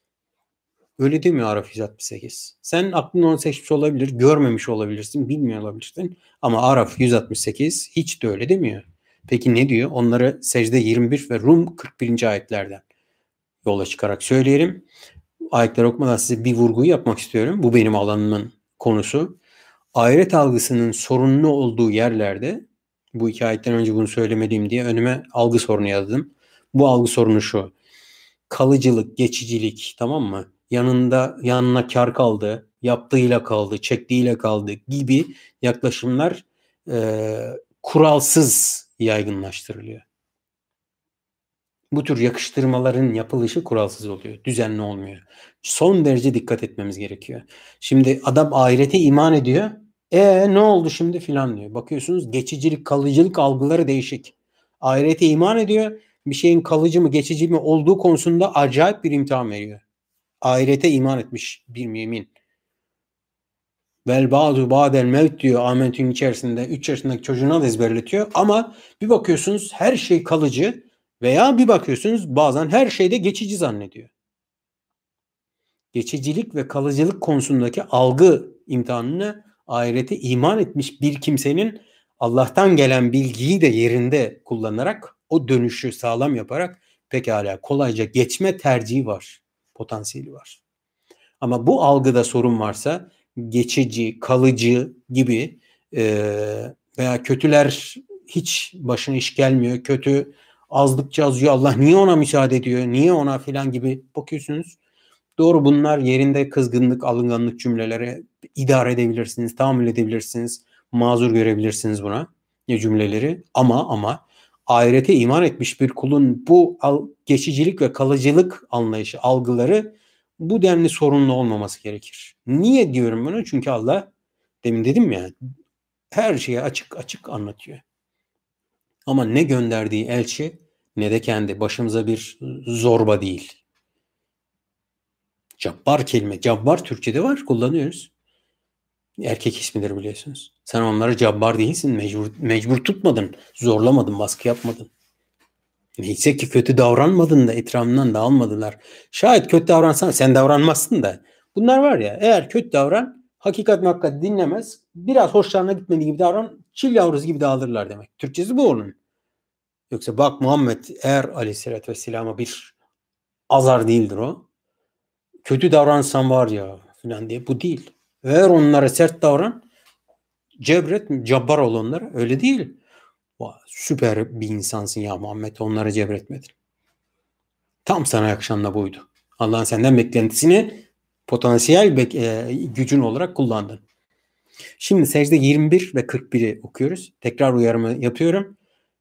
Öyle değil mi Araf yüz altmış sekiz? Sen aklını onu seçmiş olabilir, görmemiş olabilirsin, bilmiyor olabilirsin. Ama Araf yüz altmış sekiz hiç de öyle demiyor. Peki ne diyor? Onları Secde yirmi bir ve Rum kırk birinci ayetlerden yola çıkarak söyleyelim. Ayetleri okumadan size bir vurguyu yapmak istiyorum. Bu benim alanımın konusu. Ahiret algısının sorunlu olduğu yerlerde, bu iki ayetten önce bunu söylemediğim diye önüme algı sorunu yazdım. Bu algı sorunu şu. Kalıcılık, geçicilik, tamam mı? Yanında yanına kar kaldı, yaptığıyla kaldı, çektiğiyle kaldı gibi yaklaşımlar e, kuralsız yaygınlaştırılıyor. Bu tür yakıştırmaların yapılışı kuralsız oluyor, düzenli olmuyor. Son derece dikkat etmemiz gerekiyor. Şimdi adam ahirete iman ediyor. E ne oldu şimdi filan diyor. Bakıyorsunuz geçicilik, kalıcılık algıları değişik. Ahirete iman ediyor. Bir şeyin kalıcı mı, geçici mi olduğu konusunda acayip bir imtihan veriyor. Ahirete iman etmiş bir mümin. Vel ba'du ba'del mevt diyor Amentü'nün içerisinde üç yaşındaki çocuğuna da ezberletiyor. Ama bir bakıyorsunuz her şey kalıcı veya bir bakıyorsunuz bazen her şeyde geçici zannediyor. Geçicilik ve kalıcılık konusundaki algı imtihanını ahirete iman etmiş bir kimsenin Allah'tan gelen bilgiyi de yerinde kullanarak o dönüşü sağlam yaparak pekala kolayca geçme tercihi var, potansiyeli var. Ama bu algıda sorun varsa geçici, kalıcı gibi e, veya kötüler hiç başına iş gelmiyor, kötü azdıkça azıyor, Allah niye ona müsaade ediyor, niye ona filan gibi bakıyorsunuz. Doğru bunlar yerinde kızgınlık, alınganlık cümlelere idare edebilirsiniz, tahammül edebilirsiniz, mazur görebilirsiniz buna cümleleri. Ama ama ahirete iman etmiş bir kulun bu geçicilik ve kalıcılık anlayışı, algıları bu denli sorunlu olmaması gerekir. Niye diyorum bunu? Çünkü Allah demin dedim ya her şeyi açık açık anlatıyor. Ama ne gönderdiği elçi ne de kendi. Başımıza bir zorba değil. Cabbar kelime. Cabbar Türkçe'de var, kullanıyoruz. Erkek ismidir biliyorsunuz. Sen onlara cabbar değilsin. Mecbur, mecbur tutmadın. Zorlamadın, baskı yapmadın. Neyse ki kötü davranmadın da etrafından da almadılar. Şayet kötü davransan, sen davranmazsın da. Bunlar var ya, eğer kötü davran, hakikat hakikat dinlemez, biraz hoşlarına gitmediği gibi davran, çil yavrusu gibi dağılırlar demek. Türkçesi bu onun. Yoksa bak Muhammed eğer aleyhissalatü vesselam'a bir azar değildir o. Kötü davransan var ya falan diye, bu değil. Eğer onlara sert davran, cebret, cabbar ol onlara, öyle değil. Vay, süper bir insansın ya Muhammed, onlara cebretmedin. Tam sana yakışan da buydu. Allah'ın senden beklentisini potansiyel bek- e, gücün olarak kullandın. Şimdi secde yirmi bir ve kırk biri okuyoruz. Tekrar uyarımı yapıyorum.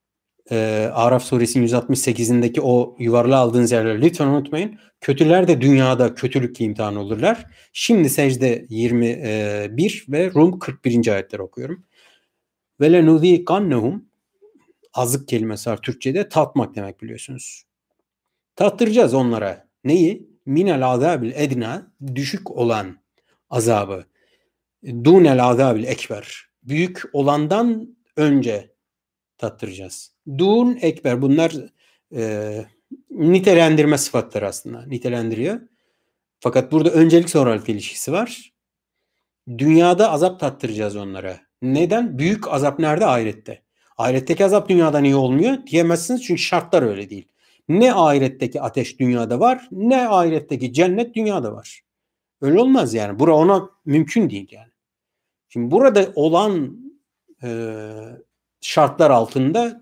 Ee, Araf suresinin yüz altmış sekizindeki o yuvarlağı aldığınız yerleri lütfen unutmayın. Kötüler de dünyada kötülükle imtihan olurlar. Şimdi secde yirmi bir ve Rum kırk birinci ayetleri okuyorum. Ve lenuzikannehum, azık kelimesi var Türkçe'de, tatmak demek biliyorsunuz. Tattıracağız onlara. Neyi? Minel azabil edna, düşük olan azabı. Dunel azabil ekber, büyük olandan önce tattıracağız. Dun, ekber, bunlar e, nitelendirme sıfatları aslında. Nitelendiriyor. Fakat burada öncelik sonralık ilişkisi var. Dünyada azap tattıracağız onlara. Neden? Büyük azap nerede? Ahirette. Ahiretteki azap dünyadan iyi olmuyor diyemezsiniz çünkü şartlar öyle değil. Ne ahiretteki ateş dünyada var, ne ahiretteki cennet dünyada var. Öyle olmaz yani. Bura ona mümkün değil yani. Şimdi burada olan e, şartlar altında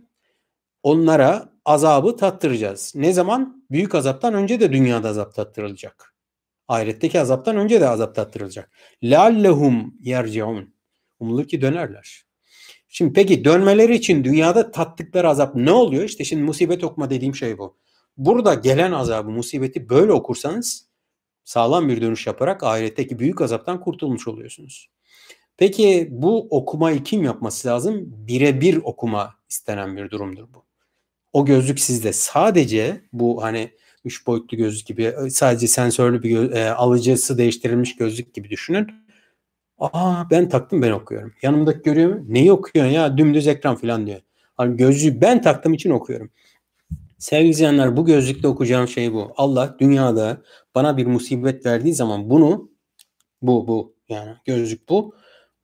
onlara azabı tattıracağız. Ne zaman? Büyük azaptan önce de dünyada azap tattırılacak. Ahiretteki azaptan önce de azap tattırılacak. Lallehum yerciun. Umulur ki dönerler. Şimdi peki dönmeleri için dünyada tattıkları azap ne oluyor? İşte şimdi musibet okuma dediğim şey bu. Burada gelen azabı, musibeti böyle okursanız sağlam bir dönüş yaparak ahiretteki büyük azaptan kurtulmuş oluyorsunuz. Peki bu okumayı kim yapması lazım? Birebir okuma istenen bir durumdur bu. O gözlük sizde. Sadece bu hani üç boyutlu gözlük gibi, sadece sensörlü bir göz, e, alıcısı değiştirilmiş gözlük gibi düşünün. Aa, ben taktım, ben okuyorum. Yanımdaki görüyor mu? Neyi okuyorsun ya? Dümdüz ekran falan diyor. Hani gözlüğü ben taktığım için okuyorum. Sevgili izleyenler, bu gözlükle okuyacağım şey bu. Allah dünyada bana bir musibet verdiği zaman bunu, bu bu yani gözlük bu.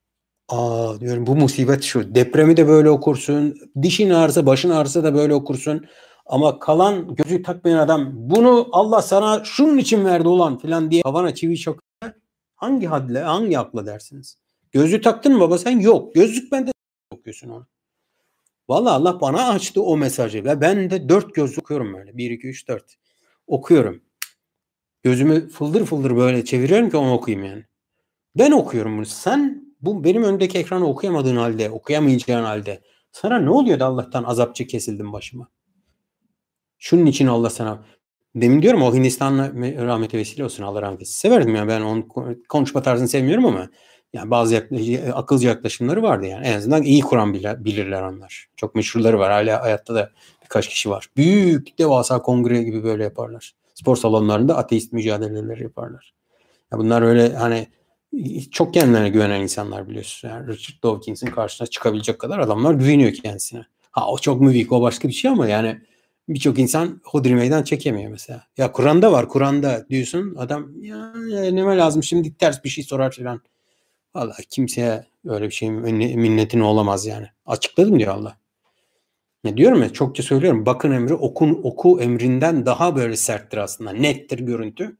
Aa diyorum, bu musibet şu. Depremi de böyle okursun. Dişin ağrısa, başın ağrısa da böyle okursun. Ama kalan gözlük takmayan adam bunu Allah sana şunun için verdi ulan falan diye kafana çivi çakıyor. Hangi hadle, hangi akla dersiniz? Gözlük taktın mı baba sen? Yok. Gözlük bende okuyorsun onu. Vallahi Allah bana açtı o mesajı ve ben de dört gözlük okuyorum böyle. Bir, iki, üç, dört. Okuyorum. Gözümü fıldır fıldır böyle çeviriyorum ki onu okuyayım yani. Ben okuyorum bunu. Sen bu benim önümdeki ekranı okuyamadığın halde, okuyamayacağın halde sana ne oluyor da Allah'tan azapçı kesildin başıma? Şunun için Allah sana, demin diyorum o Hindistan'la rahmeti vesile olsun, Allah rahmet etsin. Severdim ya, ben onun konuşma tarzını sevmiyorum ama yani bazı yaklaş- akılcı yaklaşımları vardı yani. En azından iyi Kur'an bilirler onlar. Çok meşhurları var. Hala hayatta da birkaç kişi var. Büyük devasa kongre gibi böyle yaparlar. Spor salonlarında ateist mücadeleleri yaparlar. Ya bunlar öyle hani çok kendilerine güvenen insanlar biliyorsun. Yani Richard Dawkins'in karşısına çıkabilecek kadar adamlar güveniyor kendisine. Ha o çok müvik, o başka bir şey ama yani birçok insan hodri meydan çekemiyor mesela. Ya Kur'an'da var, Kur'an'da diyorsun, adam ya, ya neme lazım şimdi ters bir şey sorar falan. Vallahi kimseye öyle bir şeyin minnetin olamaz yani. Açıkladım diyor Allah. Ne diyorum ya, çokça söylüyorum. Bakın emri okun, oku emrinden daha böyle serttir aslında. Nettir görüntü.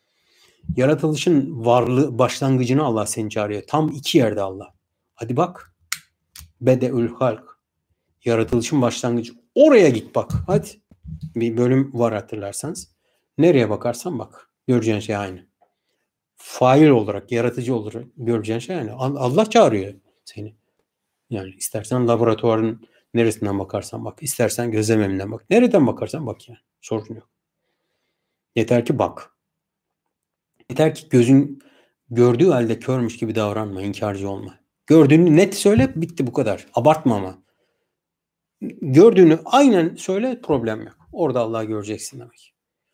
Yaratılışın varlığı başlangıcını Allah seni çağırıyor. Tam iki yerde Allah. Hadi bak. Bedeül halk. Yaratılışın başlangıcı. Oraya git bak. Hadi. Bir bölüm var hatırlarsanız. Nereye bakarsan bak. Göreceğin şey aynı. Fail olarak, yaratıcı olarak göreceğin şey aynı. Allah çağırıyor seni. Yani istersen laboratuvarın neresinden bakarsan bak. İstersen gözlememden bak. Nereden bakarsan bak yani. Sorun yok. Yeter ki bak. Yeter ki gözün gördüğü halde körmüş gibi davranma, inkarcı olma. Gördüğünü net söyle, bitti bu kadar. Abartma ama. Gördüğünü aynen söyle, problem yok. Orada Allah'ı göreceksin demek.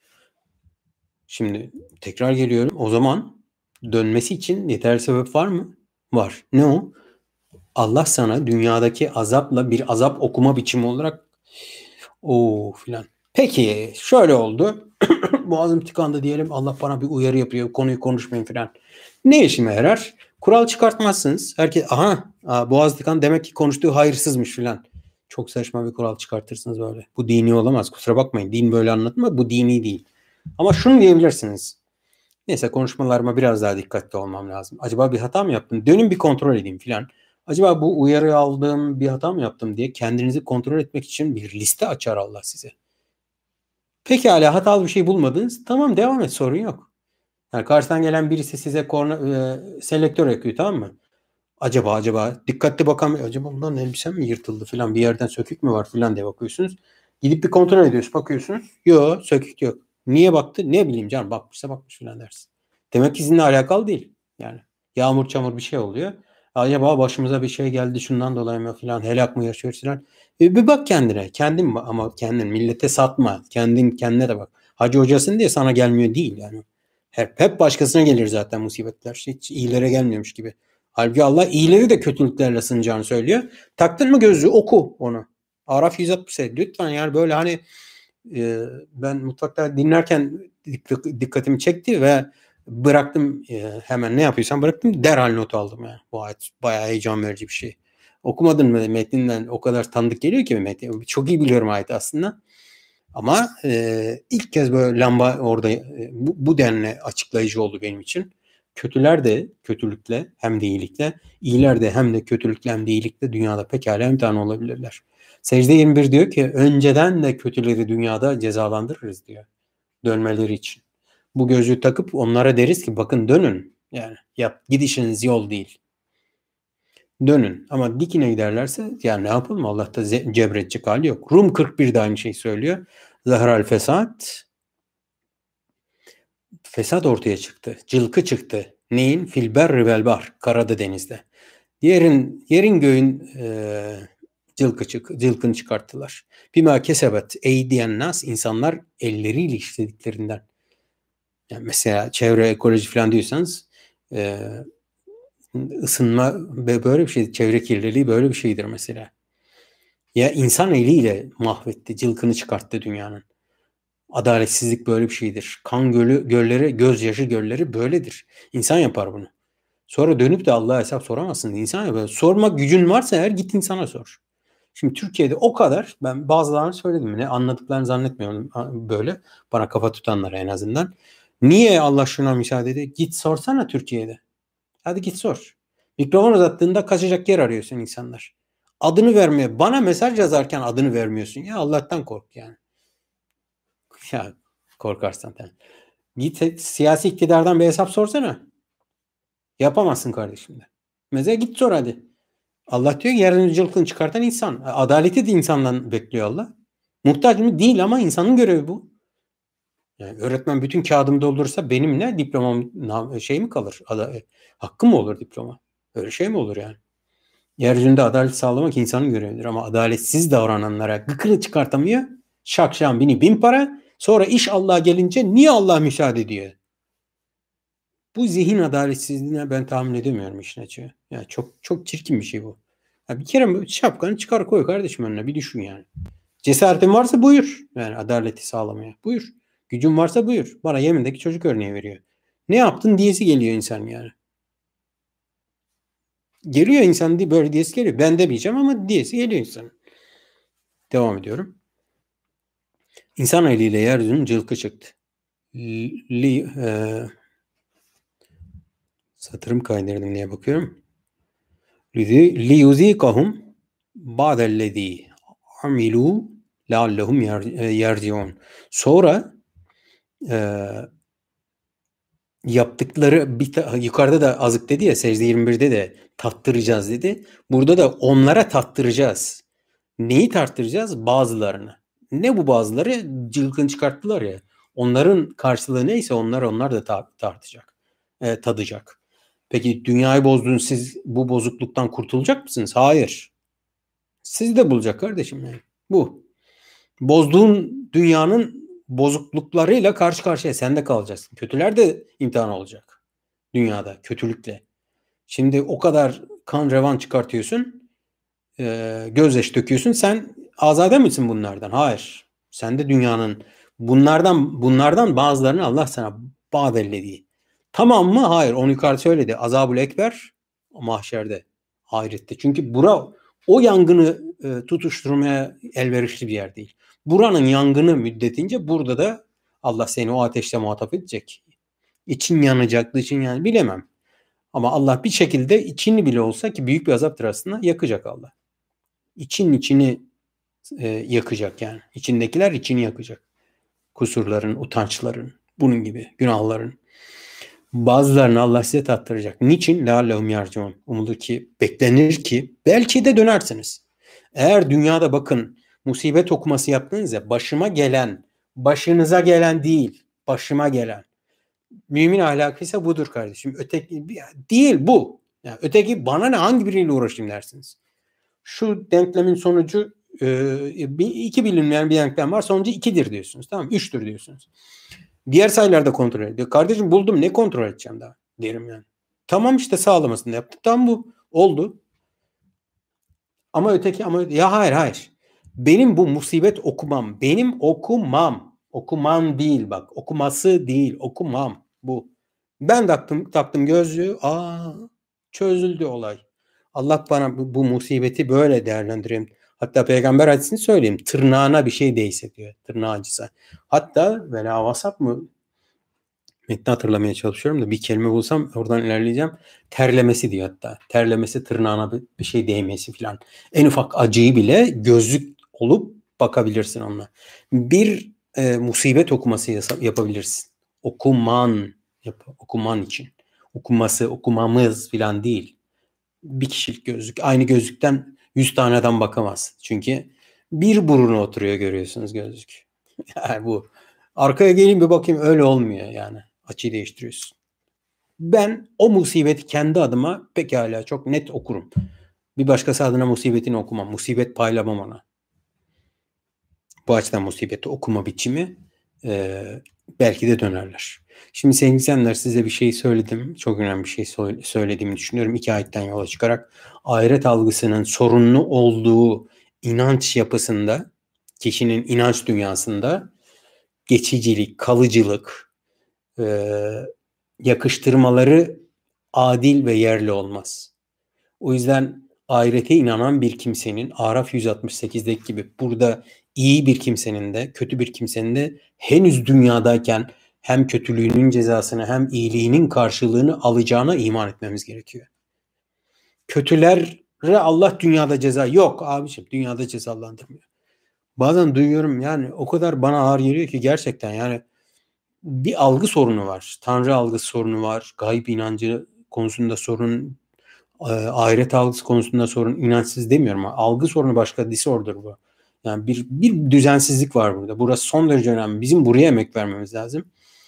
Şimdi tekrar geliyorum. O zaman dönmesi için yeterli sebep var mı? Var. Ne o? Allah sana dünyadaki azapla bir azap okuma biçimi olarak o filan. Peki şöyle oldu. Boğazım tıkandı diyelim. Allah bana bir uyarı yapıyor. Konuyu konuşmayın filan. Ne işime yarar? Kural çıkartmazsınız. Herkes aha boğaz tıkan demek ki konuştuğu hayırsızmış filan. Çok saçma bir kural çıkartırsınız böyle. Bu dini olamaz. Kusura bakmayın. Din böyle anlatma. Bu dini değil. Ama şunu diyebilirsiniz. Neyse konuşmalarıma biraz daha dikkatli olmam lazım. Acaba bir hata mı yaptım? Dönün bir kontrol edeyim filan. Acaba bu uyarıyı aldığım bir hata mı yaptım diye kendinizi kontrol etmek için bir liste açar Allah size. Pekala hatalı bir şey bulmadınız. Tamam devam et, sorun yok. Yani karşıdan gelen birisi size korna, e, selektör yakıyor, tamam mı? Acaba acaba dikkatli bakan acaba bundan elbisem mi yırtıldı filan, bir yerden sökük mü var filan diye bakıyorsunuz. Gidip bir kontrol ediyorsunuz, bakıyorsunuz. Yok, sökük yok. Niye baktı? Ne bileyim canım, bakmışsa bakmış filan dersin. Demek ki sizinle alakalı değil. Yani yağmur çamur bir şey oluyor. Acaba başımıza bir şey geldi şundan dolayı mı filan, helak mı yaşıyoruz filan. E bir bak kendine. Kendin ama kendin millete satma. Kendin kendine de bak. Hacı hocasın diye sana gelmiyor değil yani. Hep, hep başkasına gelir zaten musibetler. Hiç iyilere gelmiyormuş gibi. Halbuki Allah iyileri de kötülüklerle sınacağını söylüyor. Taktın mı gözlüğü, oku onu. Araf yüz altmış sekiz. Lütfen yani böyle hani e, ben mutfakta dinlerken dikkatimi çekti ve bıraktım, e, hemen ne yapıyorsam bıraktım, derhal not aldım yani. Bu ayet bayağı heyecan verici bir şey. Okumadın mı metninden, o kadar tanıdık geliyor ki metin. Çok iyi biliyorum ayeti aslında. Ama e, ilk kez böyle lamba orada e, bu, bu denli açıklayıcı oldu benim için. Kötüler de kötülükle hem de iyilikle, iyiler de hem de kötülükle hem de iyilikle dünyada pekala imtihan olabilirler. Secde yirmi bir diyor ki önceden de kötüleri dünyada cezalandırırız diyor. Dönmeleri için. Bu gözlüğü takıp onlara deriz ki bakın dönün. Yani yap, gidişiniz yol değil. Dönün. Ama dikine giderlerse yani ne yapalım, Allah'ta cebredecek hali yok. Rum kırk bir de aynı şeyi söylüyor. Zahral fesat. Fesat ortaya çıktı. Cılkı çıktı. Neyin? Fil berri vel bahr. Karada, denizde. Yerin, yerin göğün e, cılkı çık, cılkını çıkarttılar. Bima kesebet eydiyen nas, insanlar elleriyle işlediklerinden. Yani mesela çevre ekoloji falan diyorsanız e, ısınma böyle bir şey, çevre kirliliği böyle bir şeydir mesela. Ya insan eliyle mahvetti, cılkını çıkarttı dünyanın. Adaletsizlik böyle bir şeydir. Kan gölü, gölleri, gözyaşı gölleri böyledir. İnsan yapar bunu. Sonra dönüp de Allah'a hesap soramazsın. İnsan yapar. Sorma gücün varsa eğer git insana sor. Şimdi Türkiye'de o kadar, ben bazılarını söyledim, ne anladıklarını zannetmiyorum böyle, bana kafa tutanlara en azından. Niye Allah şuna müsaade ediyor? Git sorsana Türkiye'de. Hadi git sor. Mikrofon uzattığında kaçacak yer arıyorsun insanlar. Adını vermiyor. Bana mesaj yazarken adını vermiyorsun. Ya Allah'tan kork yani. Ya korkarsan tabii. Git siyasi iktidardan bir hesap sorsana. Yapamazsın kardeşim de. Mesela git sor hadi. Allah diyor ki yaratıcılığını çıkartan insan. Adaleti de insandan bekliyor Allah. Muhtaç mı? Değil ama insanın görevi bu. Yani öğretmen bütün kağıdımı doldurursa benim ne diplomam şey mi kalır? Ada, hakkım mı olur diploma? Öyle şey mi olur yani? Yeryüzünde adalet sağlamak insanın görevidir ama adaletsiz davrananlara gıkını çıkartamıyor. Şakşam bini bin para. Sonra iş Allah'a gelince niye Allah müsaade ediyor? Bu zihin adaletsizliğine ben tahmin edemiyorum işin açığı. Yani çok çok çirkin bir şey bu. Ya bir kere şapkanı çıkar koy kardeşim önüne, bir düşün yani. Cesaretin varsa buyur. Yani adaleti sağlamaya. Buyur. Gücün varsa buyur. Bana Yemen'deki çocuk örneği veriyor. Ne yaptın diyesi geliyor insan yani. Geliyor insan böyle diyesi geliyor. Ben demeyeceğim ama diyesi geliyor insan. Devam ediyorum. İnsan eliyle yeryüzünün cılkı çıktı. Li, e, satırım kaydırdım diye bakıyorum. Li yuzikahum ba'dellezî amilû leallehum yerciun. Sonra e, yaptıkları bir ta- yukarıda da azık dedi ya, secde yirmi birde de tattıracağız dedi. Burada da onlara tattıracağız. Neyi tattıracağız? Bazılarını. Ne bu bazıları? Cılkını çıkarttılar ya. Onların karşılığı neyse onlar onlar da ta- tartacak. E, tadacak. Peki dünyayı bozdun, siz bu bozukluktan kurtulacak mısınız? Hayır. Siz de bulacak kardeşim yani. Bu. Bozduğun dünyanın bozukluklarıyla karşı karşıya sen de kalacaksın. Kötüler de imtihan olacak dünyada kötülükle. Şimdi o kadar kan revan çıkartıyorsun, e, gözyaşı döküyorsun. Sen azade misin bunlardan? Hayır. Sen de dünyanın bunlardan bunlardan bazılarını Allah sana vaat eyledi. Tamam mı? Hayır. Onu yukarı söyledi. Azabul Ekber mahşerde, ahirette. Çünkü bura o yangını e, tutuşturmaya elverişli bir yer değil. Buranın yangını müddetince burada da Allah seni o ateşle muhatap edecek. İçin yanacak, dışın yani bilemem. Ama Allah bir şekilde içini bile olsa, ki büyük bir azaptır aslında, yakacak Allah. İçin içini e, yakacak yani. İçindekiler içini yakacak. Kusurların, utançların, bunun gibi günahların. Bazılarını Allah size tattıracak. Niçin? لَعَلَّهُمْ يَرْجُونَ. Umulur ki, beklenir ki belki de dönersiniz. Eğer dünyada bakın musibet okuması yaptığınızda başıma gelen, başınıza gelen değil, başıma gelen. Mümin ahlakıysa budur kardeşim. Öteki değil bu. Yani öteki bana ne, hangi biriyle uğraşayım dersiniz. Şu denklemin sonucu e, bir, iki bilinmeyen bir denklem var. Sonucu ikidir diyorsunuz. Tamam, üçtür diyorsunuz. Diğer sayılarda kontrol ediyor. Kardeşim buldum, ne kontrol edeceğim daha derim yani. Tamam işte, sağlamasını yaptık. Tam bu oldu. Ama öteki ama ya hayır hayır. Benim bu musibet okumam. Benim okumam. Okumam değil bak. Okuması değil. Okumam. Bu. Ben taktım, taktım gözlüğü. Aa, çözüldü olay. Allah bana bu, bu musibeti böyle değerlendireyim. Hatta peygamber hadisini söyleyeyim. Tırnağına bir şey değse diyor. Tırnağı acısa. Hatta vela vasap mı? Metni hatırlamaya çalışıyorum da bir kelime bulsam oradan ilerleyeceğim. Terlemesi diyor hatta. Terlemesi, tırnağına bir, bir şey değmesi filan. En ufak acıyı bile gözlük olup bakabilirsin onunla. Bir e, musibet okuması yapabilirsin. Okuman, yap, okuman için. Okuması, okumamız filan değil. Bir kişilik gözlük. Aynı gözlükten yüz tane adam bakamaz. Çünkü bir buruna oturuyor, görüyorsunuz gözlük. Yani bu. Arkaya geleyim bir bakayım, öyle olmuyor yani. Açıyı değiştiriyorsun. Ben o musibeti kendi adıma pekala çok net okurum. Bir başkası adına musibetini okumam. Musibet paylamam ona. Bu açıdan musibeti okuma biçimi e, belki de dönerler. Şimdi sevgili izleyenler, size bir şey söyledim. Çok önemli bir şey söylediğimi düşünüyorum. İki ayetten yola çıkarak ahiret algısının sorunlu olduğu inanç yapısında, kişinin inanç dünyasında geçicilik, kalıcılık, e, yakıştırmaları adil ve yerli olmaz. O yüzden ahirete inanan bir kimsenin Araf yüz altmış sekizdeki gibi burada iyi bir kimsenin de kötü bir kimsenin de henüz dünyadayken hem kötülüğünün cezasını hem iyiliğinin karşılığını alacağına iman etmemiz gerekiyor. Kötülere Allah dünyada ceza yok abiciğim, dünyada cezalandırmıyor. Bazen duyuyorum yani, o kadar bana ağır geliyor ki gerçekten yani bir algı sorunu var. Tanrı algısı sorunu var. Gayb inancı konusunda sorun, ahiret algısı konusunda sorun. İnançsız demiyorum ama algı sorunu başka, disorder bu. Yani bir, bir düzensizlik var burada. Burası son derece önemli. Bizim buraya emek vermemiz lazım.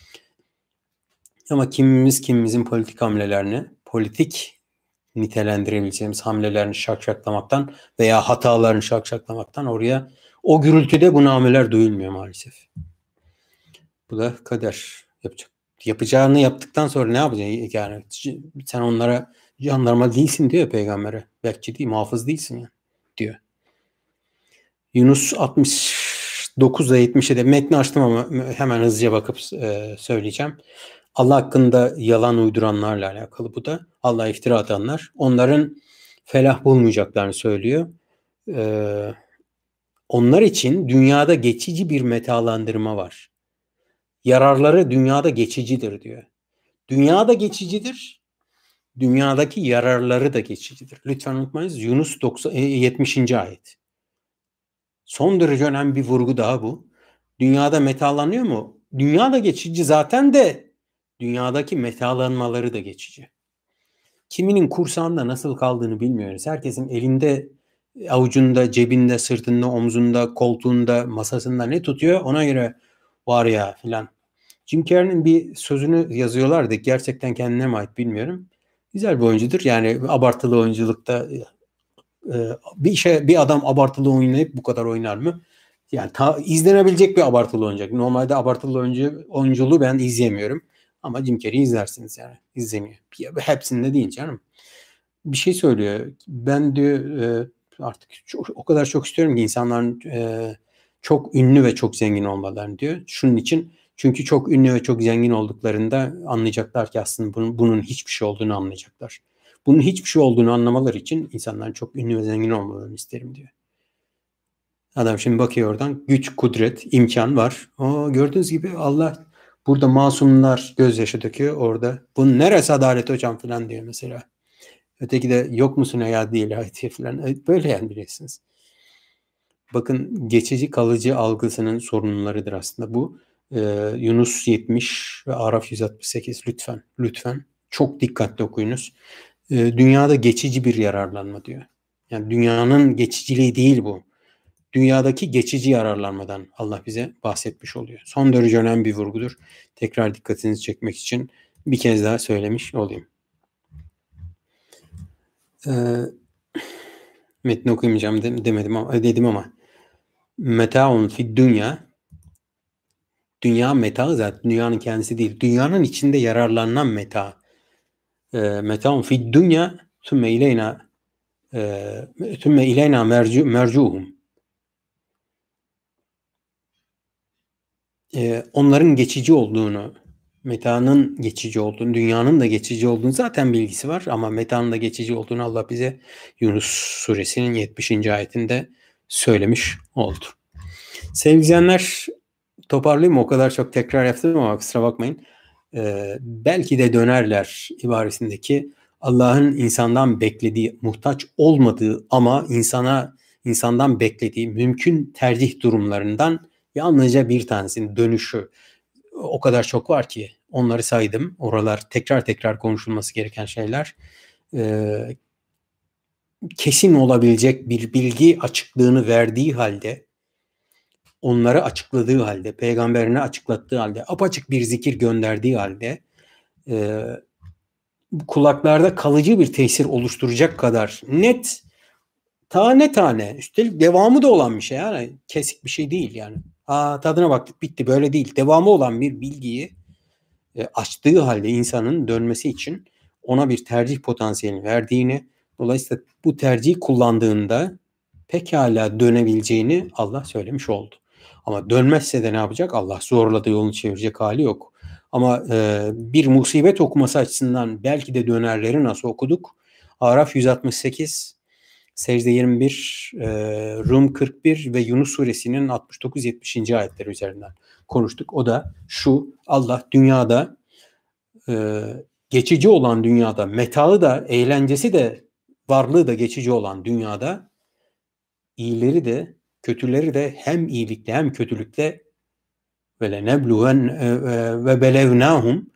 Ama kimimiz kimimizin politik hamlelerini, politik nitelendirebileceğimiz hamlelerini şakşaklamaktan veya hatalarını şakşaklamaktan oraya, o gürültüde bu nameler duyulmuyor maalesef. Bu da kader. Yapacak. Yapacağını yaptıktan sonra ne yapacaksın? Yani sen onlara jandarma değilsin diyor peygambere. Bekçi değil, muhafız değilsin yani diyor. Yunus altmış dokuzda yetmişe de metni açtım ama hemen hızlıca bakıp e, söyleyeceğim. Allah hakkında yalan uyduranlarla alakalı bu da. Allah'a iftira atanlar. Onların felah bulmayacaklarını söylüyor. Ee, onlar için dünyada geçici bir metalandırma var. Yararları dünyada geçicidir diyor. Dünyada geçicidir. Dünyadaki yararları da geçicidir. Lütfen unutmayınız. Yunus doksan, yetmişinci ayet. Son derece önemli bir vurgu daha bu. Dünyada metalanıyor mu? Dünyada geçici zaten de dünyadaki metalanmaları da geçici. Kiminin kursağında nasıl kaldığını bilmiyoruz. Herkesin elinde, avucunda, cebinde, sırtında, omzunda, koltuğunda, masasında ne tutuyor ona göre var ya filan. Jim Carrey'nin bir sözünü yazıyorlardı. Gerçekten kendine mi ait bilmiyorum. Güzel bir oyuncudur. Yani abartılı oyunculukta bir şey, bir adam abartılı oynayıp bu kadar oynar mı? Yani ta, izlenebilecek bir abartılı oyuncak. Normalde abartılı oyuncu, oyunculuğu ben izleyemiyorum. Ama Jim Carrey'i izlersiniz yani. İzleniyor. Hepsinde değil canım. Bir şey söylüyor. Ben diyor e, artık çok, o kadar çok istiyorum ki insanların e, çok ünlü ve çok zengin olmalarını diyor. Şunun için, çünkü çok ünlü ve çok zengin olduklarında anlayacaklar ki aslında bunun, bunun hiçbir şey olduğunu anlayacaklar. Bunun hiçbir şey olduğunu anlamaları için insanların çok ünlü ve zengin olmalarını isterim diyor. Adam şimdi bakıyor oradan, güç, kudret, imkan var. O gördüğünüz gibi Allah burada masumlar gözyaşı döküyor orada. Bunun neresi adalet hocam falan diyor mesela. Öteki de yok musun ya değil hayati falan. Böyle yani, biliyorsunuz. Bakın, geçici kalıcı algısının sorunlarıdır aslında bu. Ee, Yunus yetmiş ve Araf yüz altmış sekiz, lütfen lütfen çok dikkatli okuyunuz. Ee, dünyada geçici bir yararlanma diyor. Yani dünyanın geçiciliği değil bu. Dünyadaki geçici yararlanmadan Allah bize bahsetmiş oluyor. Son derece önemli bir vurgudur. Tekrar dikkatinizi çekmek için bir kez daha söylemiş olayım. Ee, metni okuyamayacağım demedim ama dedim ama metaun fid dünya, dünya meta zaten dünyanın kendisi değil. Dünyanın içinde yararlanan meta. E, metaun fid dünya sümme ileyna sümme ileyna mercu, mercuhum. E, onların geçici olduğunu, metanın geçici olduğunu, dünyanın da geçici olduğunu zaten bilgisi var ama metanın da geçici olduğunu Allah bize Yunus suresinin yetmişinci ayetinde söylemiş oldu. Sevgili izleyenler, toparlayayım, o kadar çok tekrar yaptım ama kusura bakmayın. Ee, belki de dönerler ibaresindeki Allah'ın insandan beklediği, muhtaç olmadığı ama insana insandan beklediği mümkün tercih durumlarından yalnızca bir tanesinin dönüşü. O kadar çok var ki onları saydım. Oralar tekrar tekrar konuşulması gereken şeyler. Ee, kesin olabilecek bir bilgi açıklığını verdiği halde, onları açıkladığı halde, peygamberine açıklattığı halde, apaçık bir zikir gönderdiği halde e, kulaklarda kalıcı bir tesir oluşturacak kadar net, tane tane, üstelik devamı da olan bir şey, yani kesik bir şey değil yani. Aa, tadına baktık bitti, böyle değil. Devamı olan bir bilgiyi e, açtığı halde insanın dönmesi için ona bir tercih potansiyelini verdiğini, dolayısıyla bu tercihi kullandığında pekala dönebileceğini Allah söylemiş oldu. Ama dönmezse de ne yapacak? Allah zorladığı yolunu çevirecek hali yok. Ama e, bir musibet okuması açısından belki de dönerleri nasıl okuduk? Araf yüz altmış sekiz, Secde yirmi bir, e, Rum kırk bir ve Yunus suresinin altmış dokuz yetmişinci ayetleri üzerinden konuştuk. O da şu: Allah dünyada, e, geçici olan dünyada, metalı da, eğlencesi de, varlığı da geçici olan dünyada, iyileri de kötüleri de hem iyilikle hem kötülükle ve lenebluven ve belevnahum,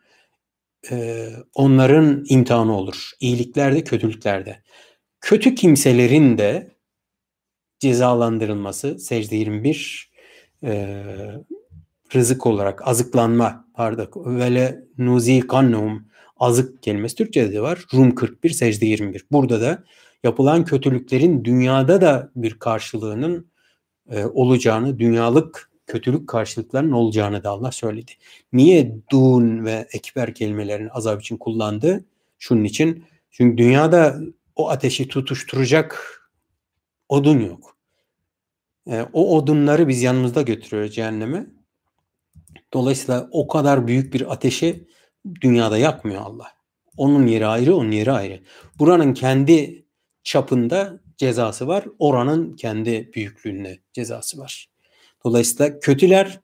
onların imtihanı olur. İyiliklerde, kötülüklerde. Kötü kimselerin de cezalandırılması, Secde yirmi bir, e, rızık olarak azıklanma, pardon, vele nuzikanhum, azık kelimesi Türkçe'de de var. Rum kırk bir, Secde yirmi bir. Burada da yapılan kötülüklerin dünyada da bir karşılığının e, olacağını, dünyalık kötülük karşılıklarının olacağını da Allah söyledi. Niye dun ve ekber kelimelerini azap için kullandı? Şunun için. Çünkü dünyada o ateşi tutuşturacak odun yok. E, o odunları biz yanımızda götürüyoruz cehenneme. Dolayısıyla o kadar büyük bir ateşi dünyada yakmıyor Allah. Onun yeri ayrı, onun yeri ayrı. Buranın kendi çapında cezası var, oranın kendi büyüklüğünde cezası var. Dolayısıyla kötüler,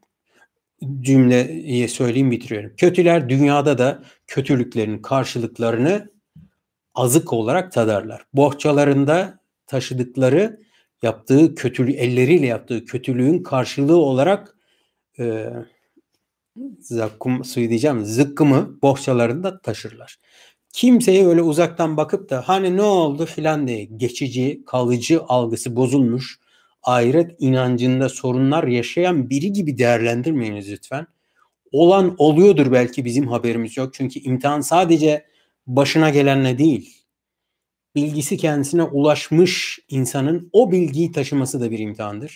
cümleyi söyleyeyim bitiriyorum. Kötüler dünyada da kötülüklerin karşılıklarını azık olarak tadarlar. Bohçalarında taşıdıkları, yaptığı kötülüğü, elleriyle yaptığı kötülüğün karşılığı olarak e, zakkum suyu diyeceğim, zıkkımı bohçalarında taşırlar. Kimseye öyle uzaktan bakıp da hani ne oldu filan diye geçici, kalıcı algısı bozulmuş, ahiret inancında sorunlar yaşayan biri gibi değerlendirmeyiniz lütfen. Olan oluyordur, belki bizim haberimiz yok. Çünkü imtihan sadece başına gelenle değil, bilgisi kendisine ulaşmış insanın o bilgiyi taşıması da bir imtihandır.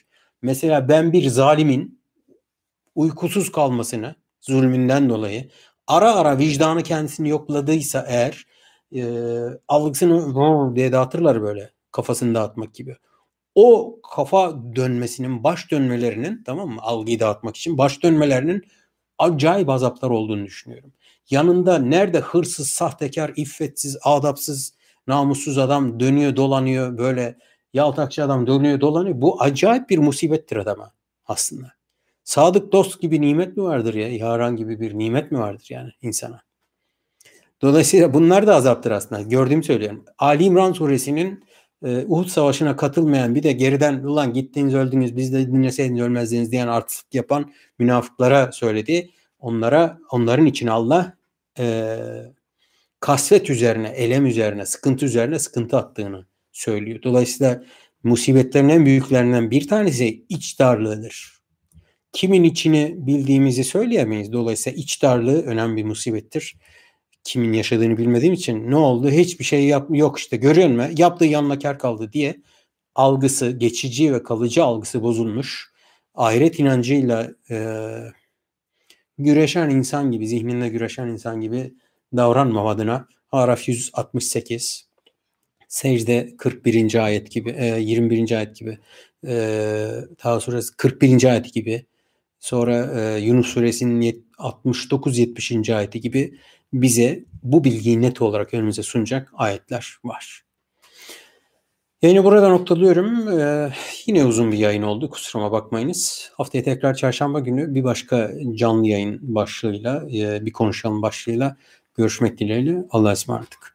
Mesela ben bir zalimin uykusuz kalmasını, zulmünden dolayı ara ara vicdanı kendisini yokladıysa eğer e, algısını diye dağıtırlar böyle, kafasını dağıtmak gibi. O kafa dönmesinin, baş dönmelerinin, tamam mı, algıyı dağıtmak için baş dönmelerinin acayip azaplar olduğunu düşünüyorum. Yanında nerede hırsız, sahtekar, iffetsiz, adapsız, namussuz adam dönüyor dolanıyor, böyle yaltakçı adam dönüyor dolanıyor. Bu acayip bir musibettir adama aslında. Sadık dost gibi nimet mi vardır ya? Yaran gibi bir nimet mi vardır yani insana? Dolayısıyla bunlar da azaptır aslında. Gördüğümü söylüyorum. Ali İmran suresinin e, Uhud Savaşı'na katılmayan, bir de geriden ulan gittiniz öldünüz, biz de dinleseydiniz ölmezdiniz diyen artistlik yapan münafıklara söyledi. Onlara, onların için Allah e, kasvet üzerine, elem üzerine, sıkıntı üzerine sıkıntı attığını söylüyor. Dolayısıyla musibetlerin en büyüklerinden bir tanesi iç darlığıdır. Kimin içini bildiğimizi söyleyemeyiz. Dolayısıyla iç darlığı önemli bir musibettir. Kimin yaşadığını bilmediğim için ne oldu? Hiçbir şey yap yok işte, görüyor musun? Yaptığı yanına kar kaldı diye algısı, geçici ve kalıcı algısı bozulmuş. Ahiret inancıyla e, güreşen insan gibi, zihninde güreşen insan gibi davranmam adına Araf yüz altmış sekiz, Secde kırk birinci ayet gibi, e, yirmi birinci ayet gibi, e, daha sonrası kırk birinci ayet gibi, sonra e, Yunus suresinin altmış dokuz yetmişinci ayeti gibi bize bu bilgiyi net olarak önümüze sunacak ayetler var. Yayını burada noktalıyorum. Ee, yine uzun bir yayın oldu. Kusuruma bakmayınız. Haftaya tekrar çarşamba günü bir başka canlı yayın başlığıyla, e, bir konuşalım başlığıyla görüşmek dileğiyle. Allah'a ısmarladık.